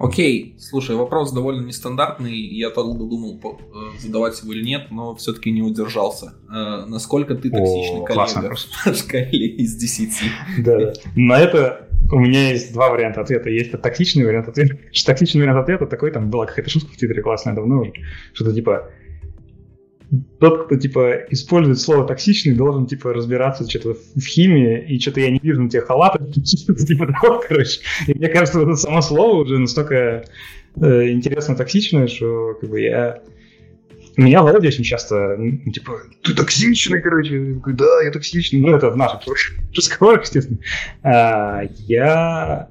Окей, слушай, вопрос довольно нестандартный, я долго думал, задавать его или нет, но все-таки не удержался. Насколько ты токсичный О, коллега по шкале из десяти? Да, на это у меня есть два варианта ответа. Есть токсичный вариант ответа. Токсичный вариант ответа такой, там была какая-то шутка в Твиттере классная давно уже, что-то типа тот, кто, типа, использует слово «токсичный», должен, типа, разбираться что-то в химии, и что-то я не вижу на тех халатах, типа того, короче. И мне кажется, вот это само слово уже настолько э, интересно токсичное, что, как бы, я... Меня Володя очень часто, ну, типа, ты токсичный, короче. Я такой, да, я токсичный. Ну, это в наших разговорах, естественно. А, я...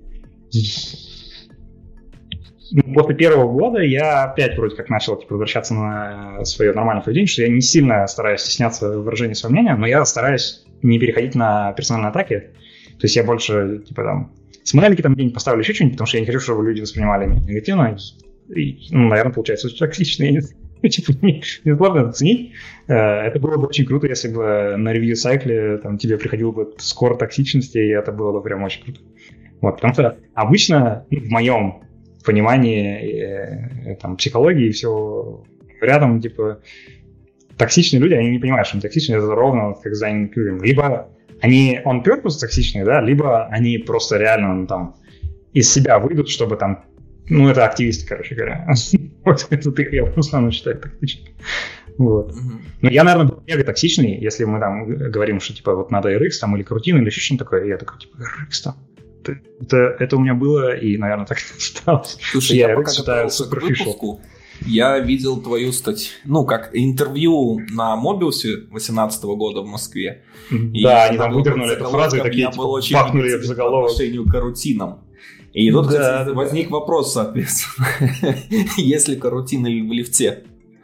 После первого года я опять вроде как начал типа, возвращаться на свое нормальное поведение, что я не сильно стараюсь стесняться выражения своего мнения, но я стараюсь не переходить на персональные атаки. То есть я больше, типа, там, смайлики там где-нибудь поставлю, еще что-нибудь, потому что я не хочу, чтобы люди воспринимали меня негативно. И, ну, наверное, получается очень токсично. Типа, мне сложно это оценить. Это было бы очень круто, если бы на ревью-сайкле там, тебе приходил бы скор токсичности, и это было бы прям очень круто. Вот, потому что обычно ну, в моем понимании там, психологии и всего рядом, типа, токсичные люди, они не понимают, что они токсичные, это ровно как за ними. Либо они on purpose токсичные, да, либо они просто реально ну, там из себя выйдут, чтобы там, ну, это активисты, короче говоря. Вот это ты, я в основном считаю токсичным. Вот. Но я, наверное, был мега токсичный, если мы там говорим, что, типа, вот надо эр икс там или крутин или еще что-нибудь такое, я такой, типа, эр икс там. Это, это у меня было, и, наверное, так и осталось. Слушай, я, я пока готовился к выпуску, я видел твою статью, ну, как интервью на Мобиусе две тысячи восемнадцатого года в Москве. Да, они там выдернули эту фразу и такие, типа, бахнули в заголовок. По отношению к карутинам. И тут, да, кстати, да, возник да. вопрос, соответственно, есть ли карутины в лифте?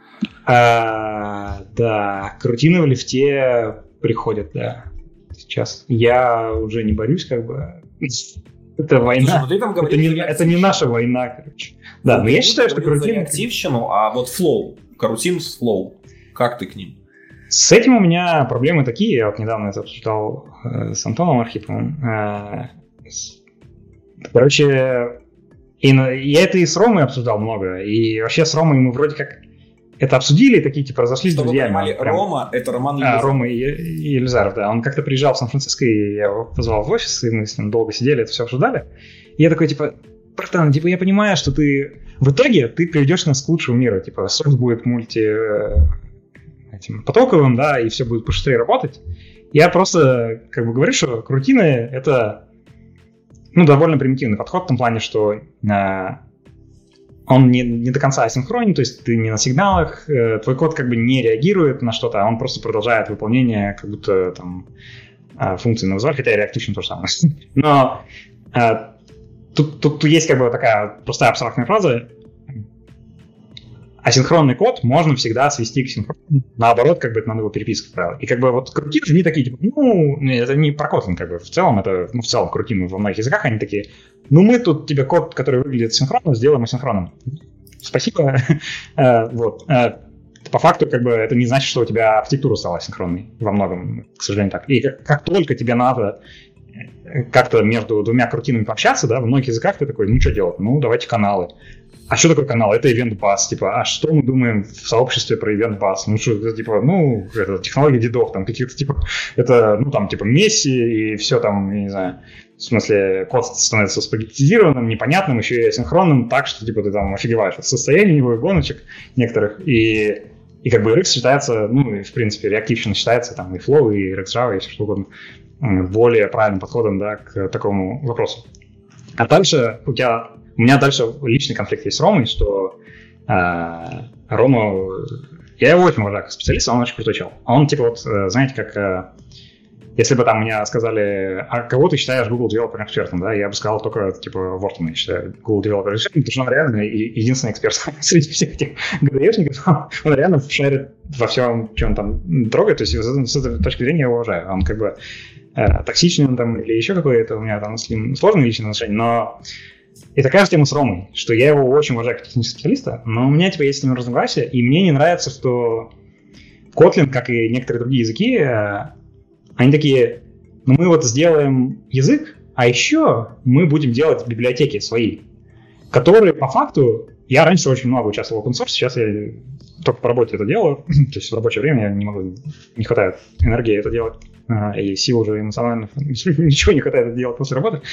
А, да, карутины в лифте приходят, да, сейчас. Я уже не борюсь, как бы... Это война. Слушай, ну это, не, это не наша война, короче. Да, ну, но я считаю, что карутин... активщину, а вот флоу, карутин с флоу, как ты к ним? С этим у меня проблемы такие, я вот недавно это обсуждал э, с Антоном Архиповым. Э, с... Короче, и, я это и с Ромой обсуждал много, и вообще с Ромой мы вроде как это обсудили, такие типа разошлись с друзьями. Чтобы вы понимали, прям... Рома — это Роман Елизаров. А, Рома Елизаров, да. Он как-то приезжал в Сан-Франциско, и я его позвал в офис, и мы с ним долго сидели, это все обсуждали. И я такой, типа, братан, типа, я понимаю, что ты... В итоге ты приведешь нас к лучшему миру. Типа, софт будет мульти... этим потоковым, да, и все будет побыстрее работать. Я просто, как бы, говорю, что крутины — это, ну, довольно примитивный подход в том плане, что... он не, не до конца асинхронен, то есть ты не на сигналах, э, твой код как бы не реагирует на что-то, а он просто продолжает выполнение как будто там э, функции на вызов, хотя и реактивщина то же самое. Но э, тут, тут, тут есть как бы такая простая абстрактная фраза. Асинхронный код можно всегда свести к синхронному. Наоборот, как бы это надо его переписывать, как правило. И как бы вот крутины, они такие, типа, ну, это не про Kotlin, как бы в целом, это, ну, в целом крутины во многих языках, они такие, ну, мы тут тебе код, который выглядит синхронно, сделаем асинхронным. Спасибо. Вот. По факту, как бы, это не значит, что у тебя архитектура стала асинхронной во многом, к сожалению, так. И как только тебе надо как-то между двумя крутинами пообщаться, да, в многих языках ты такой, ну, что делать? Ну, давайте каналы. А что такое канал? Это event-bus, типа, а что мы думаем в сообществе про event-bus? Ну, что, это, типа, ну, это технологии дедов, там, какие-то, типа, это, ну, там, типа, Месси и все там, я не знаю, в смысле, код становится спагеттизированным, непонятным, еще и асинхронным, так, что, типа, ты там офигеваешь от состояния его и гоночек некоторых, и, и как бы эр икс считается, ну, и, в принципе, реактивщина считается, там, и Flow, и RxJava, и все что угодно, более правильным подходом, да, к такому вопросу. А дальше у тебя... У меня дальше личный конфликт есть с Ромой, что э, Рома... Я его очень уважаю как специалиста, он очень крутой чел. Он типа вот, знаете, как... Э, если бы там мне сказали, а кого ты считаешь Google Developer экспертом, да, я бы сказал только типа Вортона, я считаю Google Developer экспертом, потому что он реально единственный эксперт среди всех этих джи ди и-шников. Он реально шарит во всем, чем он там трогает, то есть с этой точки зрения я его уважаю. Он как бы э, токсичный он там или еще какой-то, у меня там с ним сложные личные отношения, но... И такая же тема с Ромой, что я его очень уважаю как технического специалиста, но у меня типа есть с ним разногласия, и мне не нравится, что Kotlin, как и некоторые другие языки, они такие, ну мы вот сделаем язык, а еще мы будем делать библиотеки свои. которые по факту, я раньше очень много участвовал в open source, сейчас я только по работе это делаю, то есть в рабочее время я не могу, не хватает энергии это делать, и сил уже эмоциональных, ничего не хватает это делать после работы,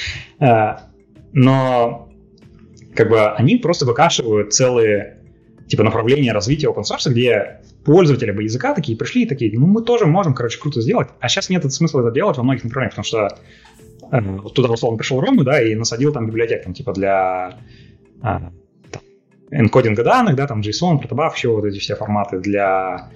но как бы они просто выкашивают целые типа направления развития open source, где пользователи бы языка такие пришли и такие, ну мы тоже можем, короче, круто сделать, а сейчас нет смысла это делать во многих направлениях, потому что э, туда условно пришел Рома, да, и насадил там библиотек, там типа для э, там, энкодинга данных, да, там JSON, протобаф, еще вот эти все форматы для,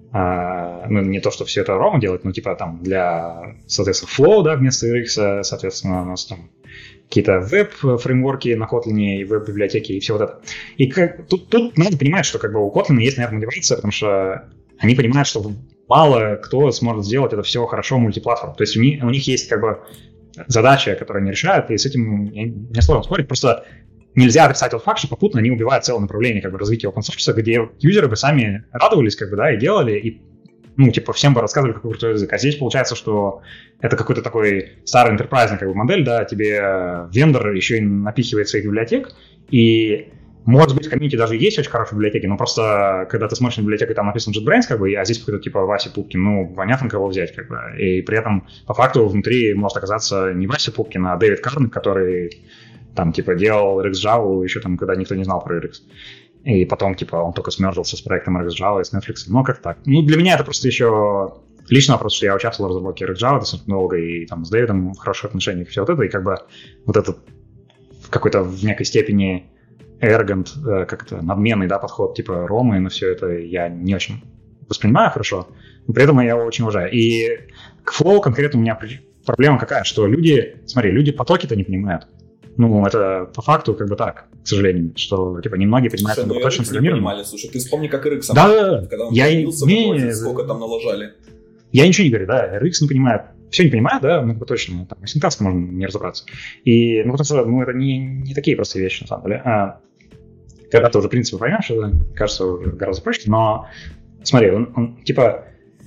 э, ну не то, что все это Рома делает, но типа там для, соответственно, Flow, да, вместо эр икс, соответственно, у нас там какие-то веб-фреймворки на Kotlin и веб-библиотеки и все вот это. И как, тут, тут надо понимать, что как бы у Kotlin есть, наверное, мотивация, потому что они понимают, что мало кто сможет сделать это все хорошо мультиплатформ. То есть у них, у них есть как бы задача, которую они решают, и с этим не сложно спорить. Просто нельзя отрицать тот факт, что попутно они убивают целое направление как бы развития open source, где юзеры бы сами радовались как бы, да, и делали, и ну, типа, всем бы рассказывали, какой крутой язык. А здесь получается, что это какой-то такой старый enterprise как бы модель, да, тебе вендор еще и напихивает своих библиотек, и, может быть, в комьюнити даже есть очень хорошие библиотеки, но просто, когда ты смотришь на библиотеку, и там написан JetBrains, как бы, а здесь какой-то, типа, Вася Пупкин, ну, понятно, кого взять, как бы, и при этом, по факту, внутри может оказаться не Вася Пупкин, а Дэвид Карн, который, там, типа, делал эр икс Java еще там, когда никто не знал про эр икс. И потом, типа, он только смержился с проектом эр икс Java и с Netflix. Ну, как так. Ну, для меня это просто еще личный вопрос, что я участвовал в разработке эр икс Java достаточно долго, и там с Дэвидом в хороших отношениях, и все вот это, и как бы вот этот в какой-то в некой степени arrogant, как-то надменный, да, подход, типа, Ромы, но все это я не очень воспринимаю хорошо, но при этом я его очень уважаю. И к Flow конкретно у меня проблема какая, что люди, смотри, люди потоки-то не понимают. Ну, это по факту как бы так, к сожалению, что типа немногие понимают, что точно программирование. Слушай, ты вспомни, как эр икс, да, да, когда он я появился, не... сколько там налажали. Я ничего не говорю, да, эр икс не понимает, все не понимает, да, ну, точно, там, с синтаксом можно не разобраться. И, ну, потому что, ну, это не, не такие простые вещи, на самом деле. А, когда ты уже принципы поймешь, это кажется уже гораздо проще, но смотри, он, он типа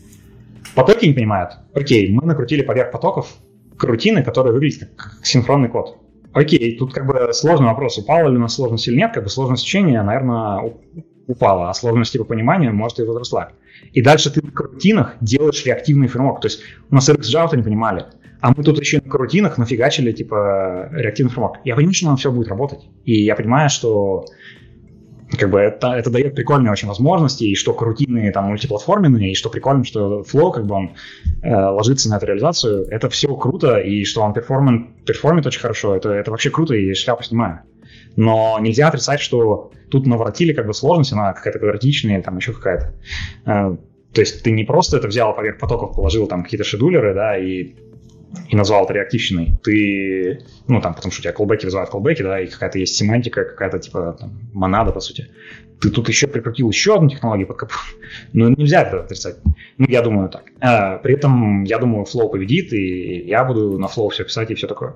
потоки не понимает. Окей, мы накрутили поверх потоков рутины, которые выглядят как синхронный код. Окей, тут как бы сложный вопрос, упала ли у нас сложность или нет, как бы сложность учения, наверное, упала, а сложность типа понимания, может, и возросла. И дальше ты на карутинах делаешь реактивный фреймворк, то есть у нас эр икс Java не понимали, а мы тут еще на карутинах нафигачили типа реактивный фреймворк. Я понимаю, что нам все будет работать, и я понимаю, что как бы это, это дает прикольные очень возможности, и что карутины там мультиплатформенные, и что прикольно, что Flow, как бы он э, ложится на эту реализацию, это все круто, и что он перформит, перформит очень хорошо, это, это вообще круто, и шляпу снимаю. Но нельзя отрицать, что тут наворотили как бы сложность, она какая-то квадратичная, там еще какая-то. Э, то есть ты не просто это взял поверх потоков, положил там какие-то шедулеры, да, и и назвал это реактивщиной, ты, ну, там, потому что у тебя колбеки вызывают колбеки, да, и какая-то есть семантика, какая-то, типа, там, монада, по сути. Ты тут еще прикрутил еще одну технологию под капот. Ну, нельзя это отрицать. Ну, я думаю так. А, при этом, я думаю, Flow победит, и я буду на Flow все писать и все такое.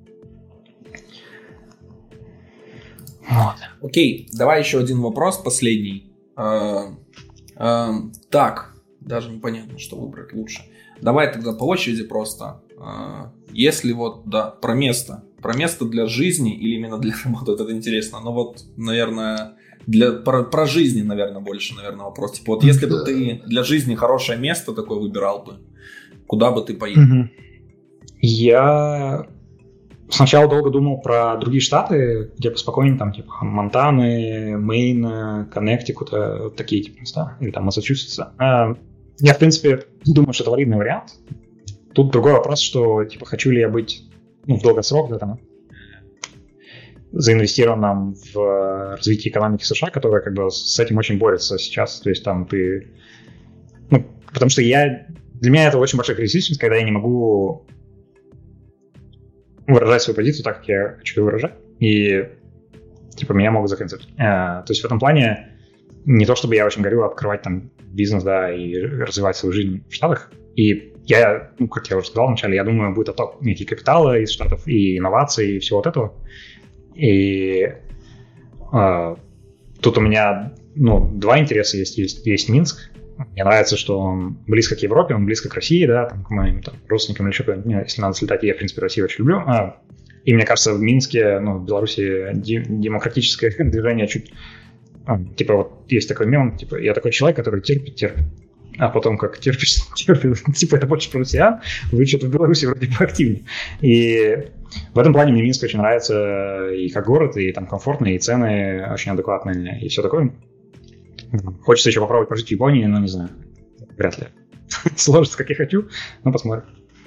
Вот. Окей, давай еще один вопрос, последний. А, а, так, даже непонятно, что выбрать лучше. Давай тогда по очереди просто. Если вот, да, про место. Про место для жизни или именно для работы, это интересно. Но вот, наверное, для, про, про жизни, наверное, больше, наверное, вопрос. Типа вот если бы ты для жизни хорошее место такое выбирал бы, куда бы ты поехал? Я сначала долго думал про другие штаты, где поспокойнее, там, типа, Монтаны, Мэйн, Коннектикут, вот такие типа места, или там Массачусетса. Я, в принципе, думаю, что это валидный вариант. Тут другой вопрос, что, типа, хочу ли я быть, ну, в долгосрок, да, там, заинвестированным в развитие экономики США, которая, как бы, с этим очень борется сейчас. То есть, там, ты... Ну, потому что я... Для меня это очень большая критичность, когда я не могу выражать свою позицию так, как я хочу ее выражать. И, типа, меня могут заканцелить. То есть, в этом плане не то, чтобы я очень горю открывать, там, бизнес, да, и развивать свою жизнь в Штатах. И я, ну, как я уже сказал вначале, я думаю, будет отток некий капитала из Штатов, и инноваций, и всего вот этого. И э, тут у меня, ну, два интереса есть. Есть, есть Минск. Мне нравится, что он близко к Европе, он близко к России, да, там, к моим там, родственникам или что-то. Если надо слетать, я, в принципе, Россию очень люблю. А, И мне кажется, в Минске, ну, в Беларуси демократическое движение чуть... А, типа вот есть такой мем, типа я такой человек, который терпит, терпит. А потом как терпишь, терпишь, типа это больше про россиян, вы что-то в Беларуси вроде поактивнее. И в этом плане мне Минск очень нравится и как город, и там комфортно, и цены очень адекватные, и все такое. Хочется еще попробовать пожить в Японии, но не знаю, вряд ли. Сложится, как я хочу, но посмотрим.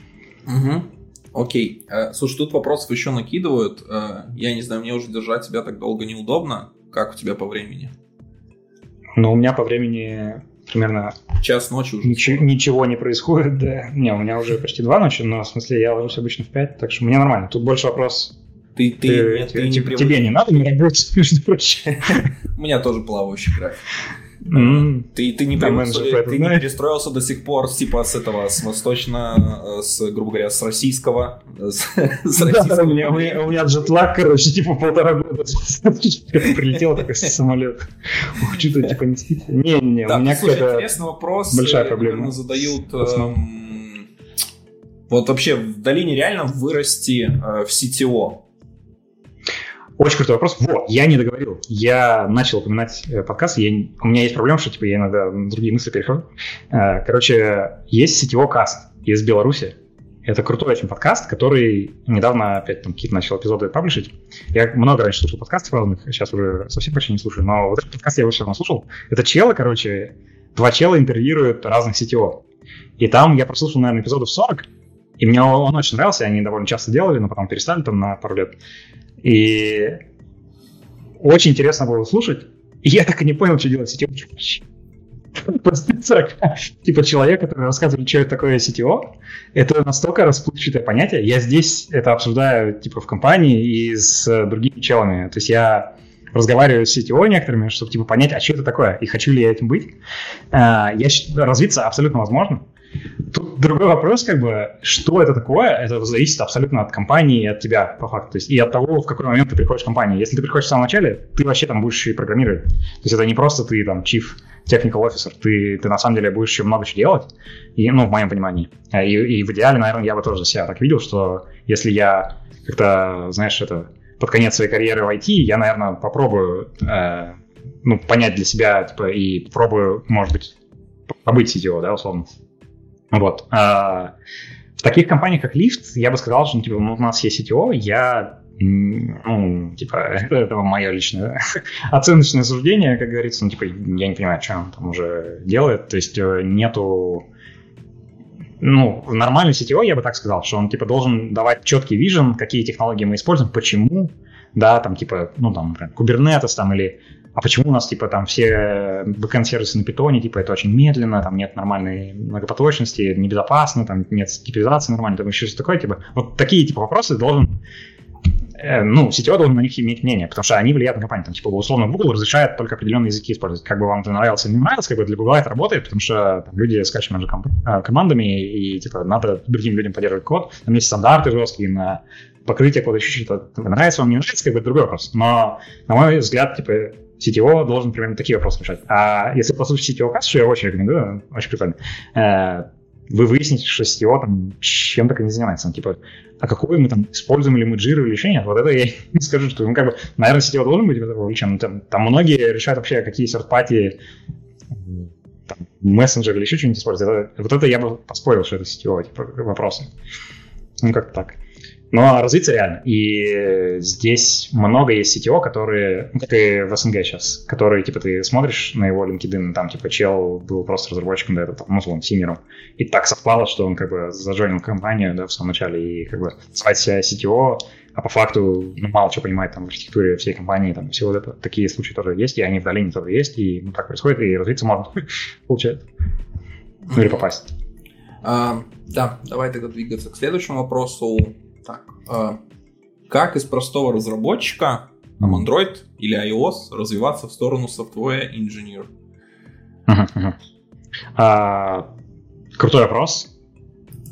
Угу. Окей. Слушай, тут вопросов еще накидывают. Я не знаю, мне уже держать тебя так долго неудобно. Как у тебя по времени? Ну, у меня по времени примерно... Час ночи уже. Ничего, ничего не происходит, да. Не, у меня уже почти два ночи, но в смысле я ложусь обычно в пять, так что мне нормально. Тут больше вопрос... Ты, ты, ты, нет, ты, ты не тебе, тебе не надо не работать, между прочим. У меня тоже плавающий график. Mm. Ты, ты, не, Там ты, ты не перестроился до сих пор типа с этого, с восточно, с, грубо говоря, с российского. С, с российского. Да, у, меня, у, меня, у меня джетлаг, короче, типа полтора года прилетел такой самолет. Ух, что-то типа не спите. Не-не-не, да, у меня слушай, интересный вопрос. Большая проблема. Задают... Эм, вот вообще в долине реально вырасти э, в си ти о? Очень крутой вопрос. Вот, я не договорил. Я начал упоминать э, подкаст. Я, у меня есть проблема, что типа я иногда на другие мысли перехожу. Э, короче, есть сетевой каст из Беларуси. Это крутой очень подкаст, который недавно опять там какие-то начал эпизоды паблишить. Я много раньше слушал подкастов разных, сейчас уже совсем почти не слушаю, но вот этот подкаст я уже все равно слушал. Это челы, короче, два чела интервьюируют разных сетевых. И там я прослушал, наверное, эпизодов сорок, и мне он очень нравился, они довольно часто делали, но потом перестали там на пару лет. И очень интересно было слушать. И я так и не понял, что делать сетевой. После сорок типа человек, который рассказывает, что это такое сетево, это настолько расплывчатое понятие. Я здесь это обсуждаю типа в компании и с другими челами. То есть я разговариваю с сетево некоторыми, чтобы типа понять, а что это такое и хочу ли я этим быть. Я считаю, развиться абсолютно возможно. Тут другой вопрос, как бы, что это такое, это зависит абсолютно от компании и от тебя, по факту. То есть и от того, в какой момент ты приходишь в компанию. Если ты приходишь в самом начале, ты вообще там будешь еще и программировать. То есть это не просто ты там chief technical officer, ты, ты на самом деле будешь еще много чего делать, и, ну, в моем понимании. И, и в идеале, наверное, я бы тоже себя так видел, что если я как-то, знаешь, это под конец своей карьеры в ай ти, я, наверное, попробую э, ну, понять для себя, типа, и попробую, может быть, побыть си ти о, да, условно. Вот. А в таких компаниях, как Lyft, я бы сказал, что ну, типа, у нас есть си ти о, я, ну, типа, это, это мое личное оценочное суждение, как говорится, ну, типа, я не понимаю, что он там уже делает, то есть нету, ну, нормальный си ти о, я бы так сказал, что он, типа, должен давать четкий вижен, какие технологии мы используем, почему, да, там, типа, ну, там, например, Kubernetes, там, или а почему у нас, типа, там все бэкэнд-сервисы на питоне, типа, это очень медленно, там нет нормальной многопоточности, небезопасно, там нет типизации нормальной, там еще что-то такое, типа, вот такие, типа, вопросы должен, э, ну, си ти о должен на них иметь мнение, потому что они влияют на компанию, там, типа, условно, Google разрешает только определенные языки использовать, как бы вам это нравилось или не нравилось, как бы для Google это работает, потому что там, люди скачивают между комп- командами, и, типа, надо другим людям поддерживать код, там есть стандарты жесткие на покрытие кода, еще что-то, нравится вам, не нравится, как бы, это другой вопрос, но, на мой взгляд, типа, си ти о должен примерно такие вопросы решать. А если послушать си ти о-каст, что я очень рекомендую, очень прикольно, э, вы выясните, что си ти о там чем только не занимается. Ну, типа, а какой мы там, используем ли мы джиру или еще нет? Вот это я не скажу, что, ну, как бы, наверное, си ти о должен быть вовлечен. Там, там многие решают вообще, какие third-party мессенджеры или еще что-нибудь используют. Это, вот это я бы поспорил, что это си ти о, типа, вопросы. Ну, как-то так. Но развиться реально. И здесь много есть си ти о, которые, как и в СНГ сейчас, которые, типа, ты смотришь на его LinkedIn, там, типа, чел был просто разработчиком до этого, ну, условно, синером. И так совпало, что он, как бы, заджойнил компанию, да, в самом начале, и, как бы, называет себя си ти о, а по факту, ну, мало чего понимает, там, в архитектуре всей компании, там, всего вот это. Такие случаи тоже есть, и они в долине тоже есть, и, ну, так происходит, и развиться можно, получается. Ну, или попасть. А, да, давай тогда двигаться к следующему вопросу. Так, э, как из простого разработчика, там, Android или iOS, развиваться в сторону software engineer? Uh-huh, uh-huh. А, крутой вопрос.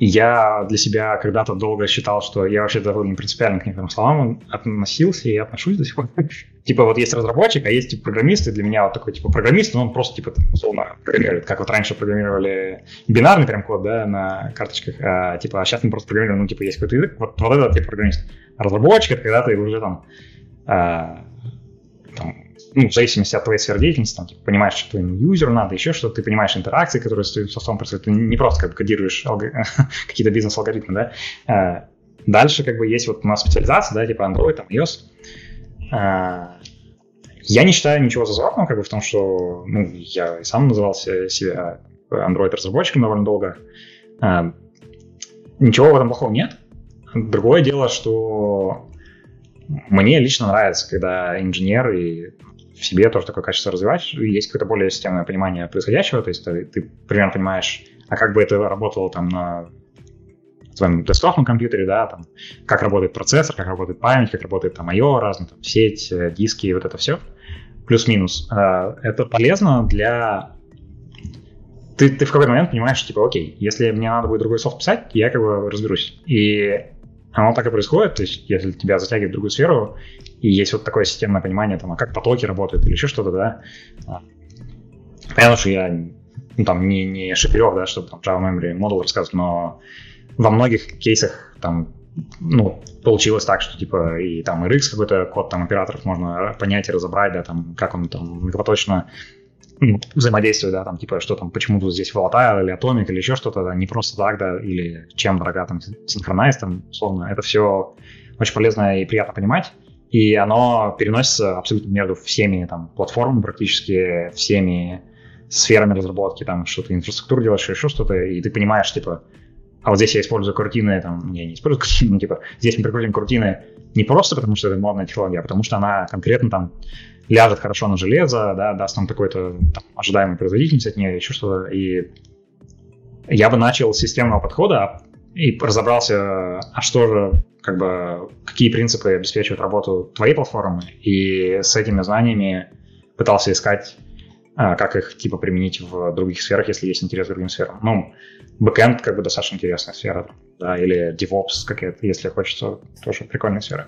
я для себя когда-то долго считал, что я вообще довольно принципиально к некоторым словам относился и отношусь до сих пор. Типа вот есть разработчик, а есть типа программист, и для меня вот такой типа программист, но он просто типа условно программирует, как вот раньше программировали бинарный прям код, да, на карточках, а типа а сейчас мы просто программируем, ну типа есть какой-то язык, вот, вот это типа программист. А разработчик, это когда ты уже там, а, там ну, в зависимости от твоей сферы деятельности, там, типа, понимаешь, что твоему юзеру надо, еще что-то, ты понимаешь интеракции, которые с твоим софтом происходят, ты не просто как бы кодируешь алгори... какие-то бизнес-алгоритмы, да. А, дальше как бы есть вот у нас специализация, да, типа Android, там, iOS. А, я не считаю ничего зазорного как бы в том, что, ну, я и сам назывался себя Android-разработчиком довольно долго. А, ничего в этом плохого нет. Другое дело, что мне лично нравится, когда инженер и в себе тоже такое качество развивать, есть какое-то более системное понимание происходящего, то есть ты, ты примерно понимаешь, а как бы это работало там на своем десктопном компьютере, да, там, как работает процессор, как работает память, как работает там ай о, разные там сеть, диски и вот это все, плюс-минус. Это полезно для... Ты, ты в какой-то момент понимаешь, типа, окей, если мне надо будет другой софт писать, я как бы разберусь. И оно так и происходит, то есть если тебя затягивает в другую сферу, и есть вот такое системное понимание, там, а как потоки работают или еще что-то, да. Понятно, что я ну, там, не, не Шепелев, да, чтобы там Java Memory Model рассказывать, но во многих кейсах там, ну, получилось так, что типа и там эр икс какой-то код там операторов можно понять и разобрать, да, там, как он там многопоточно ну, взаимодействует, да, там, типа, что там, почему тут здесь volatile или atomic или еще что-то, да, не просто так, да, или чем дорога там synchronize, там, условно, это все очень полезно и приятно понимать. И оно переносится абсолютно между всеми там, платформами, практически всеми сферами разработки, там, что ты инфраструктуру делаешь, еще что-то, и ты понимаешь, типа, а вот здесь я использую картины, там, я не использую картины, ну, типа, здесь мы прикрутим картины не просто потому, что это модная технология, а потому что она конкретно там ляжет хорошо на железо, да, даст нам какой-то там, ожидаемый производительность от нее, еще что-то, и я бы начал с системного подхода и разобрался, а что же, как бы, какие принципы обеспечивают работу твоей платформы, и с этими знаниями пытался искать, как их, типа, применить в других сферах, если есть интерес к другим сферам. Ну, бэкэнд, как бы, достаточно интересная сфера, да, или DevOps какая-то, если хочется, тоже прикольная сфера.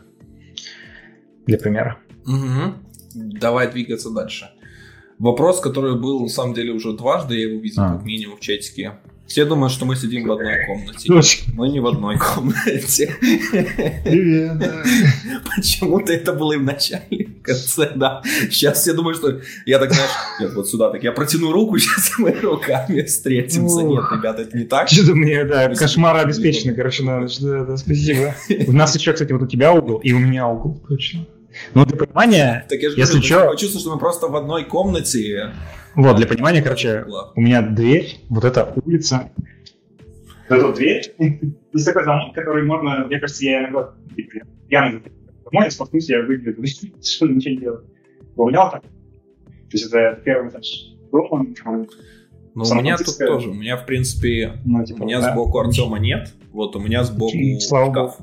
Для примера. Угу. Давай двигаться дальше. Вопрос, который был, на самом деле, уже дважды, я его видел, а. как минимум, в чатике. Все думают, что мы сидим в одной комнате. Мы не в одной комнате. Привет, да. Почему-то это было и в начале, и в конце, да. Сейчас все думают, что я так, знаешь, нет, вот сюда так, я протяну руку, сейчас мы руками встретимся. Нет, ребята, это не так. Что-то мне, да, кошмары обеспечены, короче, надо, да, спасибо. У нас еще, кстати, вот у тебя угол, и у меня угол, точно. Ну, для понимания, так я же если что... Я чувствую, что мы просто в одной комнате. Вот, для понимания, короче, у меня дверь, вот эта улица. Вот эта дверь. Есть такой замок, который можно, мне кажется, я иногда пьяный домой, споткнусь, я выгляжу, что ничего не делаю. У меня вот так. То есть это первый этаж дома. Ну, у меня тут тоже. У меня, в принципе, ну, типа, у меня да. сбоку Артема нет. Вот у меня сбоку шкаф.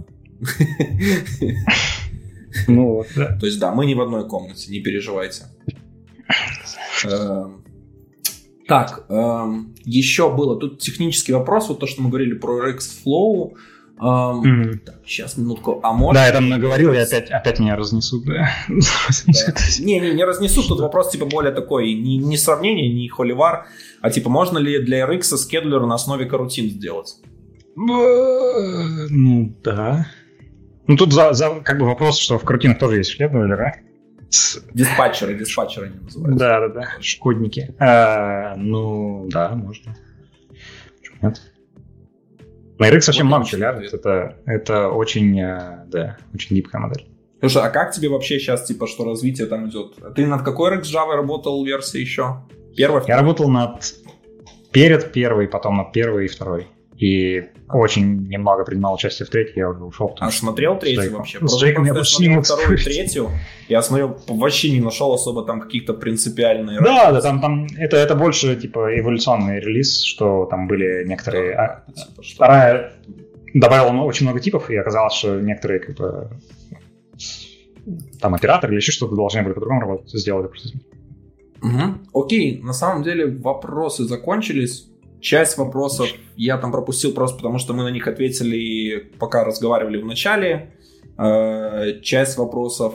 Ну вот, да. То есть, да, мы не в одной комнате, не переживайте. Так, еще было тут технический вопрос, вот то, что мы говорили про эр икс Flow. Так, сейчас, минутку. А может... Да, я там наговорил, и опять, опять меня разнесут, да. Не, не, не разнесут, тут вопрос типа более такой, не, не сравнение, не холивар, а типа можно ли для эр икс скедлер на основе карутин сделать? Ну, да. Ну, тут за, за, как бы вопрос, что в карутинах тоже есть шкедлеры, да? Диспатчеры, диспатчеры они называются. Да, да, да, шкодники. А, ну, да, можно. Почему нет? На эр икс совсем много чего ляжет. Это, это очень, да, очень гибкая модель. Слушай, а как тебе вообще сейчас, типа, что развитие там идет? Ты над какой эр икс Java работал версии еще? Первая? Я работал над перед первой, потом над первой и второй. И очень немного принимал участие в третьей, я уже ушел. А смотрел третью вообще? С Джейком я почти не мог вторую и третью. Я смотрел, вообще не нашел особо там каких-то принципиальных... Да, разницы. да, там, там это, это больше типа эволюционный релиз, что там были некоторые... Да, а, типа, вторая добавила очень много типов, и оказалось, что некоторые как бы там операторы или еще что-то должны были по-другому работать, сделали просто. Угу. Окей, на самом деле вопросы закончились. Часть вопросов я там пропустил просто потому, что мы на них ответили, пока разговаривали в начале. Часть вопросов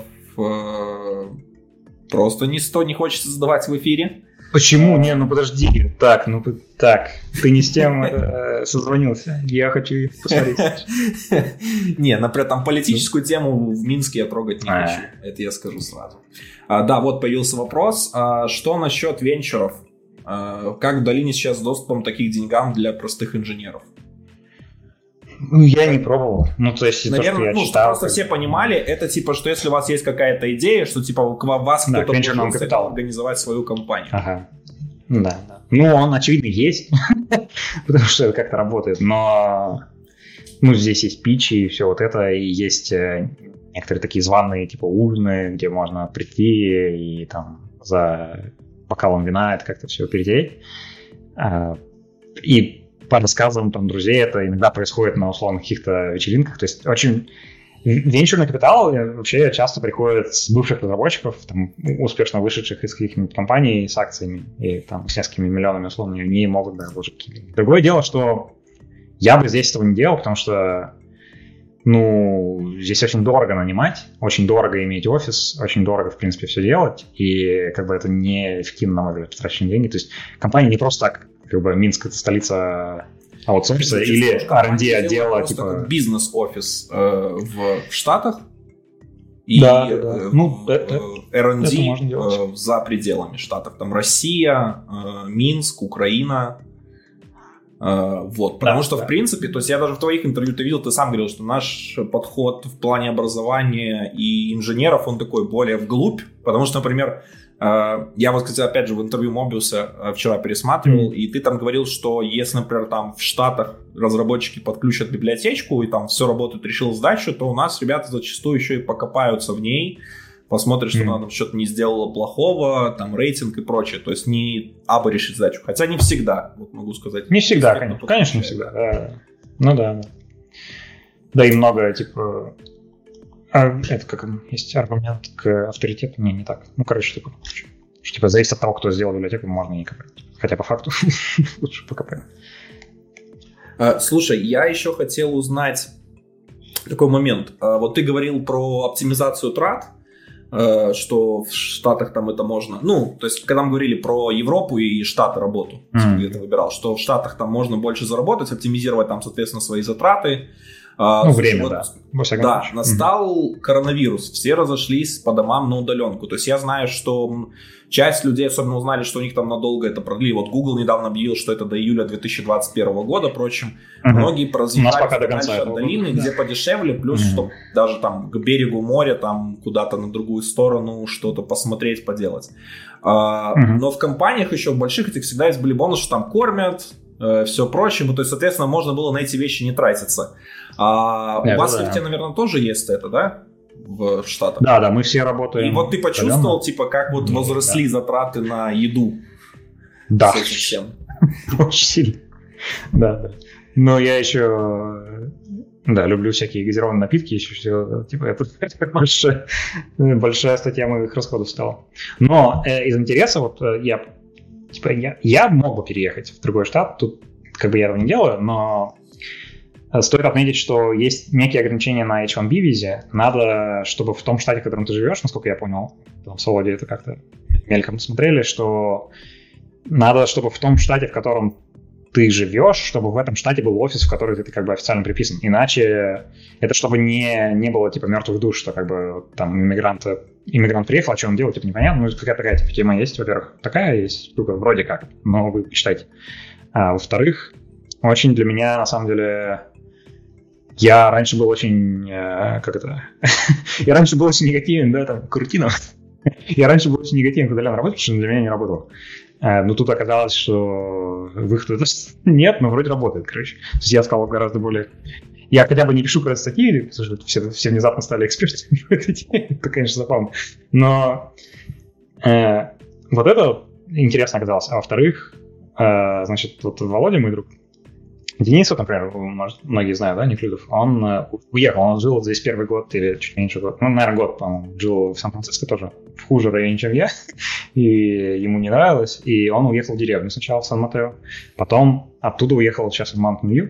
просто не сто не хочется задавать в эфире. Почему? Не, ну подожди. Так, ну так, ты не с тем э, созвонился. Я хочу посмотреть. Не, например, там политическую тему в Минске я трогать не хочу. Это я скажу сразу. Да, вот появился вопрос. Что насчет венчуров? Как в долине сейчас с доступом к таких деньгам для простых инженеров? Ну, я не пробовал. Ну, то есть, наверное, то, что я ну, читал, просто как... все понимали, это типа, что если у вас есть какая-то идея, что типа к вас да, кто-то может капитал. организовать свою компанию. Ага. Да, да. Ну, он, очевидно, есть, потому что это как-то работает, но ну, здесь есть питчи и все вот это, и есть некоторые такие званые типа ужины, где можно прийти и там за бокалом вина это как-то все перетереть. И по рассказам там друзей это иногда происходит на условно каких-то вечеринках. То есть очень венчурный капитал вообще часто приходит с бывших разработчиков, там, успешно вышедших из каких-нибудь компаний с акциями и там с несколькими миллионами условно, они могут да, вложить какие-то. Другое дело, что я бы здесь этого не делал, потому что ну, здесь очень дорого нанимать, очень дорого иметь офис, очень дорого, в принципе, все делать, и как бы это неэффективно, на мой взгляд, потраченные деньги. То есть компания не просто так, как бы Минск — это столица аутсорса или ар энд ди отдела, типа... бизнес-офис э, в Штатах и да, да, да. Э, ну, это, ар энд ди э, за пределами Штатов. Там Россия, э, Минск, Украина. Uh, вот, потому да, что, да. в принципе, то есть я даже в твоих интервью ты видел, ты сам говорил, что наш подход в плане образования и инженеров, он такой более вглубь, потому что, например, uh, я вот, кстати, опять же в интервью Мобиуса uh, вчера пересматривал, mm-hmm. и ты там говорил, что если, например, там в Штатах разработчики подключат библиотечку и там все работает, решил сдачу, то у нас ребята зачастую еще и покопаются в ней, посмотришь, что mm-hmm. она там что-то не сделала плохого, там рейтинг и прочее. То есть не абы решить задачу. Хотя не всегда, вот могу сказать. Не всегда, конечно. Конечно, не всегда. Да. Ну да, да. Да и много, типа... А, это как есть аргумент к авторитету. Не, не так. Ну, короче, типа... Что, типа, зависит от того, кто сделал библиотеку, можно не копать. Хотя по факту лучше покопать. А, слушай, я еще хотел узнать такой момент. А, вот ты говорил про оптимизацию трат, что в Штатах там это можно, ну, то есть, когда мы говорили про Европу и Штаты работу, mm-hmm. где ты выбирал, что в Штатах там можно больше заработать, оптимизировать там, соответственно, свои затраты. Ну, время, вот, да. Да, настал mm-hmm. коронавирус, все разошлись по домам на удаленку. То есть, я знаю, что часть людей особенно узнали, что у них там надолго это продлили. Вот Google недавно объявил, что это до июля две тысячи двадцать первого года, впрочем. Mm-hmm. Многие поразъезжались дальше от долины, да. где подешевле, плюс, mm-hmm. чтобы даже там к берегу моря, там куда-то на другую сторону что-то посмотреть, поделать. А, mm-hmm. Но в компаниях еще в больших этих всегда есть были бонусы, что там кормят, э, все прочее. То есть, соответственно, можно было на эти вещи не тратиться. А yeah, у вас, да. наверное, тоже есть это, да? В Штатах. Да, да, мы все работаем. И вот ты почувствовал, типа, как вот возросли да. затраты на еду? Да. Очень сильно. Да, да. Но я еще, да, люблю всякие газированные напитки, еще все, типа, это, это большая, большая статья моих расходов стала. Но э, из интереса, вот я, типа, я, я мог бы переехать в другой штат, тут как бы я этого не делаю, но стоит отметить, что есть некие ограничения на эйч ван би визе. Надо, чтобы в том штате, в котором ты живешь, насколько я понял, там в Солоде это как-то мельком смотрели, что надо, чтобы в том штате, в котором ты живешь, чтобы в этом штате был офис, в который ты как бы официально приписан. Иначе это чтобы не, не было типа мертвых душ, что как бы там иммигрант, иммигрант приехал, а что он делает, типа непонятно. Ну, какая такая типа тема есть, во-первых. Такая есть штука, вроде как, но вы почитайте. А во-вторых, очень для меня, на самом деле... Я раньше был очень, э, как это, я раньше был очень негативен, да, там, к рутинам. Я раньше был очень негативен к удаленной работе, потому что для меня не работало. Э, но тут оказалось, что выхода нет, но вроде работает, короче. То есть я стал гораздо более... Я хотя бы не пишу про статьи, потому что все, все внезапно стали экспертами в этой теме. Это, конечно, забавно. Но э, вот это интересно оказалось. А во-вторых, э, значит, вот Володя, мой друг, Денис, вот, например, может, многие знают, да, Неклюдов, он уехал, он жил здесь первый год или чуть меньше год, ну, наверное, год, по-моему, жил в Сан-Франциско тоже, в хуже районе, чем я, и ему не нравилось, и он уехал в деревню сначала в Сан-Матео, потом оттуда уехал сейчас в Маунтин-Вью,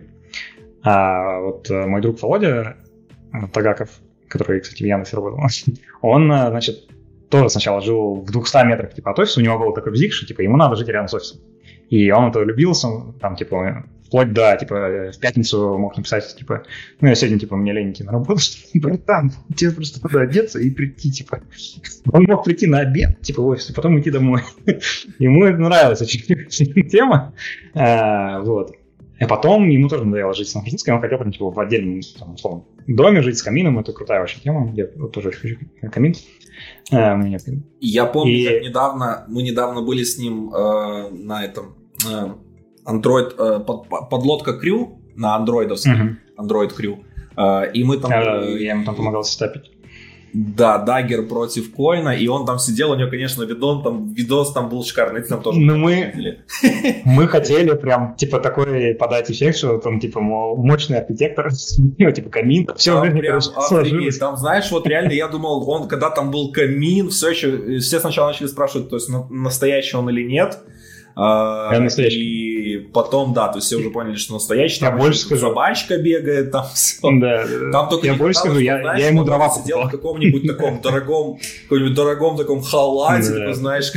а вот мой друг Володя Тагаков, который, кстати, в Яндексе работал, он, значит, тоже сначала жил в двухстах метрах, типа, от офиса, у него был такой бзик, что, типа, ему надо жить рядом с офисом. И он это любился, там, типа, вплоть до, типа, в пятницу мог написать, типа, ну, я сегодня, типа, мне лень идти на работу, братан, тебе просто надо одеться и прийти, типа. Он мог прийти на обед, типа, в офис, и потом идти домой. Ему это нравилась очень тема, а, вот. А потом ему тоже надоело жить в Сан-Франциско, он хотел, типа, в отдельном, там, условно, доме жить с камином, это крутая вообще тема, я тоже очень хочу камин. А, у меня нет. Я помню, и... как недавно, мы недавно были с ним э, на этом э, Android, э, под, подлодка Крю, на андроидовском, uh-huh. Android Крю, э, и мы там... Uh, я ему там помогал сетапить. Да, Даггер против Коина, и он там сидел, у него, конечно, видон, там, видос там был шикарный, там тоже... Ну, мы, мы хотели прям, типа, такой подать эффект, что там, типа, мол, мощный архитектор, типа, камин, все там прям офигеть, там, знаешь, вот реально я думал, он, когда там был камин, все еще, все сначала начали спрашивать, то есть, настоящий он или нет, а, и потом, да, то есть все уже поняли, что настоящий, я там больше скажу. Собачка бегает, там все. Да, там только я больше скажу, я, знаешь, я ему дрова сидел в каком-нибудь таком дорогом, каком-нибудь дорогом таком халате, типа, знаешь.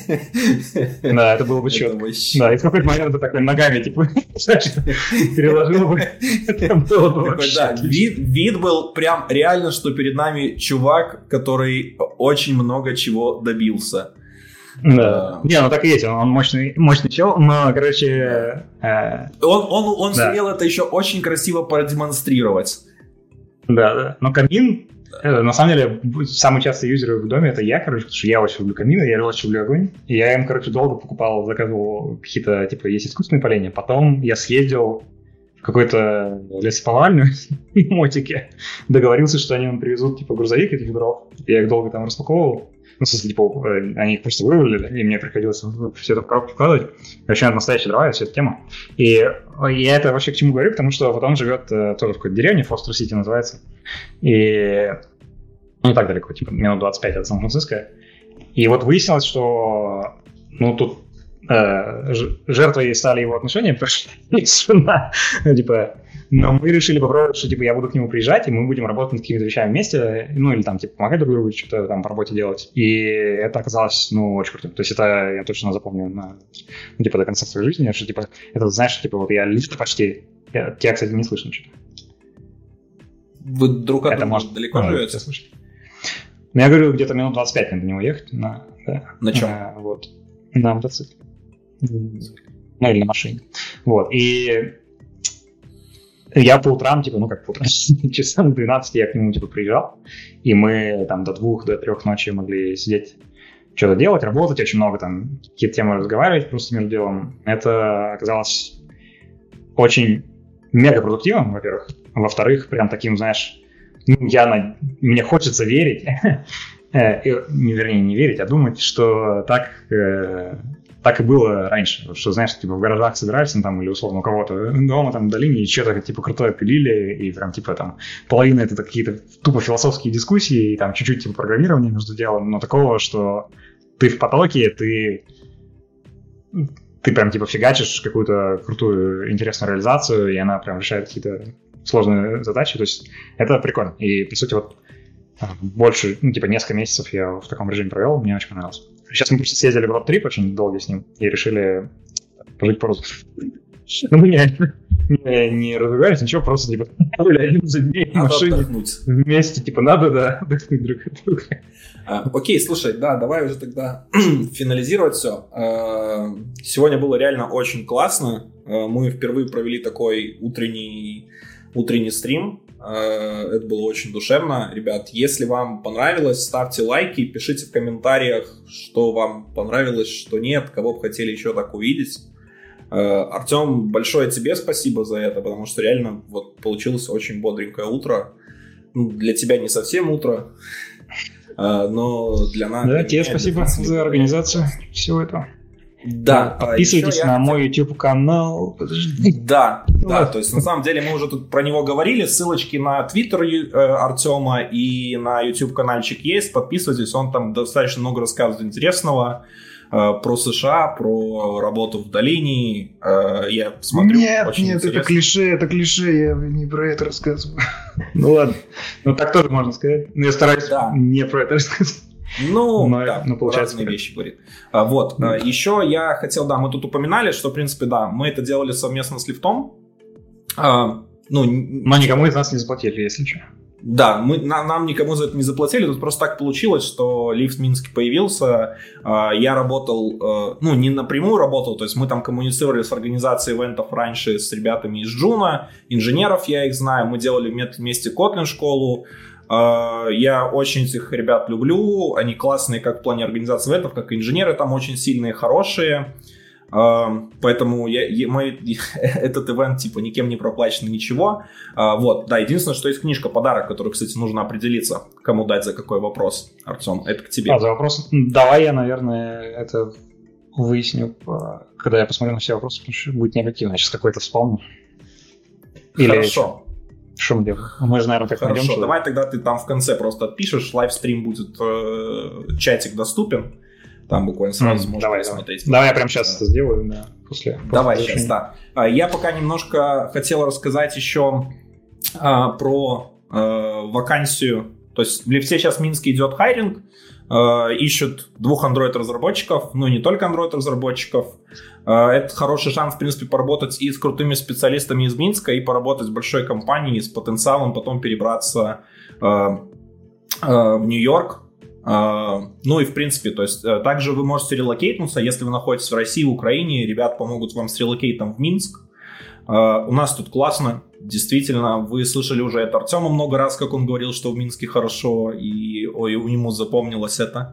Да, это было бы четко. Да, и в какой-то момент ты такой ногами, типа, переложил бы. Да, вид был прям реально, что перед нами чувак, который очень много чего добился. Да. Uh, не, ну так и есть, он, он мощный, мощный чел, но, короче... Uh, он он, он да. сумел это еще очень красиво продемонстрировать. Да, да. Но камин, это, на самом деле, самый частый юзер в доме это я, короче, потому что я очень люблю камин, я очень люблю огонь. И я им, короче, долго покупал, заказывал какие-то, типа, есть искусственные поленья. Потом я съездил в какой-то лесоповальню в мотике, договорился, что они нам привезут, типа, грузовик этих дров. Я их долго там распаковывал. Ну, в смысле, типа, они их просто вывалили, и мне приходилось все это в коробку вкладывать. Вообще, это настоящая дрова, вся эта тема. И я это вообще к чему говорю, потому что вот он живет тоже в какой-то деревне, Фостер-Сити называется. И ну, не так далеко, типа, минут двадцать пять от Сан-Франциско. И вот выяснилось, что, ну, тут э, жертвой стали его отношения, потому что жена, типа... Но мы решили попробовать, что, типа, я буду к нему приезжать, и мы будем работать над какими-то вещами вместе, ну, или там, типа, помогать друг другу, что-то там по работе делать. И это оказалось, ну, очень круто. То есть это я точно запомню, на, ну, типа, до конца своей жизни, что, типа, это, знаешь, типа, вот я лифт почти, я, тебя, кстати, не слышно что-то. Вы друг от друга может далеко ну, живете? Ну, я говорю, где-то минут двадцать пять надо до него ехать. На, да. На чем? А, вот. На мотоцикле. Ну, или на машине. Вот, и... Я по утрам, типа, ну как по утрам, часам к двенадцати я к нему, типа, приезжал, и мы там до двух, до трех ночи могли сидеть, что-то делать, работать, очень много там, какие-то темы разговаривать просто между делом. Это оказалось очень мега продуктивным, во-первых. Во-вторых, прям таким, знаешь, ну, я на... мне хочется верить, не, вернее, не верить, а думать, что так... Так и было раньше, что, знаешь, типа в гаражах собирались, ну, там, или условно у кого-то дома там в долине, и что-то типа крутое пилили, и прям типа там половина это какие-то тупо философские дискуссии, и там чуть-чуть типа программирование между делом, но такого, что ты в потоке, ты, ты прям типа фигачишь какую-то крутую, интересную реализацию, и она прям решает какие-то сложные задачи, то есть это прикольно. И, по сути, вот больше, ну, типа несколько месяцев я в таком режиме провел, мне очень понравилось. Сейчас мы просто съездили в род-трип очень долго с ним и решили пожить по-русски. Ну, мы не, не, не разругались, ничего, просто, типа, один за дней в машине вместе, типа, надо, да, отдохнуть друг от друга. А, окей, слушай, да, давай уже тогда финализировать все. А, сегодня было реально очень классно. А, мы впервые провели такой утренний, утренний стрим. Это было очень душевно. Ребят, если вам понравилось, ставьте лайки, пишите в комментариях, что вам понравилось, что нет, кого бы хотели еще так увидеть. Артем, большое тебе спасибо за это, потому что реально вот получилось очень бодренькое утро. Ну, для тебя не совсем утро, но для нас... Да, тебе спасибо за организацию всего этого. Да, подписывайтесь на мой YouTube канал. Да, да, то есть на самом деле мы уже тут про него говорили. Ссылочки на Twitter Артема и на YouTube каналчик есть. Подписывайтесь, он там достаточно много рассказывает интересного про США, про работу в долине. Я смотрю. Нет, очень нет, интересно. это клише, это клише, я не про это рассказываю. Ну ладно, ну так тоже можно сказать. Но я стараюсь не про это рассказывать. Ну, но, да, но получается разные вещи говорит. А, вот, mm. еще я хотел, да, мы тут упоминали, что, в принципе, да, мы это делали совместно с Лифтом. А, ну, но никому из нас не заплатили, если что. Да, мы, на, нам никому за это не заплатили, тут просто так получилось, что Лифт в Минске появился, а, я работал, а, ну, не напрямую работал, то есть мы там коммуницировали с организацией ивентов раньше с ребятами из Джуна, инженеров я их знаю, мы делали вместе Kotlin школу. Я очень этих ребят люблю, они классные как в плане организации ивентов, как и инженеры там очень сильные, хорошие, поэтому я, мы, этот ивент типа никем не проплачен, ничего. Вот, да, единственное, что есть книжка подарок, которую, кстати, нужно определиться, кому дать за какой вопрос. Артем, это к тебе. А, за вопрос? Давай я, наверное, это выясню, когда я посмотрю на все вопросы, потому что будет негативно, я сейчас какой-то вспомню. Или хорошо. Что мы делаем? Мы же, наверное, так Хорошо, найдем. Давай тогда ты там в конце просто отпишешь, лайвстрим будет, э, чатик доступен, там буквально сразу mm, можно давай, посмотреть. Давай, давай я прямо сейчас это сделаю, да, после. после давай сейчас, да. Я пока немножко хотел рассказать еще а, про а, вакансию, то есть в Лифте сейчас в Минске идет хайринг, а, ищут двух Android-разработчиков, ну не только Android-разработчиков. Это хороший шанс, в принципе, поработать и с крутыми специалистами из Минска, и поработать в большой компании с потенциалом потом перебраться э, э, в Нью-Йорк. Э, ну и, в принципе, то есть э, также вы можете релокейтнуться, если вы находитесь в России, в Украине, ребят помогут вам с релокейтом в Минск. Э, у нас тут классно, действительно, вы слышали уже от Артема много раз, как он говорил, что в Минске хорошо, и ой, у него запомнилось это.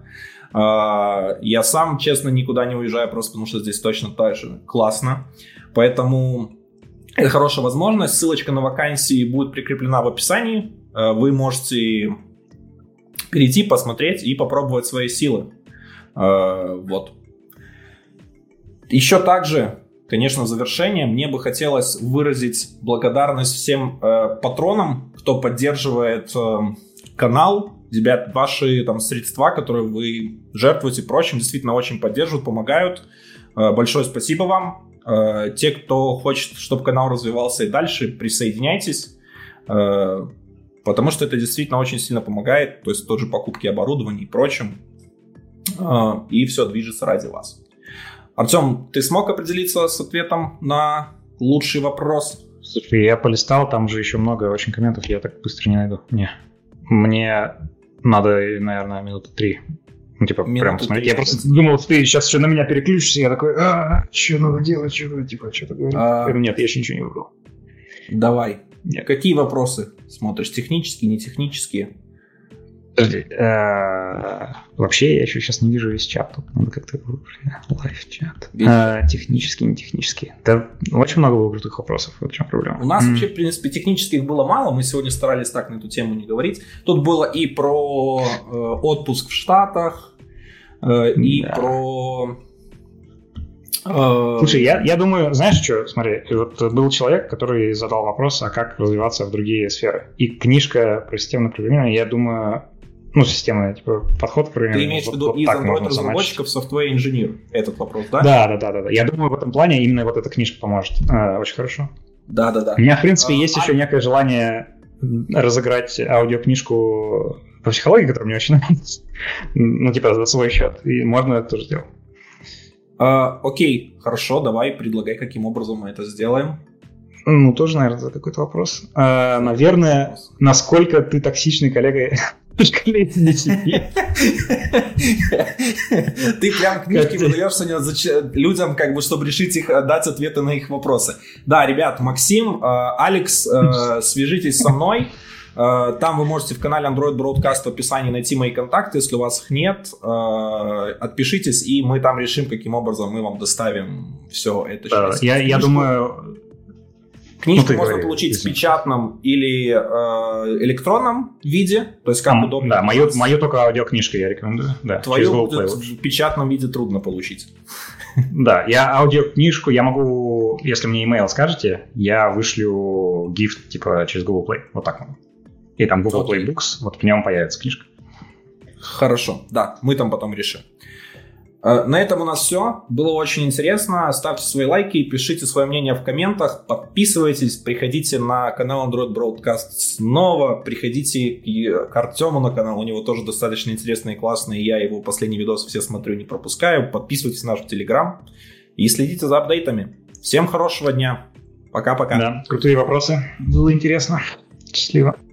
Я сам, честно, никуда не уезжаю, просто потому что здесь точно так же классно. Поэтому это хорошая возможность. Ссылочка на вакансии будет прикреплена в описании. Вы можете перейти, посмотреть и попробовать свои силы. Вот. Еще также, конечно, в завершение мне бы хотелось выразить благодарность всем патронам, кто поддерживает канал. Ребят, ваши там средства, которые вы жертвуете прочим, действительно очень поддерживают, помогают. Большое спасибо вам. Те, кто хочет, чтобы канал развивался и дальше, присоединяйтесь, потому что это действительно очень сильно помогает, то есть тоже покупки оборудования и прочим. И все движется ради вас. Артем, ты смог определиться с ответом на лучший вопрос? Слушай, я полистал, там же еще много очень комментов, я так быстро не найду. Не. Мне надо, наверное, минуты три. Ну, типа, минуты прям посмотреть. Я просто думал, ты сейчас еще на меня переключишься, я такой, а, что надо делать, что-то, типа, что-то говорить. А... Нет, я еще ничего не выбрал. Давай. Нет. Какие вопросы смотришь? Технические, не технические? Подожди. Вообще, я еще сейчас не вижу весь чат. Тут надо как-то выбрать. Лайв-чат. Технические, не технические. Да, очень много было крутых вопросов. Вот в чем проблема. У нас mm. вообще, в принципе, технических было мало. Мы сегодня старались так на эту тему не говорить. Тут было и про э, отпуск в Штатах, э, и да. про... Э... Слушай, я, я думаю, знаешь что, смотри, вот был человек, который задал вопрос, а как развиваться в другие сферы. И книжка про системное программирование, я думаю... Ну, системный типа, подход к программированию. Ты имеешь в виду вот, из Android-разработчиков software engineer? Этот вопрос, да? Да, да, да, да, да. Я думаю, в этом плане именно вот эта книжка поможет. А, очень хорошо. Да, да, да. У меня, в принципе, а, есть а... еще некое желание разыграть аудиокнижку по психологии, которая мне очень нравится. Ну, типа, за свой счет. И можно это тоже сделать. А, окей, хорошо, давай, предлагай, каким образом мы это сделаем. Ну, тоже, наверное, это какой-то вопрос. А, наверное, насколько ты токсичный коллега... Ты прям книжки выдаешь людям, как бы, чтобы решить их, дать ответы на их вопросы. Да, ребят, Максим, Алекс, свяжитесь со мной. Там вы можете в канале Android Broadcast в описании найти мои контакты. Если у вас их нет, отпишитесь, и мы там решим, каким образом мы вам доставим все это. Да, я, я думаю... Книжку ну, можно говори, получить в печатном или э, электронном виде, то есть как а, удобно. Да, мою, мою только аудиокнижку я рекомендую. Да, твою в печатном виде трудно получить. Да, я аудиокнижку, я могу, если мне email скажете, я вышлю гифт типа через Google Play, вот так могу. И там Google Play Books, вот в нем появится книжка. Хорошо, да, мы там потом решим. На этом у нас все. Было очень интересно. Ставьте свои лайки, пишите свое мнение в комментах, подписывайтесь, приходите на канал Android Broadcast снова, приходите к Артему на канал, у него тоже достаточно интересные и классные. Я его последние видосы все смотрю, не пропускаю. Подписывайтесь на наш Telegram и следите за апдейтами. Всем хорошего дня. Пока-пока. Да, крутые вопросы. Было интересно. Счастливо.